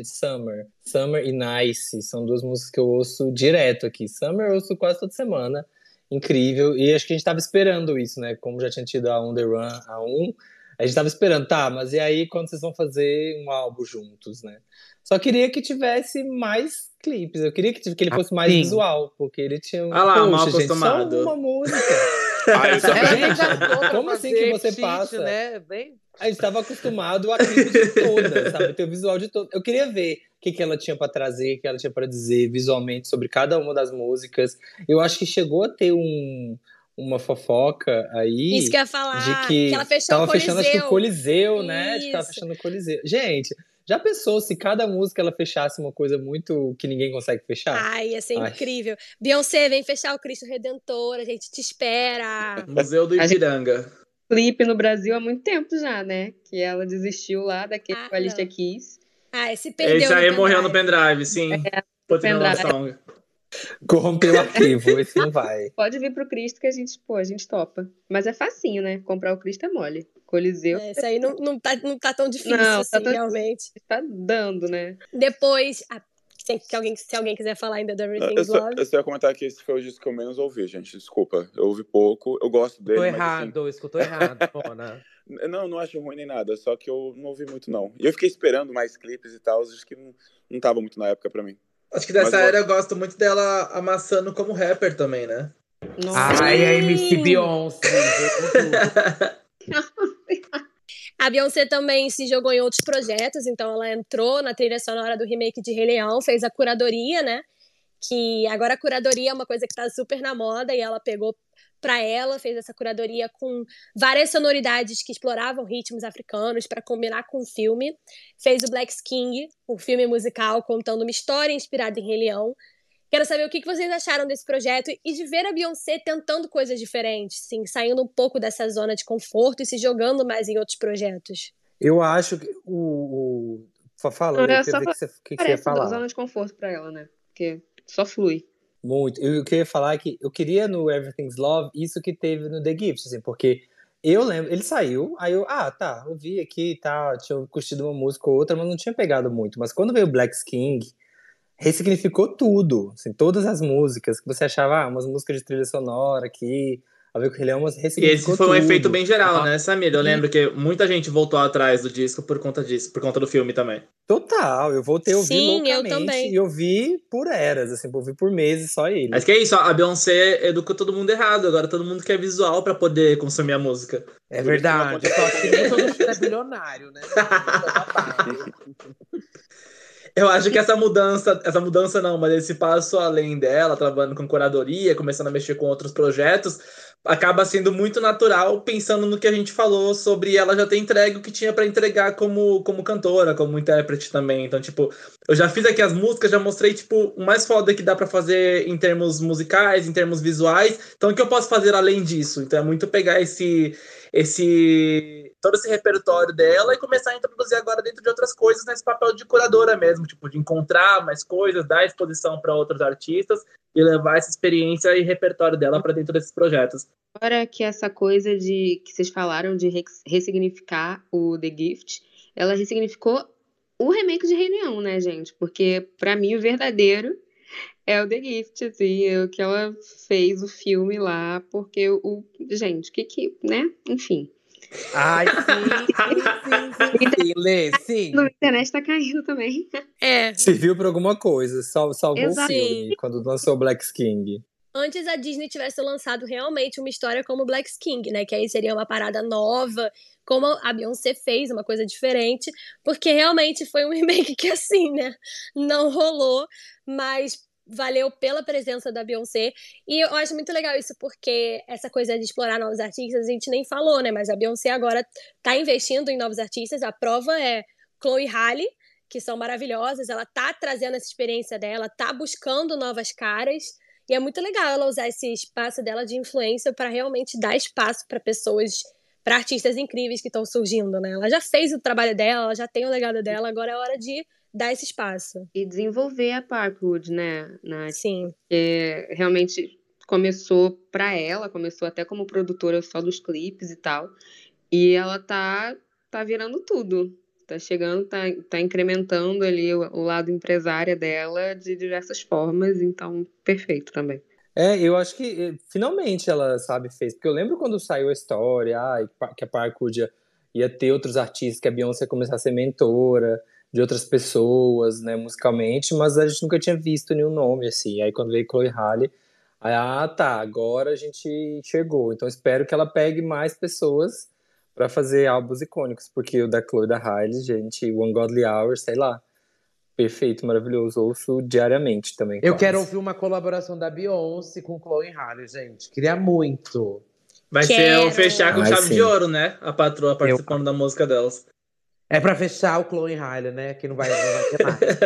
e Nice são duas músicas que eu ouço direto aqui. Summer eu ouço quase toda semana. Incrível. E acho que a gente tava esperando isso, né? Como já tinha tido a On The Run, a gente tava esperando, mas e aí quando vocês vão fazer um álbum juntos, né? Só queria que tivesse mais clipes. Eu queria que ele fosse mais visual, porque ele tinha... mal gente, acostumado. só uma música. Gente, como assim que você Shit, passa? né? Bem... A gente estava acostumado a clipe de todas, sabe? Ter o visual de todas. Eu queria ver o que ela tinha para trazer, o que ela tinha para dizer visualmente sobre cada uma das músicas. Eu acho que chegou a ter uma fofoca aí. Isso que eu ia falar, de que ela fechou tava o Coliseu. fechando, acho que o Coliseu, né? De que tava Isso. fechando o Coliseu. Gente, já pensou se cada música ela fechasse uma coisa muito que ninguém consegue fechar? Ai, ia ser incrível. Beyoncé, vem fechar o Cristo Redentor, a gente te espera. Museu do Ipiranga. Clipe no Brasil há muito tempo já, né? Que ela desistiu lá daquele que a Alicia Keys. Se perdeu. Esse aí morreu no pendrive, sim. Put it on a song. Corrompeu o arquivo, esse não vai. Pode vir pro Cristo que a gente topa. Mas é facinho, né? Comprar o Cristo é mole. Coliseu. Isso aí não tá tão difícil assim, realmente. Tá dando, né? Depois, se alguém quiser falar ainda do Everything's Love. Eu só ia comentar que esse foi o disco que eu menos ouvi, gente. Desculpa. Eu ouvi pouco. Eu gosto dele. Escutou errado, Mona. Não acho ruim nem nada. Só que eu não ouvi muito, não. E eu fiquei esperando mais clipes e tal. Acho que não tava muito na época pra mim. Acho que dessa era eu gosto muito dela amassando como rapper também, né? Nossa. Ai, a MC Beyoncé. A Beyoncé também se jogou em outros projetos, então ela entrou na trilha sonora do remake de Rei Leão, fez a curadoria, né? Que agora a curadoria é uma coisa que tá super na moda e ela pegou pra ela, fez essa curadoria com várias sonoridades que exploravam ritmos africanos para combinar com o filme. Fez o Black King, um filme musical contando uma história inspirada em Rei Leão. Quero saber o que vocês acharam desse projeto e de ver a Beyoncé tentando coisas diferentes, sim, saindo um pouco dessa zona de conforto e se jogando mais em outros projetos. Eu acho que Fala, o que você ia falar? Zona de conforto pra ela, né? Porque só flui. Muito. Eu queria falar que eu queria no Everything's Love isso que teve no The Gift, assim, porque eu lembro, ele saiu, aí eu ouvi aqui e tal, tinha curtido uma música ou outra, mas não tinha pegado muito. Mas quando veio o Black King, ressignificou tudo, assim, todas as músicas que você achava, umas músicas de trilha sonora aqui, a ver com o Rei Leão, mas ressignificou E esse foi um tudo. efeito bem geral, né, Samir? Eu lembro que muita gente voltou atrás do disco por conta disso, por conta do filme também. Total, eu voltei a ouvir loucamente. Eu também. E eu vi por eras, assim, eu vi por meses só ele. Mas que é isso, a Beyoncé educou todo mundo errado, agora todo mundo quer visual pra poder consumir a música. É verdade, só que nem todo mundo é bilionário, né? Eu acho que essa mudança não, mas esse passo além dela, trabalhando com curadoria, começando a mexer com outros projetos, acaba sendo muito natural, pensando no que a gente falou sobre ela já ter entregue o que tinha pra entregar como cantora, como intérprete também. Então, tipo, eu já fiz aqui as músicas, já mostrei, tipo, o mais foda que dá pra fazer em termos musicais, em termos visuais. Então, o que eu posso fazer além disso? Então, é muito pegar esse todo esse repertório dela e começar a introduzir agora dentro de outras coisas nesse papel de curadora mesmo, tipo, de encontrar mais coisas, dar exposição para outros artistas e levar essa experiência e repertório dela para dentro desses projetos. Agora que essa coisa de que vocês falaram de ressignificar o The Gift, ela ressignificou o remake de Rei Leão, né, gente? Porque, pra mim, o verdadeiro é o The Gift, assim, o que ela fez o filme lá, porque gente, né? Enfim. Ai, sim, Lê, sim. A internet tá caindo também. Serviu pra alguma coisa, salvou Exato. o filme, quando lançou Black King. Antes a Disney tivesse lançado realmente uma história como Black King, né? Que aí seria uma parada nova, como a Beyoncé fez, uma coisa diferente, porque realmente foi um remake que, assim, né? Não rolou, mas valeu pela presença da Beyoncé. E eu acho muito legal isso, porque essa coisa de explorar novos artistas, a gente nem falou, né? Mas a Beyoncé agora tá investindo em novos artistas. A prova é Chloe Halle, que são maravilhosas. Ela tá trazendo essa experiência dela, tá buscando novas caras. E é muito legal ela usar esse espaço dela de influência para realmente dar espaço para pessoas, para artistas incríveis que estão surgindo, né? Ela já fez o trabalho dela, ela já tem o legado dela, agora é hora de dar esse espaço. E desenvolver a Parkwood, né, Nath? Sim. Realmente começou pra ela, começou até como produtora só dos clipes e tal. E ela tá virando tudo. Tá chegando, tá incrementando ali o lado empresária dela de diversas formas, então perfeito também. Eu acho que finalmente ela, sabe, fez. Porque eu lembro quando saiu a história, que a Parkwood ia ter outros artistas, que a Beyoncé ia começar a ser mentora de outras pessoas, né, musicalmente, mas a gente nunca tinha visto nenhum nome, assim. Aí quando veio Chloe Halle, agora a gente chegou. Então espero que ela pegue mais pessoas pra fazer álbuns icônicos, porque o da Chloe e da Halle, gente, One Godly Hour, sei lá, perfeito, maravilhoso, ouço diariamente também. Eu quero ouvir uma colaboração da Beyoncé com Chloe Halle, gente. Queria muito. Vai ser o fechar com chave sim. de ouro, né? A patroa participando da música delas. É pra fechar o Chloe Halle, né? Que não vai ter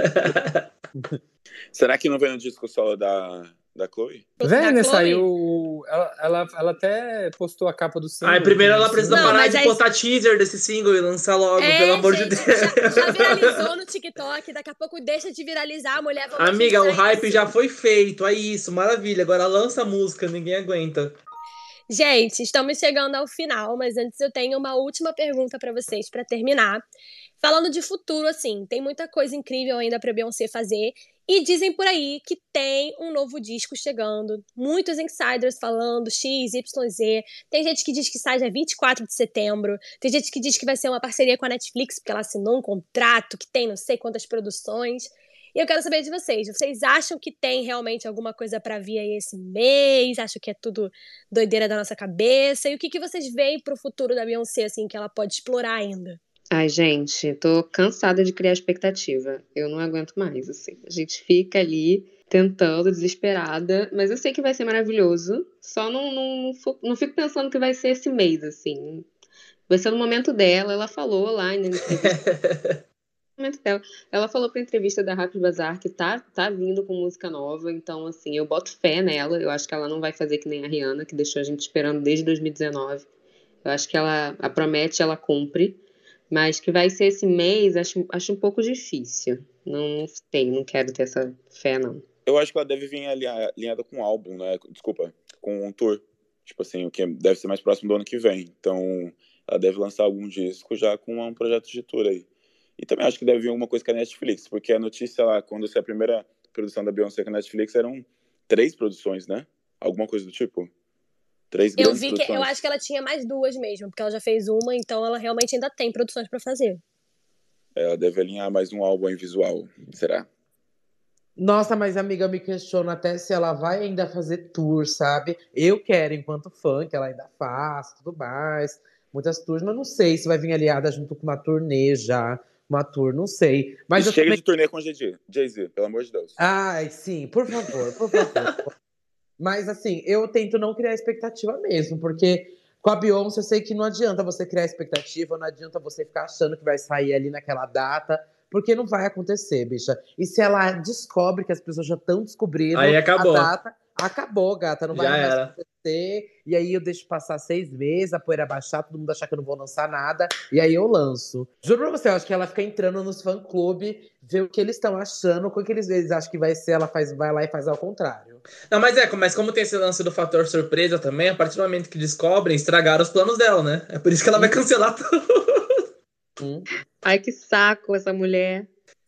mais. Será que não vem no disco solo da Chloe? Vem, né? Chloe? Saiu. Ela até postou a capa do single. Primeiro ela precisa Não, parar mas de aí- postar teaser desse single e lançar logo, pelo amor de gente, Deus. já viralizou no TikTok, daqui a pouco deixa de viralizar, a mulher vai Amiga, o utilizar hype isso. já foi feito, é isso, maravilha. Agora lança a música, ninguém aguenta. Gente, estamos chegando ao final, mas antes eu tenho uma última pergunta pra vocês pra terminar. Falando de futuro, assim, tem muita coisa incrível ainda pra Beyoncé fazer. E dizem por aí que tem um novo disco chegando. Muitos insiders falando X, Y, Z. Tem gente que diz que sai dia 24 de setembro. Tem gente que diz que vai ser uma parceria com a Netflix, porque ela assinou um contrato que tem não sei quantas produções. E eu quero saber de vocês. Vocês acham que tem realmente alguma coisa pra vir aí esse mês? Acham que é tudo doideira da nossa cabeça? E o que vocês veem pro futuro da Beyoncé, assim, que ela pode explorar ainda? Ai, gente, tô cansada de criar expectativa. Eu não aguento mais, assim. A gente fica ali tentando, desesperada, mas eu sei que vai ser maravilhoso. Só não fico pensando que vai ser esse mês, assim. Vai ser no momento dela. Ela falou lá na entrevista. No momento dela. Ela falou pra entrevista da Rapid Bazaar que tá vindo com música nova. Então, assim, eu boto fé nela. Eu acho que ela não vai fazer que nem a Rihanna, que deixou a gente esperando desde 2019. Eu acho que ela promete, ela cumpre. Mas que vai ser esse mês, acho um pouco difícil. Não sei, não quero ter essa fé, não. Eu acho que ela deve vir alinhada com um álbum, né? Desculpa, com um tour. Tipo assim, o que deve ser mais próximo do ano que vem. Então, ela deve lançar algum disco já com um projeto de tour aí. E também acho que deve vir alguma coisa com a Netflix, porque a notícia lá, quando saiu a primeira produção da Beyoncé com a Netflix, eram 3 produções, né? Alguma coisa do tipo. 3 Eu grandes vi que produções. eu acho que ela tinha mais 2 mesmo, porque ela já fez uma, então ela realmente ainda tem produções pra fazer. Ela deve alinhar mais um álbum em visual, será? Nossa, mas amiga, eu me questiono até se ela vai ainda fazer tour, sabe? Eu quero, enquanto fã, que ela ainda faz, tudo mais. Muitas tours, mas não sei se vai vir aliada junto com uma turnê já. Uma tour, não sei. Mas E eu chega também... de turnê com Jay-Z, pelo amor de Deus. Ai, sim, por favor, por favor. Mas assim, eu tento não criar expectativa mesmo, porque com a Beyoncé eu sei que não adianta você criar expectativa, não adianta você ficar achando que vai sair ali naquela data, porque não vai acontecer, bicha. E se ela descobre que as pessoas já estão descobrindo Aí acabou. a data, Acabou, gata, não vai Já mais era. acontecer. E aí eu deixo passar 6 meses, a poeira baixar, todo mundo achar que eu não vou lançar nada. E aí eu lanço. Juro pra você, eu acho que ela fica entrando nos fã-clube, ver o que eles estão achando, o que eles acham que vai ser, ela vai lá e faz ao contrário. Não, mas como tem esse lance do fator surpresa também, a partir do momento que descobrem, estragaram os planos dela, né? É por isso que ela vai cancelar tudo. Ai, que saco essa mulher.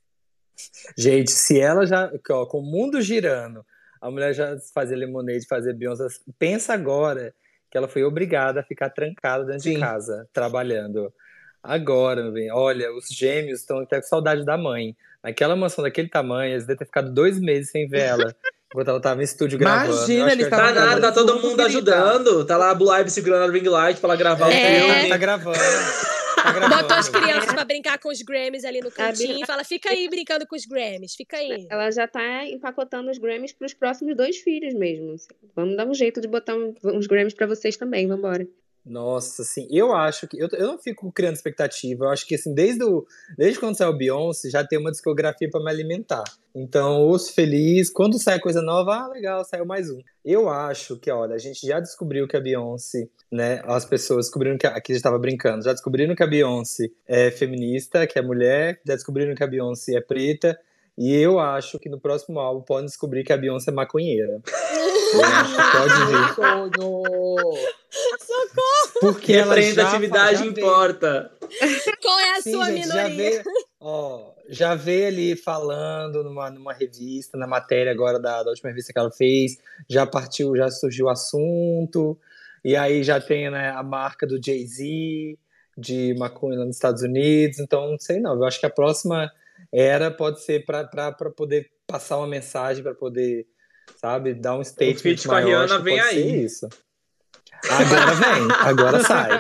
Gente, se ela já, ó, com o mundo girando, a mulher já fazia Lemonade, fazia Beyoncé, pensa agora que ela foi obrigada a ficar trancada dentro de Sim. casa, trabalhando. Agora, meu bem, olha, os gêmeos estão até com saudade da mãe. Naquela mansão daquele tamanho, eles devem ter ficado 2 meses sem ver ela, enquanto ela tava em estúdio gravando. Imagina, Eu acho eles que Tá estavam ela- nada, tá todo juntos, mundo querida. ajudando. Tá lá a Blue Ivy segurando a ring light pra ela gravar o filme. tá gravando. Tá gravando. Botou as crianças pra brincar com os Grammys ali no cantinho Bia- e fala, fica aí brincando com os Grammys, fica aí. Ela já tá empacotando os Grammys pros próximos 2 filhos mesmo. Assim. Vamos dar um jeito de botar uns Grammys pra vocês também, vambora. Nossa, assim, eu acho que. Eu não fico criando expectativa. Eu acho que, assim, desde quando saiu o Beyoncé, já tem uma discografia pra me alimentar. Então, ouço feliz. Quando sai coisa nova, legal, saiu mais um. Eu acho que, olha, a gente já descobriu que a Beyoncé, né? As pessoas descobriram que. Aqui a gente tava brincando. Já descobriram que a Beyoncé é feminista, que é mulher. Já descobriram que a Beyoncé é preta. E eu acho que no próximo álbum podem descobrir que a Beyoncé é maconheira. Eu acho que pode vir. Sonho! Porque ela já Representatividade veio- importa. Qual é a Sim, sua gente, já minoria? veio ali falando numa revista, na matéria agora da última revista que ela fez, já surgiu o assunto, e aí já tem, né, a marca do Jay-Z, de maconha lá nos Estados Unidos, então não sei não, eu acho que a próxima era pode ser para poder passar uma mensagem, para poder, sabe, dar um statement feat com a maior, Rihanna acho que vem pode ser aí. isso. Agora vem, agora sai.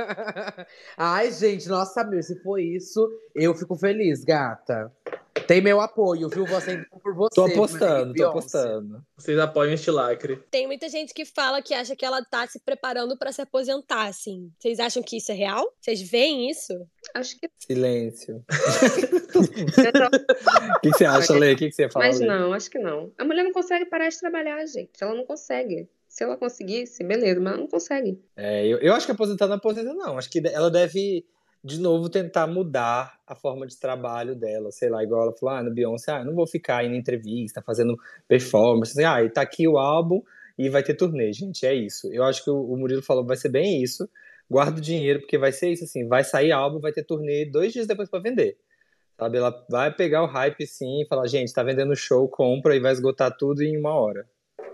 Ai, gente, nossa, Samir, se for isso, eu fico feliz, gata. Tem meu apoio, viu? Você por você. Tô minha apostando, tô Beyoncé. apostando. Vocês apoiam este lacre. Tem muita gente que fala que acha que ela tá se preparando pra se aposentar, assim. Vocês acham que isso é real? Vocês veem isso? Acho que Silêncio. O que você acha, Lê? O que você ia falar, Mas Lê? não, acho que não. A mulher não consegue parar de trabalhar, gente. Ela não consegue. Se ela conseguisse, beleza, mas ela não consegue. Eu acho que aposentar não aposenta, não. Acho que ela deve, de novo, tentar mudar a forma de trabalho dela. Sei lá, igual ela falou, no Beyoncé, eu não vou ficar indo em entrevista, fazendo performance. Assim, e tá aqui o álbum e vai ter turnê, gente. É isso. Eu acho que o Murilo falou, vai ser bem isso. Guarda o dinheiro, porque vai ser isso, assim. Vai sair álbum, vai ter turnê 2 dias depois pra vender. Sabe? Ela vai pegar o hype, sim, e falar, gente, tá vendendo show, compra e vai esgotar tudo em 1 hora.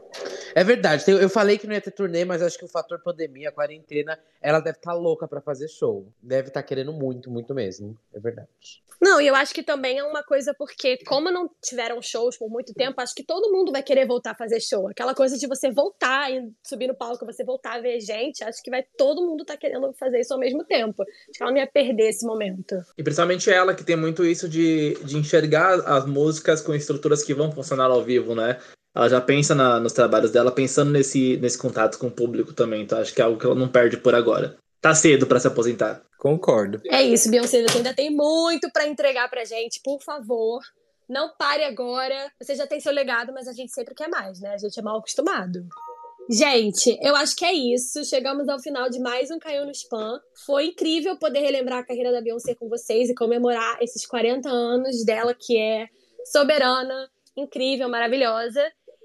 É verdade, eu falei que não ia ter turnê, mas acho que o fator pandemia, a quarentena, ela deve estar louca pra fazer show. Deve estar querendo muito, muito mesmo. É verdade. Não, e eu acho que também é uma coisa porque, como não tiveram shows por muito tempo, acho que todo mundo vai querer voltar a fazer show. Aquela coisa de você voltar e subir no palco, você voltar a ver gente, acho que todo mundo tá querendo fazer isso ao mesmo tempo. Acho que ela não ia perder esse momento. E principalmente ela, que tem muito isso de enxergar as músicas com estruturas que vão funcionar ao vivo, né? Ela já pensa nos trabalhos dela, pensando nesse contato com o público também. Então acho que é algo que ela não perde por agora. Tá cedo pra se aposentar. Concordo. É isso, Beyoncé, você ainda tem muito pra entregar pra gente, por favor. Não pare agora. Você já tem seu legado, mas a gente sempre quer mais, né? A gente é mal acostumado. Gente, eu acho que é isso. Chegamos ao final de mais um Caiu no Spam. Foi incrível poder relembrar a carreira da Beyoncé com vocês e comemorar esses 40 anos dela, que é soberana, incrível, maravilhosa.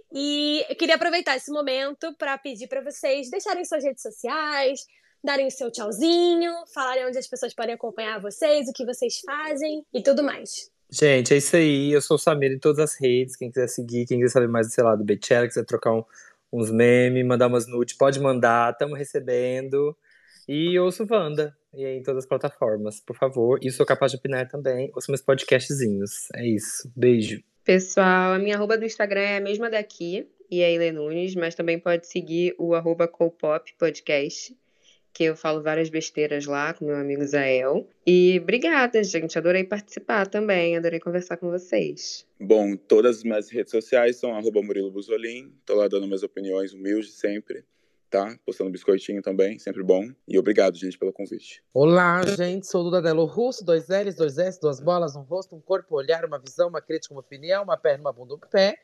E eu queria aproveitar esse momento para pedir para vocês deixarem suas redes sociais, darem o seu tchauzinho, falarem onde as pessoas podem acompanhar vocês, o que vocês fazem e tudo mais. Gente, é isso aí. Eu sou o Samir em todas as redes. Quem quiser seguir, quem quiser saber mais, sei lá, do Beychella, quiser trocar uns memes, mandar umas nudes, pode mandar. Estamos recebendo. E ouço Wanda. E aí, em todas as plataformas, por favor. E sou capaz de opinar também. Ouço meus podcastzinhos. É isso. Beijo. Pessoal, a minha arroba do Instagram é a mesma daqui, e é Ilê Nunes, mas também pode seguir o @Copop Podcast, que eu falo várias besteiras lá com meu amigo Zael. E obrigada, gente. Adorei participar também, adorei conversar com vocês. Bom, todas as minhas redes sociais são @Murilo Buzolin. Tô lá dando minhas opiniões humildes sempre, tá? Postando biscoitinho também, sempre bom. E obrigado, gente, pelo convite. Olá, gente, sou Duda Delo Russo, 2 L's, 2 S, 2 bolas, um rosto, um corpo, um olhar, uma visão, uma crítica, uma opinião, uma perna, uma bunda, um pé.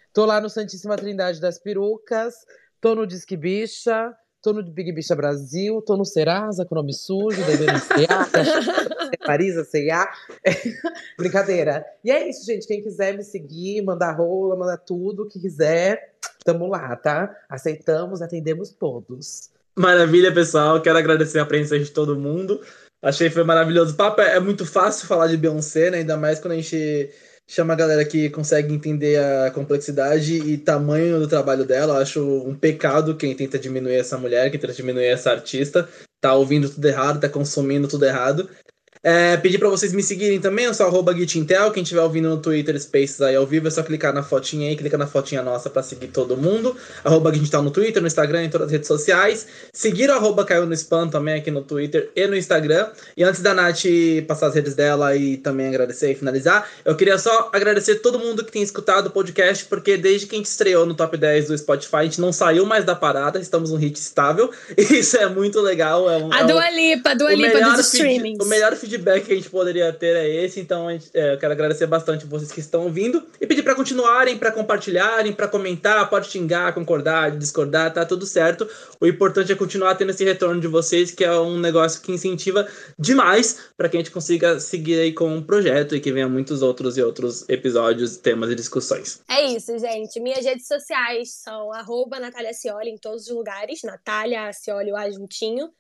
Tô lá no Santíssima Trindade das Perucas, tô no Disque Bicha, tô no Big Bicha Brasil, tô no Serasa, com nome sujo, devendo C.A., Marisa C.A. Brincadeira. E é isso, gente. Quem quiser me seguir, mandar rola, mandar tudo que quiser, tamo lá, tá? Aceitamos, atendemos todos. Maravilha, pessoal. Quero agradecer a presença de todo mundo. Achei que foi maravilhoso. O papo é muito fácil falar de Beyoncé, né? Ainda mais quando a gente chama a galera que consegue entender a complexidade e tamanho do trabalho dela. Eu acho um pecado quem tenta diminuir essa mulher, quem tenta diminuir essa artista. Tá ouvindo tudo errado, tá consumindo tudo errado. Pedir pra vocês me seguirem também, eu sou @GitIntel. Quem estiver ouvindo no Twitter Spaces aí ao vivo, é só clicar na fotinha aí, clica na fotinha nossa pra seguir todo mundo. @GitIntel no Twitter, no Instagram, em todas as redes sociais. Seguir o @Caiu no Spam também aqui no Twitter e no Instagram. E antes da Nath passar as redes dela e também agradecer e finalizar, eu queria só agradecer todo mundo que tem escutado o podcast, porque desde que a gente estreou no Top 10 do Spotify, a gente não saiu mais da parada, estamos num hit estável. E isso é muito legal. A Dua Lipa dos streamings. O melhor feedback que a gente poderia ter é esse, então eu quero agradecer bastante vocês que estão ouvindo e pedir para continuarem, para compartilharem, para comentar, pode xingar, concordar, discordar, tá tudo certo. O importante é continuar tendo esse retorno de vocês, que é um negócio que incentiva demais para que a gente consiga seguir aí com o projeto e que venha muitos outros episódios, temas e discussões. É isso, gente. Minhas redes sociais são @Natália Scioli em todos os lugares, Natália Scioli, o A juntinho.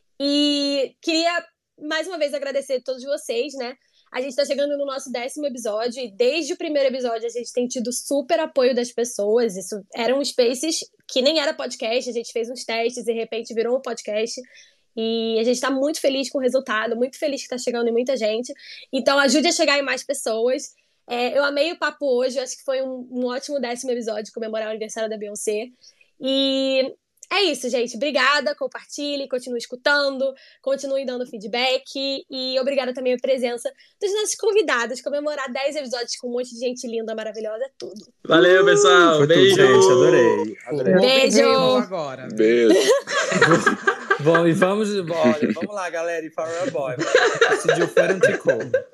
E queria mais uma vez agradecer a todos vocês, né? A gente tá chegando no nosso 10º episódio e desde o primeiro episódio a gente tem tido super apoio das pessoas. Isso eram spaces que nem era podcast, a gente fez uns testes e de repente virou um podcast. E a gente tá muito feliz com o resultado, muito feliz que tá chegando em muita gente. Então ajude a chegar em mais pessoas. Eu amei o papo hoje, eu acho que foi um ótimo 10º episódio, comemorar o aniversário da Beyoncé. E é isso, gente. Obrigada, compartilhe, continue escutando, continue dando feedback e obrigada também a presença dos nossos convidados. Comemorar 10 episódios com um monte de gente linda, maravilhosa, é tudo. Valeu, pessoal. Foi Beijo. tudo, gente. Adorei. Beijo. Agora. Beijo. Bom, e vamos lá, galera, e Farrell Boy. Esse dia foi um ticou.